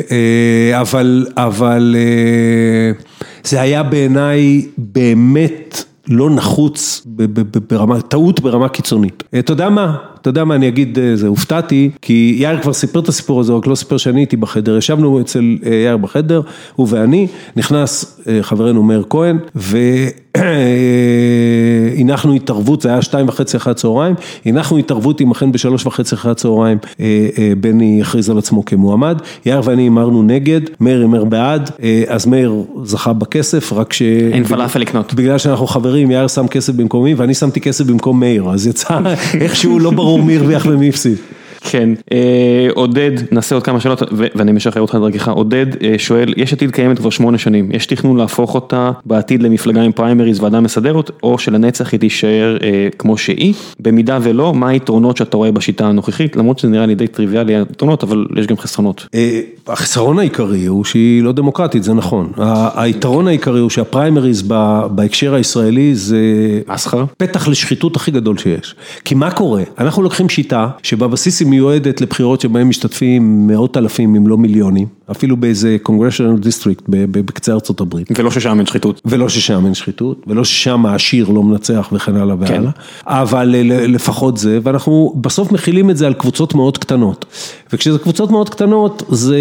אבל, אבל, זה היה בעיניי באמת, לא נחוץ ברמה, טעות ברמה קיצונית. אתה יודע מה? אתה יודע מה, אני אגיד, זה הופתעתי, כי יאיר כבר סיפר את הסיפור הזה, רק לא סיפר שאני הייתי בחדר, ישבנו אצל יאיר בחדר, הוא ואני, נכנס חברנו מאיר כהן, והנחנו התערבות, זה היה שתיים וחצי אחרי הצהריים, הנחנו התערבות עם אכן בשלוש וחצי אחרי הצהריים, בני הכריז על עצמו כמועמד, יאיר ואני אמרנו נגד, מאיר אמר בעד, אז מאיר זכה בכסף, רק ש... אין פלאפל לקנות. בגלל שאנחנו חברים, יאיר שם כסף במקומי, ואני שמתי כסף במקום מאיר, אז יצא איכשהו לא ברור מי הרוויח ומי הפסיד. כן, עודד, נעשה עוד כמה שאלות, ואני משחרר אותך דרכך, עודד שואל, יש עתיד קיימת כבר שמונה שנים, יש תכנון להפוך אותה בעתיד למפלגה עם פריימריז ועדה מסדרת, או שלנצח היא תישאר כמו שהיא, במידה ולא, מה היתרונות שאתה רואה בשיטה הנוכחית, למרות שזה נראה לי די טריוויאלי היתרונות, אבל יש גם חסרונות. החסרון העיקרי הוא שהיא לא דמוקרטית, זה נכון. היתרון העיקרי הוא שהפריימריז בהקשר הישראלי זה פתח לשחיתות הכי גדול שיש. כי מה קורה? אנחנו לוקחים שיטה שבבסיס היא מיועדת לבחירות שבהם משתתפים מאות אלפים אם לא מיליונים, אפילו באיזה קונגרשנל דיסטריקט בקצה ארצות הברית. ולא ששם אין שחיתות. ולא ששם אין שחיתות, ולא ששם העשיר לא מנצח וכן הלאה והלאה. אבל לפחות זה, ואנחנו בסוף מכילים את זה על קבוצות מאוד קטנות. וכשזה קבוצות מאוד קטנות, זה,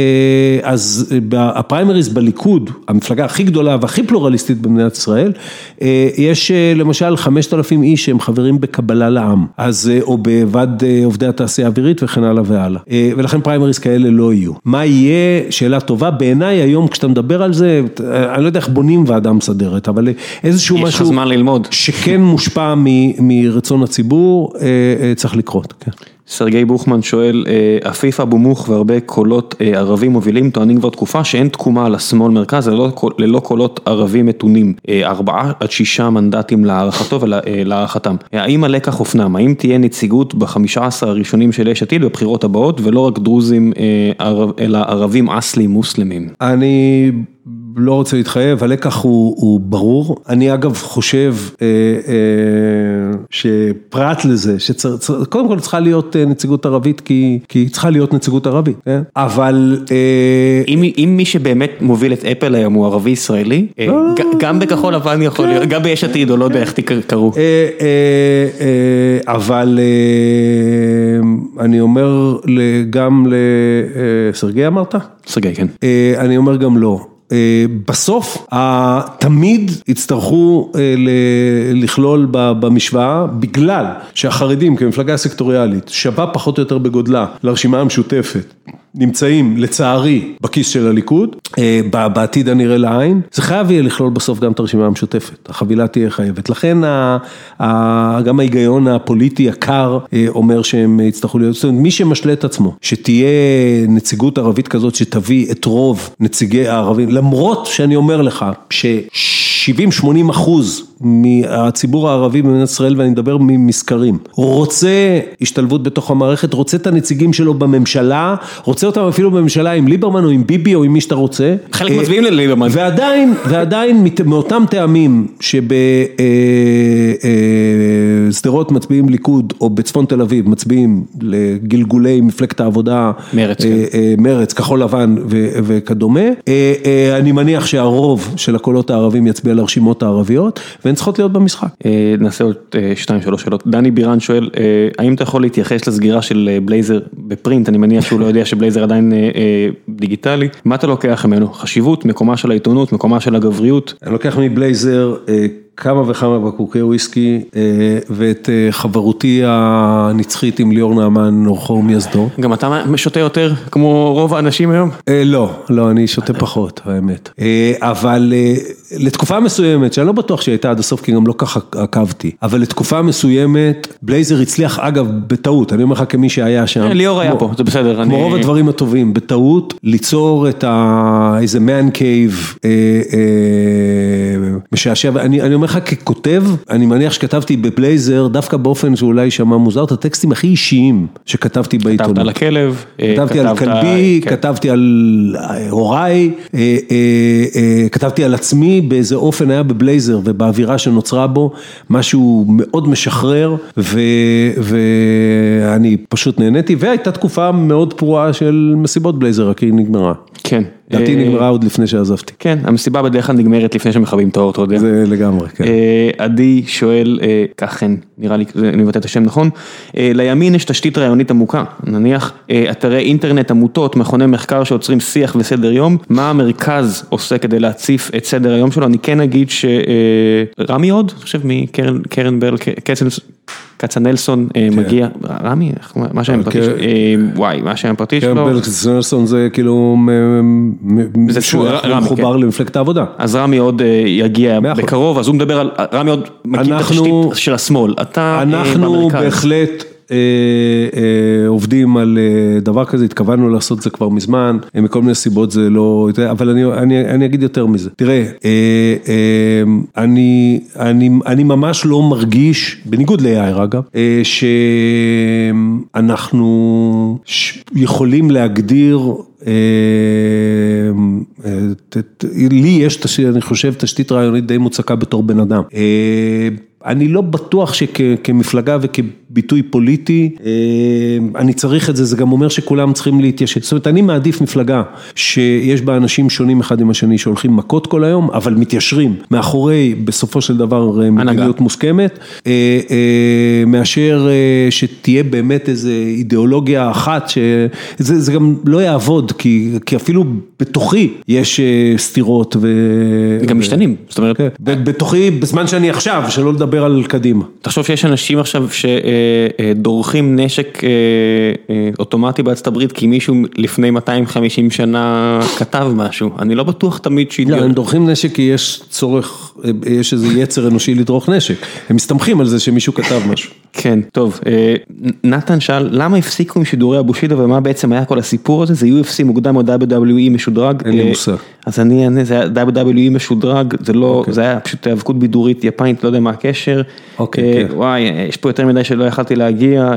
אז הפריימריז בליכוד, המפלגה הכי גדולה והכי פלורליסטית במדינת ישראל, יש למשל חמשת אלפים איש שהם חברים בקבלה לעם, אז, או בוועד עובדי התעשייה האווירית וכן הלאה והלאה. ולכן פריימריז כאלה לא יהיו. מה יהיה? שאלה טובה. בעיניי היום כשאתה מדבר על זה, אני לא יודע איך בונים ועדה מסדרת, אבל איזשהו משהו... יש לך זמן ללמוד. שכן מושפע מ, מרצון הציבור, צריך לקרות, כן. סרגי בוכמן שואל, אפיף אבו מוך והרבה קולות ערבים מובילים טוענים כבר תקופה שאין תקומה על השמאל מרכז, ללא, ללא קולות ערבים מתונים, ארבעה עד שישה מנדטים להערכתו ולהערכתם. האם הלקח אופנם? האם תהיה נציגות בחמישה עשר הראשונים של יש עתיד בבחירות הבאות, ולא רק דרוזים, אלא ערבים אסלים מוסלמים? אני... לא רוצה להתחייב, הלקח הוא, הוא ברור. אני אגב חושב אה, אה, שפרט לזה, שקודם כל צריכה להיות נציגות ערבית, כי, כי צריכה להיות נציגות ערבית, כן? אבל... אה, אם, אם מי שבאמת מוביל את אפל היום הוא ערבי ישראלי, לא, אה, ג, גם בכחול לבן יכול כן, להיות, גם ביש עתיד או לא יודע איך תקראו. אה, אה, אה, אבל אה, אני אומר גם לסרגי אמרת? סרגי, כן. אה, אני אומר גם לא. בסוף, תמיד יצטרכו לכלול במשוואה, בגלל שהחרדים כמפלגה סקטוריאלית שווה פחות או יותר בגודלה לרשימה המשותפת, נמצאים לצערי בכיס של הליכוד, בעתיד הנראה לעין, זה חייב יהיה לכלול בסוף גם את הרשימה המשותפת, החבילה תהיה חייבת, לכן גם ההיגיון הפוליטי הקר אומר שהם יצטרכו להיות, זאת אומרת, מי שמשלה את עצמו, שתהיה נציגות ערבית כזאת שתביא את רוב נציגי הערבים, למרות שאני אומר לך ש-שבעים שמונים אחוז מהציבור הערבי במדינת ישראל, ואני מדבר ממזכרים, רוצה השתלבות בתוך המערכת, רוצה את הנציגים שלו בממשלה, רוצה אותם אפילו בממשלה עם ליברמן או עם ביבי או עם מי שאתה רוצה. חלק מצביעים לליברמן. ועדיין, ועדיין מאותם טעמים שבסדרות מצביעים ליכוד או בצפון תל אביב מצביעים לגלגולי מפלגת העבודה, מרץ, מרץ, כחול לבן וכדומה, אני מניח שהרוב של הקולות הערבים יצביע לרשימות הערביות, והן צריכות להיות במשחק. נעשה עוד שתיים, שלוש שאלות. דני בירן שואל, האם אתה יכול להתייחס לסגירה של בלייזר בפרינט? אני מניח שהוא לא יודע שבלייזר עדיין דיגיטלי. מה אתה לוקח ממנו? חשיבות, מקומה של העיתונות, מקומה של הגבריות? אני לוקח מבלייזר כמה וכמה בקבוקי וויסקי, ואת חברותי הנצחית עם ליאור נעמן, אורחו ומייסדו. גם אתה שותה יותר כמו רוב האנשים היום? לא, לא, אני שותה פחות, האמת. אבל לתקופה מסוימת, שאני לא בטוח שהייתה עד הסוף, כי גם לא ככה עקבתי, אבל לתקופה מסוימת, בלייזר הצליח, אגב, בטעות, אני אומר לך כמי שהיה שם. ליאור היה פה, זה בסדר. כמו רוב הדברים הטובים, בטעות, ליצור את איזה man cave משעשע, אני אומר לך ככותב, אני מניח שכתבתי בבלייזר, דווקא באופן שאולי שמע מוזר, את הטקסטים הכי אישיים שכתבתי בעיתונות. כתבת על הכלב, כתבתי על כלבי, כתבתי על הוריי, כתבתי על עצמי, באיזה אופן היה בבלייזר, ובאווירה שנוצרה בו, משהו מאוד משחרר, ואני פשוט נהניתי, והייתה תקופה מאוד פרועה של מסיבות בלייזר, רק היא נגמרה. כן. דעתי נגמרה עוד לפני שעזבתי. כן, המסיבה בדרך כלל נגמרת לפני שמחבים את האור, אתה יודע. זה לגמרי, כן. עדי שואל, כך כן, נראה לי, אני מבטא את השם נכון, לימין יש תשתית רעיונית עמוקה, נניח, אתרי אינטרנט, עמותות, מכוני מחקר שיוצרים שיח וסדר יום, מה המרכז עושה כדי להציף את סדר היום שלו? אני כן אגיד שרמי עוד, אני חושב מקרן ברל, כצנלסון מגיע, רמי, מה שם פרטי שלו? וואי, מה שם פרטי שלו? קרן ברל, כצנלסון זה כאילו מחובר למפלגת העבודה. אז רמי עוד יגיע בקרוב, אז הוא מדבר על, רמי עוד מכיר את התשתית של השמאל. אנחנו בהחלט עובדים על דבר כזה, התכוונו לעשות את זה כבר מזמן, מכל מיני סיבות זה לא, אבל אני, אני, אני אגיד יותר מזה. תראה, אני, אני, אני ממש לא מרגיש, בניגוד ל-איי אגב, שאנחנו יכולים להגדיר, לי יש, אני חושב, תשתית רעיונית די מוצקה בתור בן אדם. אני לא בטוח שכמפלגה וכביטוי פוליטי, אני צריך את זה, זה גם אומר שכולם צריכים להתיישב. זאת אומרת, אני מעדיף מפלגה שיש בה אנשים שונים אחד עם השני, שהולכים מכות כל היום, אבל מתיישרים מאחורי, בסופו של דבר, מדיניות מוסכמת, מאשר שתהיה באמת איזו אידיאולוגיה אחת, שזה גם לא יעבוד, כי אפילו בתוכי יש סתירות. גם משתנים, זאת אומרת. בתוכי, בזמן שאני עכשיו, שלא לדבר על קדימה. תחשוב שיש אנשים עכשיו שדורכים נשק אוטומטי בארצות הברית, כי מישהו לפני מאתיים וחמישים שנה כתב משהו. אני לא בטוח תמיד שידיון. לא, הם דורכים נשק כי יש צורך, יש איזה יצר אנושי לדרוך נשק. הם מסתמכים על זה שמישהו כתב משהו. כן, טוב. נתן שאל, למה הפסיקו עם שידורי הבושידו, ומה בעצם היה כל הסיפור הזה? זה יו אף סי מוקדם או דאבליו דאבליו אי משודרג? אין לי מושג. אז אני אענה, זה היה דאבליו דאבליו אי משודרג, זה לא, זה היה פשוט האבקות בידורית יפנית, לא יודע מה הקשר. אוקיי, כן. וואי, יש פה יותר מדי שלא יכלתי להגיע.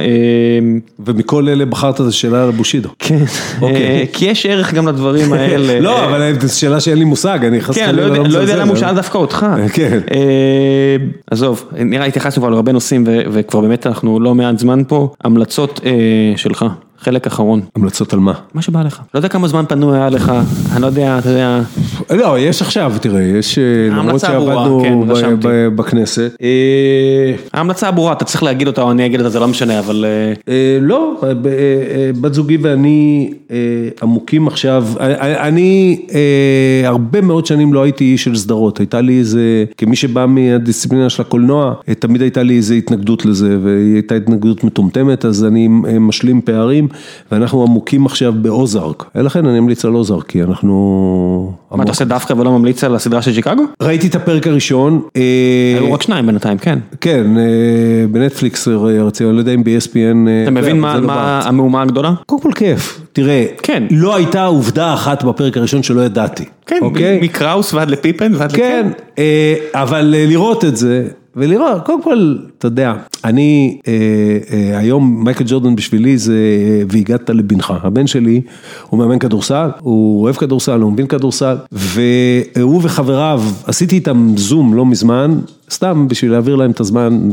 ומכל אלה בחרת את השאלה על הבושידו. כן, כי יש ערך גם לדברים האלה. לא, אבל זו שאלה שאין לי מושג, אני חס כן, לא יודע למה הוא שאל דווקא אותך. כן. עזוב, נראה, התייחסנו כבר להרבה נושאים, וכבר באמת אנחנו לא מעט זמן פה, המלצות שלך. חלק אחרון. המלצות על מה? מה שבא לך. לא יודע כמה זמן פנו היה לך, אני לא יודע, אתה יודע. לא, יש עכשיו, תראה, יש, למרות שעבדנו בכנסת. ההמלצה הברורה, אתה צריך להגיד אותה או אני אגיד אותה, זה לא משנה, אבל... לא, בת זוגי ואני עמוקים עכשיו, אני הרבה מאוד שנים לא הייתי איש של סדרות, הייתה לי איזה, כמי שבא מהדיסציפלינה של הקולנוע, תמיד הייתה לי איזה התנגדות לזה, והיא הייתה התנגדות מטומטמת, אז אני משלים פערים, ואנחנו עמוקים עכשיו באוזארק, לכן אני ממליץ על אוזארק, כי אנחנו... מה אתה עושה דווקא ולא ממליץ על הסדרה של שיקגו? ראיתי את הפרק הראשון. היו רק שניים בינתיים, כן. כן, בנטפליקס רציתי, אני לא יודע אם ב-אס פי אן... אתה מבין מה המהומה הגדולה? קודם כל כיף, תראה, לא הייתה עובדה אחת בפרק הראשון שלא ידעתי. כן, מקראוס ועד לפיפן ועד לכן. כן, אבל לראות את זה... ולראות, קודם כל, אתה יודע, אני, אה, אה, היום מייקל ג'ורדן בשבילי זה, והגעת לבנך, הבן שלי, הוא מאמן כדורסל, הוא אוהב כדורסל, הוא מבין כדורסל, והוא וחבריו, עשיתי איתם זום לא מזמן, סתם בשביל להעביר להם את הזמן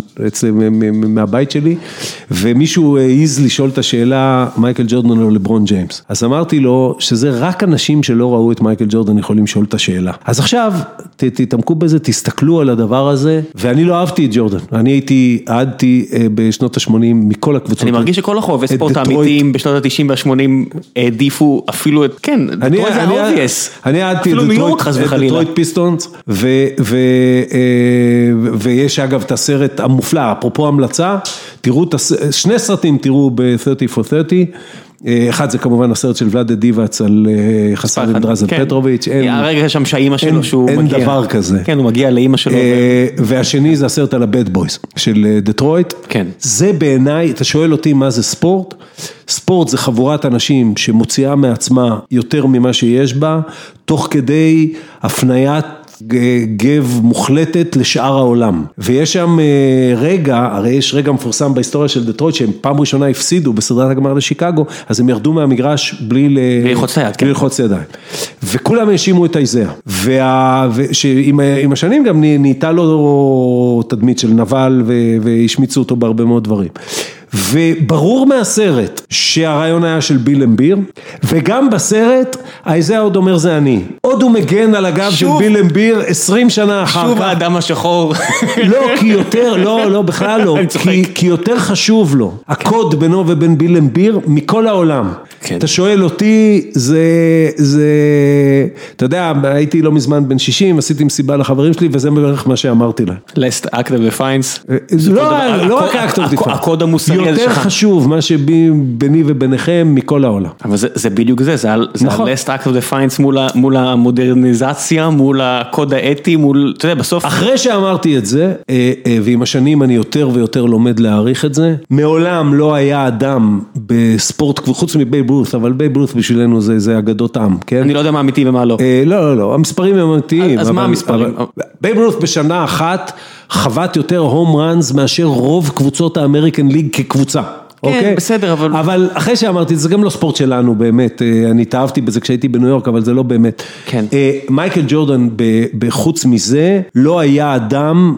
מהבית שלי, ומישהו העיז לשאול את השאלה, מייקל ג'ורדן או לברון ג'יימס. אז אמרתי לו, שזה רק אנשים שלא ראו את מייקל ג'ורדן יכולים לשאול את השאלה. אז עכשיו, תתעמקו בזה, תסתכלו על הדבר הזה, ואני לא אהבתי את ג'ורדן. אני הייתי, עדתי בשנות ה-שמונים מכל הקבוצות. אני מרגיש שכל החובי ספורט האמיתיים בשנות ה-תשעים וה-שמונים העדיפו אפילו את, כן, דטרויט זה האובייס. אני עדתי את דטרויט פיסטונס, ויש אגב את הסרט המופלא, אפרופו המלצה, תראו, שני סרטים תראו ב-שלושים for שלושים, אחד זה כמובן הסרט של ולאד דיבאץ על חסר עם דרזן פטרוביץ'. הרגע שם שהאימא שלו שהוא מגיע. אין דבר כזה. כן, הוא מגיע לאימא שלו. והשני זה הסרט על הבד בויז של דטרויט. כן. זה בעיניי, אתה שואל אותי מה זה ספורט? ספורט זה חבורת אנשים שמוציאה מעצמה יותר ממה שיש בה, תוך כדי הפניית גב מוחלטת לשאר העולם. ויש שם רגע, הרי יש רגע מפורסם בהיסטוריה של דטרויט, שהם פעם ראשונה הפסידו בסדרת הגמר לשיקגו, אז הם ירדו מהמגרש בלי ללחוץ ידיים. בלי ללחוץ ידיים. וכולם האשימו את האיזיה. ועם השנים גם נהייתה לו תדמית של נבל, והשמיצו אותו בהרבה מאוד דברים. וברור מהסרט שהרעיון היה של ביל אמביר, וגם בסרט, האיזיה עוד אומר זה אני. עוד הוא מגן על הגב של ביל אמביר עשרים שנה אחר כך. שוב האדם השחור. לא, כי יותר, לא, לא, בכלל לא. כי, כי יותר חשוב לו, הקוד בינו ובין ביל אמביר מכל העולם. כן. אתה שואל אותי, זה, זה, אתה יודע, הייתי לא מזמן בן שישים, עשיתי מסיבה לחברים שלי, וזה בערך מה שאמרתי להם. Last act of defiance. לא, לא רק act of defiance. הקוד המוסרי יותר חשוב מה שביני וביניכם מכל העולם. אבל זה בדיוק זה, זה ה-last act of defiance מול המודרניזציה, מול הקוד האתי, מול, אתה יודע, בסוף... אחרי שאמרתי את זה, ועם השנים אני יותר ויותר לומד להעריך את זה, מעולם לא היה אדם בספורט, חוץ מבייב רות, אבל בייב רות בשבילנו זה אגדות עם, כן? אני לא יודע מה אמיתי ומה לא. לא, לא, לא, המספרים הם אמיתיים. אז מה המספרים? בייב רות בשנה אחת חוות יותר הום ראנס מאשר רוב קבוצות האמריקן ליג כקבוצה. כן, בסדר, אבל... אבל אחרי שאמרתי, זה גם לא ספורט שלנו, באמת, אני התאהבתי בזה כשהייתי בניו יורק, אבל זה לא באמת. כן. מייקל ג'ורדן, בחוץ מזה, לא היה אדם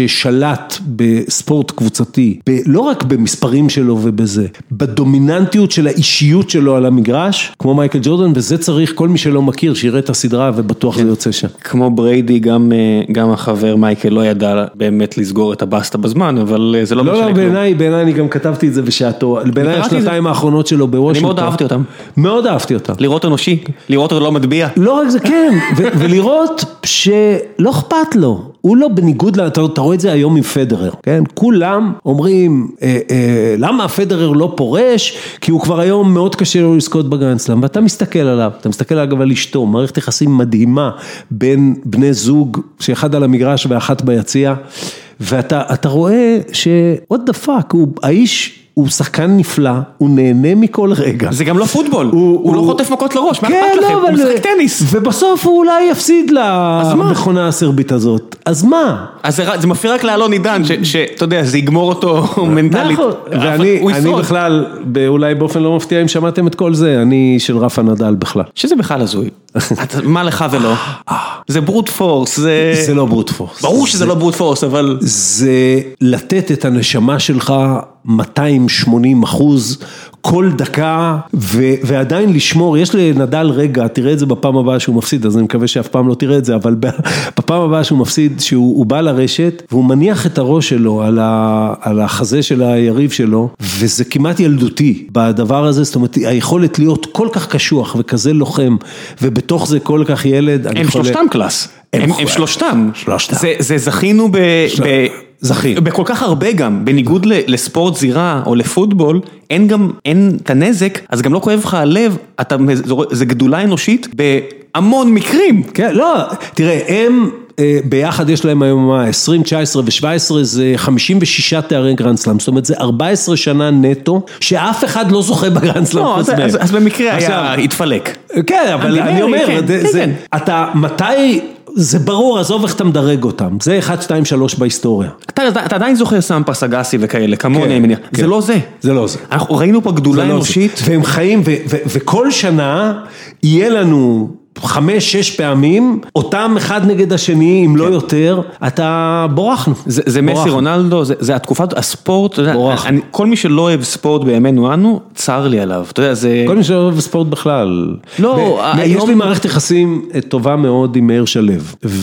ששלט בספורט קבוצתי, לא רק במספרים שלו ובזה, בדומיננטיות של האישיות שלו על המגרש, כמו מייקל ג'ורדן, וזה צריך, כל מי שלא מכיר, שיראה את הסדרה, ובטוח זה יוצא שם. כמו בריידי, גם, גם החבר מייקל לא ידע באמת לסגור את הבסטה בזמן, אבל זה לא משנה כלום. לא, בעיניי, בעיניי אני גם כתבתי את זה בשעתו, בעיניי השנתיים האחרונות שלו בוושינגטון. אני מאוד אהבתי אותם. מאוד אהבתי אותם. לראות אנושי, לראות אותו לא מטביע. לא רק זה, כן, ולראות שלא אכפת לו. הוא לא בניגוד, אתה רואה את זה היום עם פדרר, כן? כולם אומרים, אה, אה, למה פדרר לא פורש? כי הוא כבר היום מאוד קשה לו לזכות בגרנדסלאם, ואתה מסתכל עליו, אתה מסתכל אגב על אשתו, מערכת יחסים מדהימה בין בני זוג, שאחד על המגרש ואחת ביציע, ואתה אתה רואה ש, what the fuck, הוא, האיש... הוא שחקן נפלא, הוא נהנה מכל רגע. זה גם לא פוטבול, הוא לא חוטף מכות לראש, מה אכפת לכם? הוא משחק טניס. ובסוף הוא אולי יפסיד למכונה הסרבית הזאת. אז מה? אז זה מפריע רק לאלון עידן, שאתה יודע, זה יגמור אותו מנטלית. ואני בכלל, אולי באופן לא מפתיע אם שמעתם את כל זה, אני של רפה נדל בכלל. שזה בכלל הזוי. מה לך ולא? זה ברוט פורס. זה לא ברוט פורס. ברור שזה לא ברוט פורס, אבל... זה לתת את הנשמה שלך מאתיים ושמונים אחוז כל דקה, ו- ועדיין לשמור, יש לנדל רגע, תראה את זה בפעם הבאה שהוא מפסיד, אז אני מקווה שאף פעם לא תראה את זה, אבל בפעם הבאה שהוא מפסיד, שהוא בא לרשת, והוא מניח את הראש שלו על, ה- על החזה של היריב שלו, וזה כמעט ילדותי בדבר הזה, זאת אומרת, היכולת להיות כל כך קשוח וכזה לוחם, ובתוך זה כל כך ילד, הם שלושתם קלאס. הם, הם שלושתם. שלושתם. זה, זה זכינו ב... של... ב... זכי. בכל כך הרבה גם, בניגוד לספורט זירה או לפוטבול, אין גם, אין את הנזק, אז גם לא כואב לך הלב, אתה, זה גדולה אנושית בהמון מקרים. כן, לא, תראה, הם ביחד יש להם היום עשרים, תשע עשרה ו-שבע עשרה, זה חמישים ושישה תארי גרנדסלאם, זאת אומרת זה ארבע עשרה שנה נטו, שאף אחד לא זוכה בגרנדסלאם חוץ מהם. אז, אז במקרה היה, התפלק. כן, אבל אני אומר, אתה, מתי... זה ברור, עזוב איך אתה מדרג אותם, זה אחד, שתיים, שלוש בהיסטוריה. אתה, אתה עדיין זוכר סמפרס אגסי וכאלה, כמוני, אני מניח. זה לא זה. זה לא זה. אנחנו ראינו פה גדולה אנושית. והם חיים, וכל שנה יהיה לנו חמש, שש פעמים, אותם אחד נגד השני, אם לא יותר, אתה בורחנו. זה מסי רונלדו, זה התקופת הספורט, כל מי שלא אוהב ספורט בימינו אנו, צר לי עליו. כל מי שלא אוהב ספורט בכלל. לא, יש לי מערכת יחסים טובה מאוד עם מאיר שלו,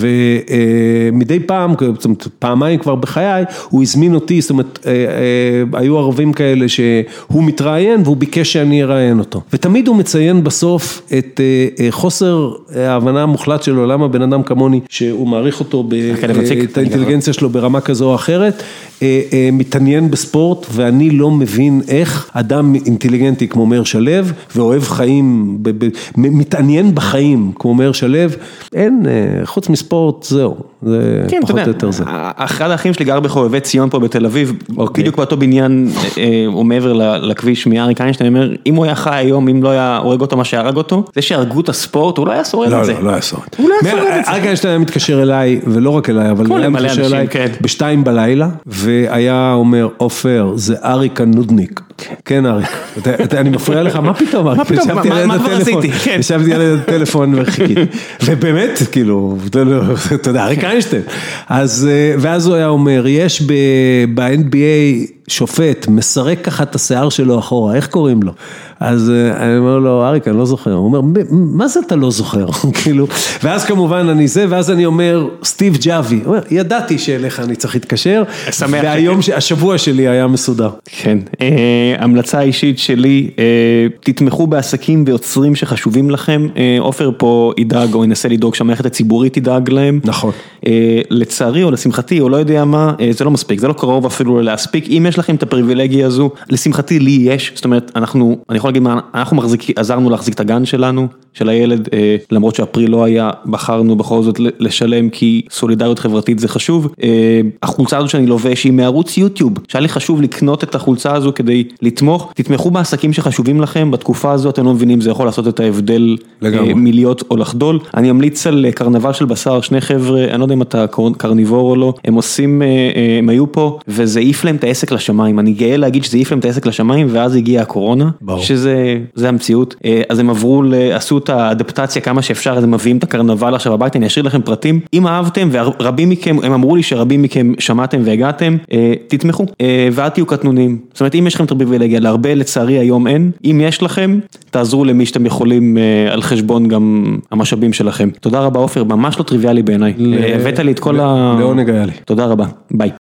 ומדי פעם, פעמיים כבר בחיי, הוא הזמין אותי, זאת אומרת, היו ערבים כאלה שהוא מתראיין, והוא ביקש שאני אראיין אותו. ותמיד הוא מציין בסוף את חוסר ההבנה המוחלט שלו, למה בן אדם כמוני, שהוא מעריך אותו, את האינטליגנציה שלו ברמה כזו או אחרת, מתעניין בספורט, ואני לא מבין איך אדם אינטליגנטי כמו מאיר שלו, ואוהב חיים, מתעניין בחיים כמו מאיר שלו, אין, חוץ מספורט, זהו, זה פחות או יותר זה. אחד האחים שלי גר בחובבי ציון פה בתל אביב, בדיוק באותו בניין, הוא מעבר לכביש מאריק איינשטיין, אומר, אם הוא היה חי היום, אם לא היה הורג אותו מה שהרג אותו, זה שהרגו את הספורט, הוא לא היה שורד את זה. לא, לא היה שורד. הוא לא היה שורד את זה. אריק איינשטיין היה מתקשר אליי, ולא רק אליי, אבל היה מתקשר אליי בשתיים בלילה, והיה אומר, עופר, זה אריק הנודניק. כן, אריק. אני מפריע לך, מה פתאום, אריק? מה פתאום, מה כבר עשיתי? ישבתי על הטלפון וחיכיתי. ובאמת, כאילו, אתה יודע, אריק איינשטיין. ואז הוא היה אומר, יש ב-אן בי איי שופט, מסרק ככה את השיער שלו אחורה, איך קוראים לו? אז אני אומר לו, אריק, אני לא זוכר. הוא אומר, מה זה אתה לא זוכר? כאילו, ואז כמובן אני זה, ואז אני אומר, סטיב ג'אבי. הוא אומר, ידעתי שאליך אני צריך להתקשר, והיום, השבוע שלי היה מסודר. כן. המלצה האישית שלי, תתמכו בעסקים ויוצרים שחשובים לכם. עופר פה ידאג, או ינסה לדאוג שהמערכת הציבורית ידאג להם. נכון. לצערי, או לשמחתי, או לא יודע מה, זה לא מספיק, זה לא קרוב אפילו להספיק. אם יש יש לכם את הפריבילגיה הזו, לשמחתי לי יש, זאת אומרת, אנחנו, אני יכול להגיד מה, אנחנו מחזיקים, עזרנו להחזיק את הגן שלנו, של הילד, למרות שהפריל לא היה, בחרנו בכל זאת לשלם, כי סולידריות חברתית זה חשוב. החולצה הזו שאני לובש היא מערוץ יוטיוב, שהיה לי חשוב לקנות את החולצה הזו כדי לתמוך, תתמכו בעסקים שחשובים לכם, בתקופה הזו אתם לא מבינים, זה יכול לעשות את ההבדל מלהיות או לחדול. אני אמליץ על קרנבל של בשר, שני חבר'ה, אני לא יודע אם אתה קרניבור או לא, הם עושים, הם היו פה, וזה העיף להם את העסק לשמיים, אני גאה להגיד שזה העיף להם את העסק לשמיים, ואז הגיעה הקורונה, שזה, זה המציאות, אז הם עברו, עשו את האדפטציה כמה שאפשר, אז הם מביאים את הקרנבל עכשיו הביתה, אני אשאיר לכם פרטים, אם אהבתם, ורבים מכם, הם אמרו לי שרבים מכם שמעתם והגעתם, תתמכו, ואל תהיו קטנונים, זאת אומרת, אם יש לכם את הפריבילגיה, להרבה לצערי היום אין, אם יש לכם, תעזרו למי שאתם יכולים על חשבון גם המשאבים שלכם. תודה רבה עופר, ממש לא טריוויאלי בעיניי, הבאת לי את כל ה... לעונג היה לי. תודה רבה, ביי.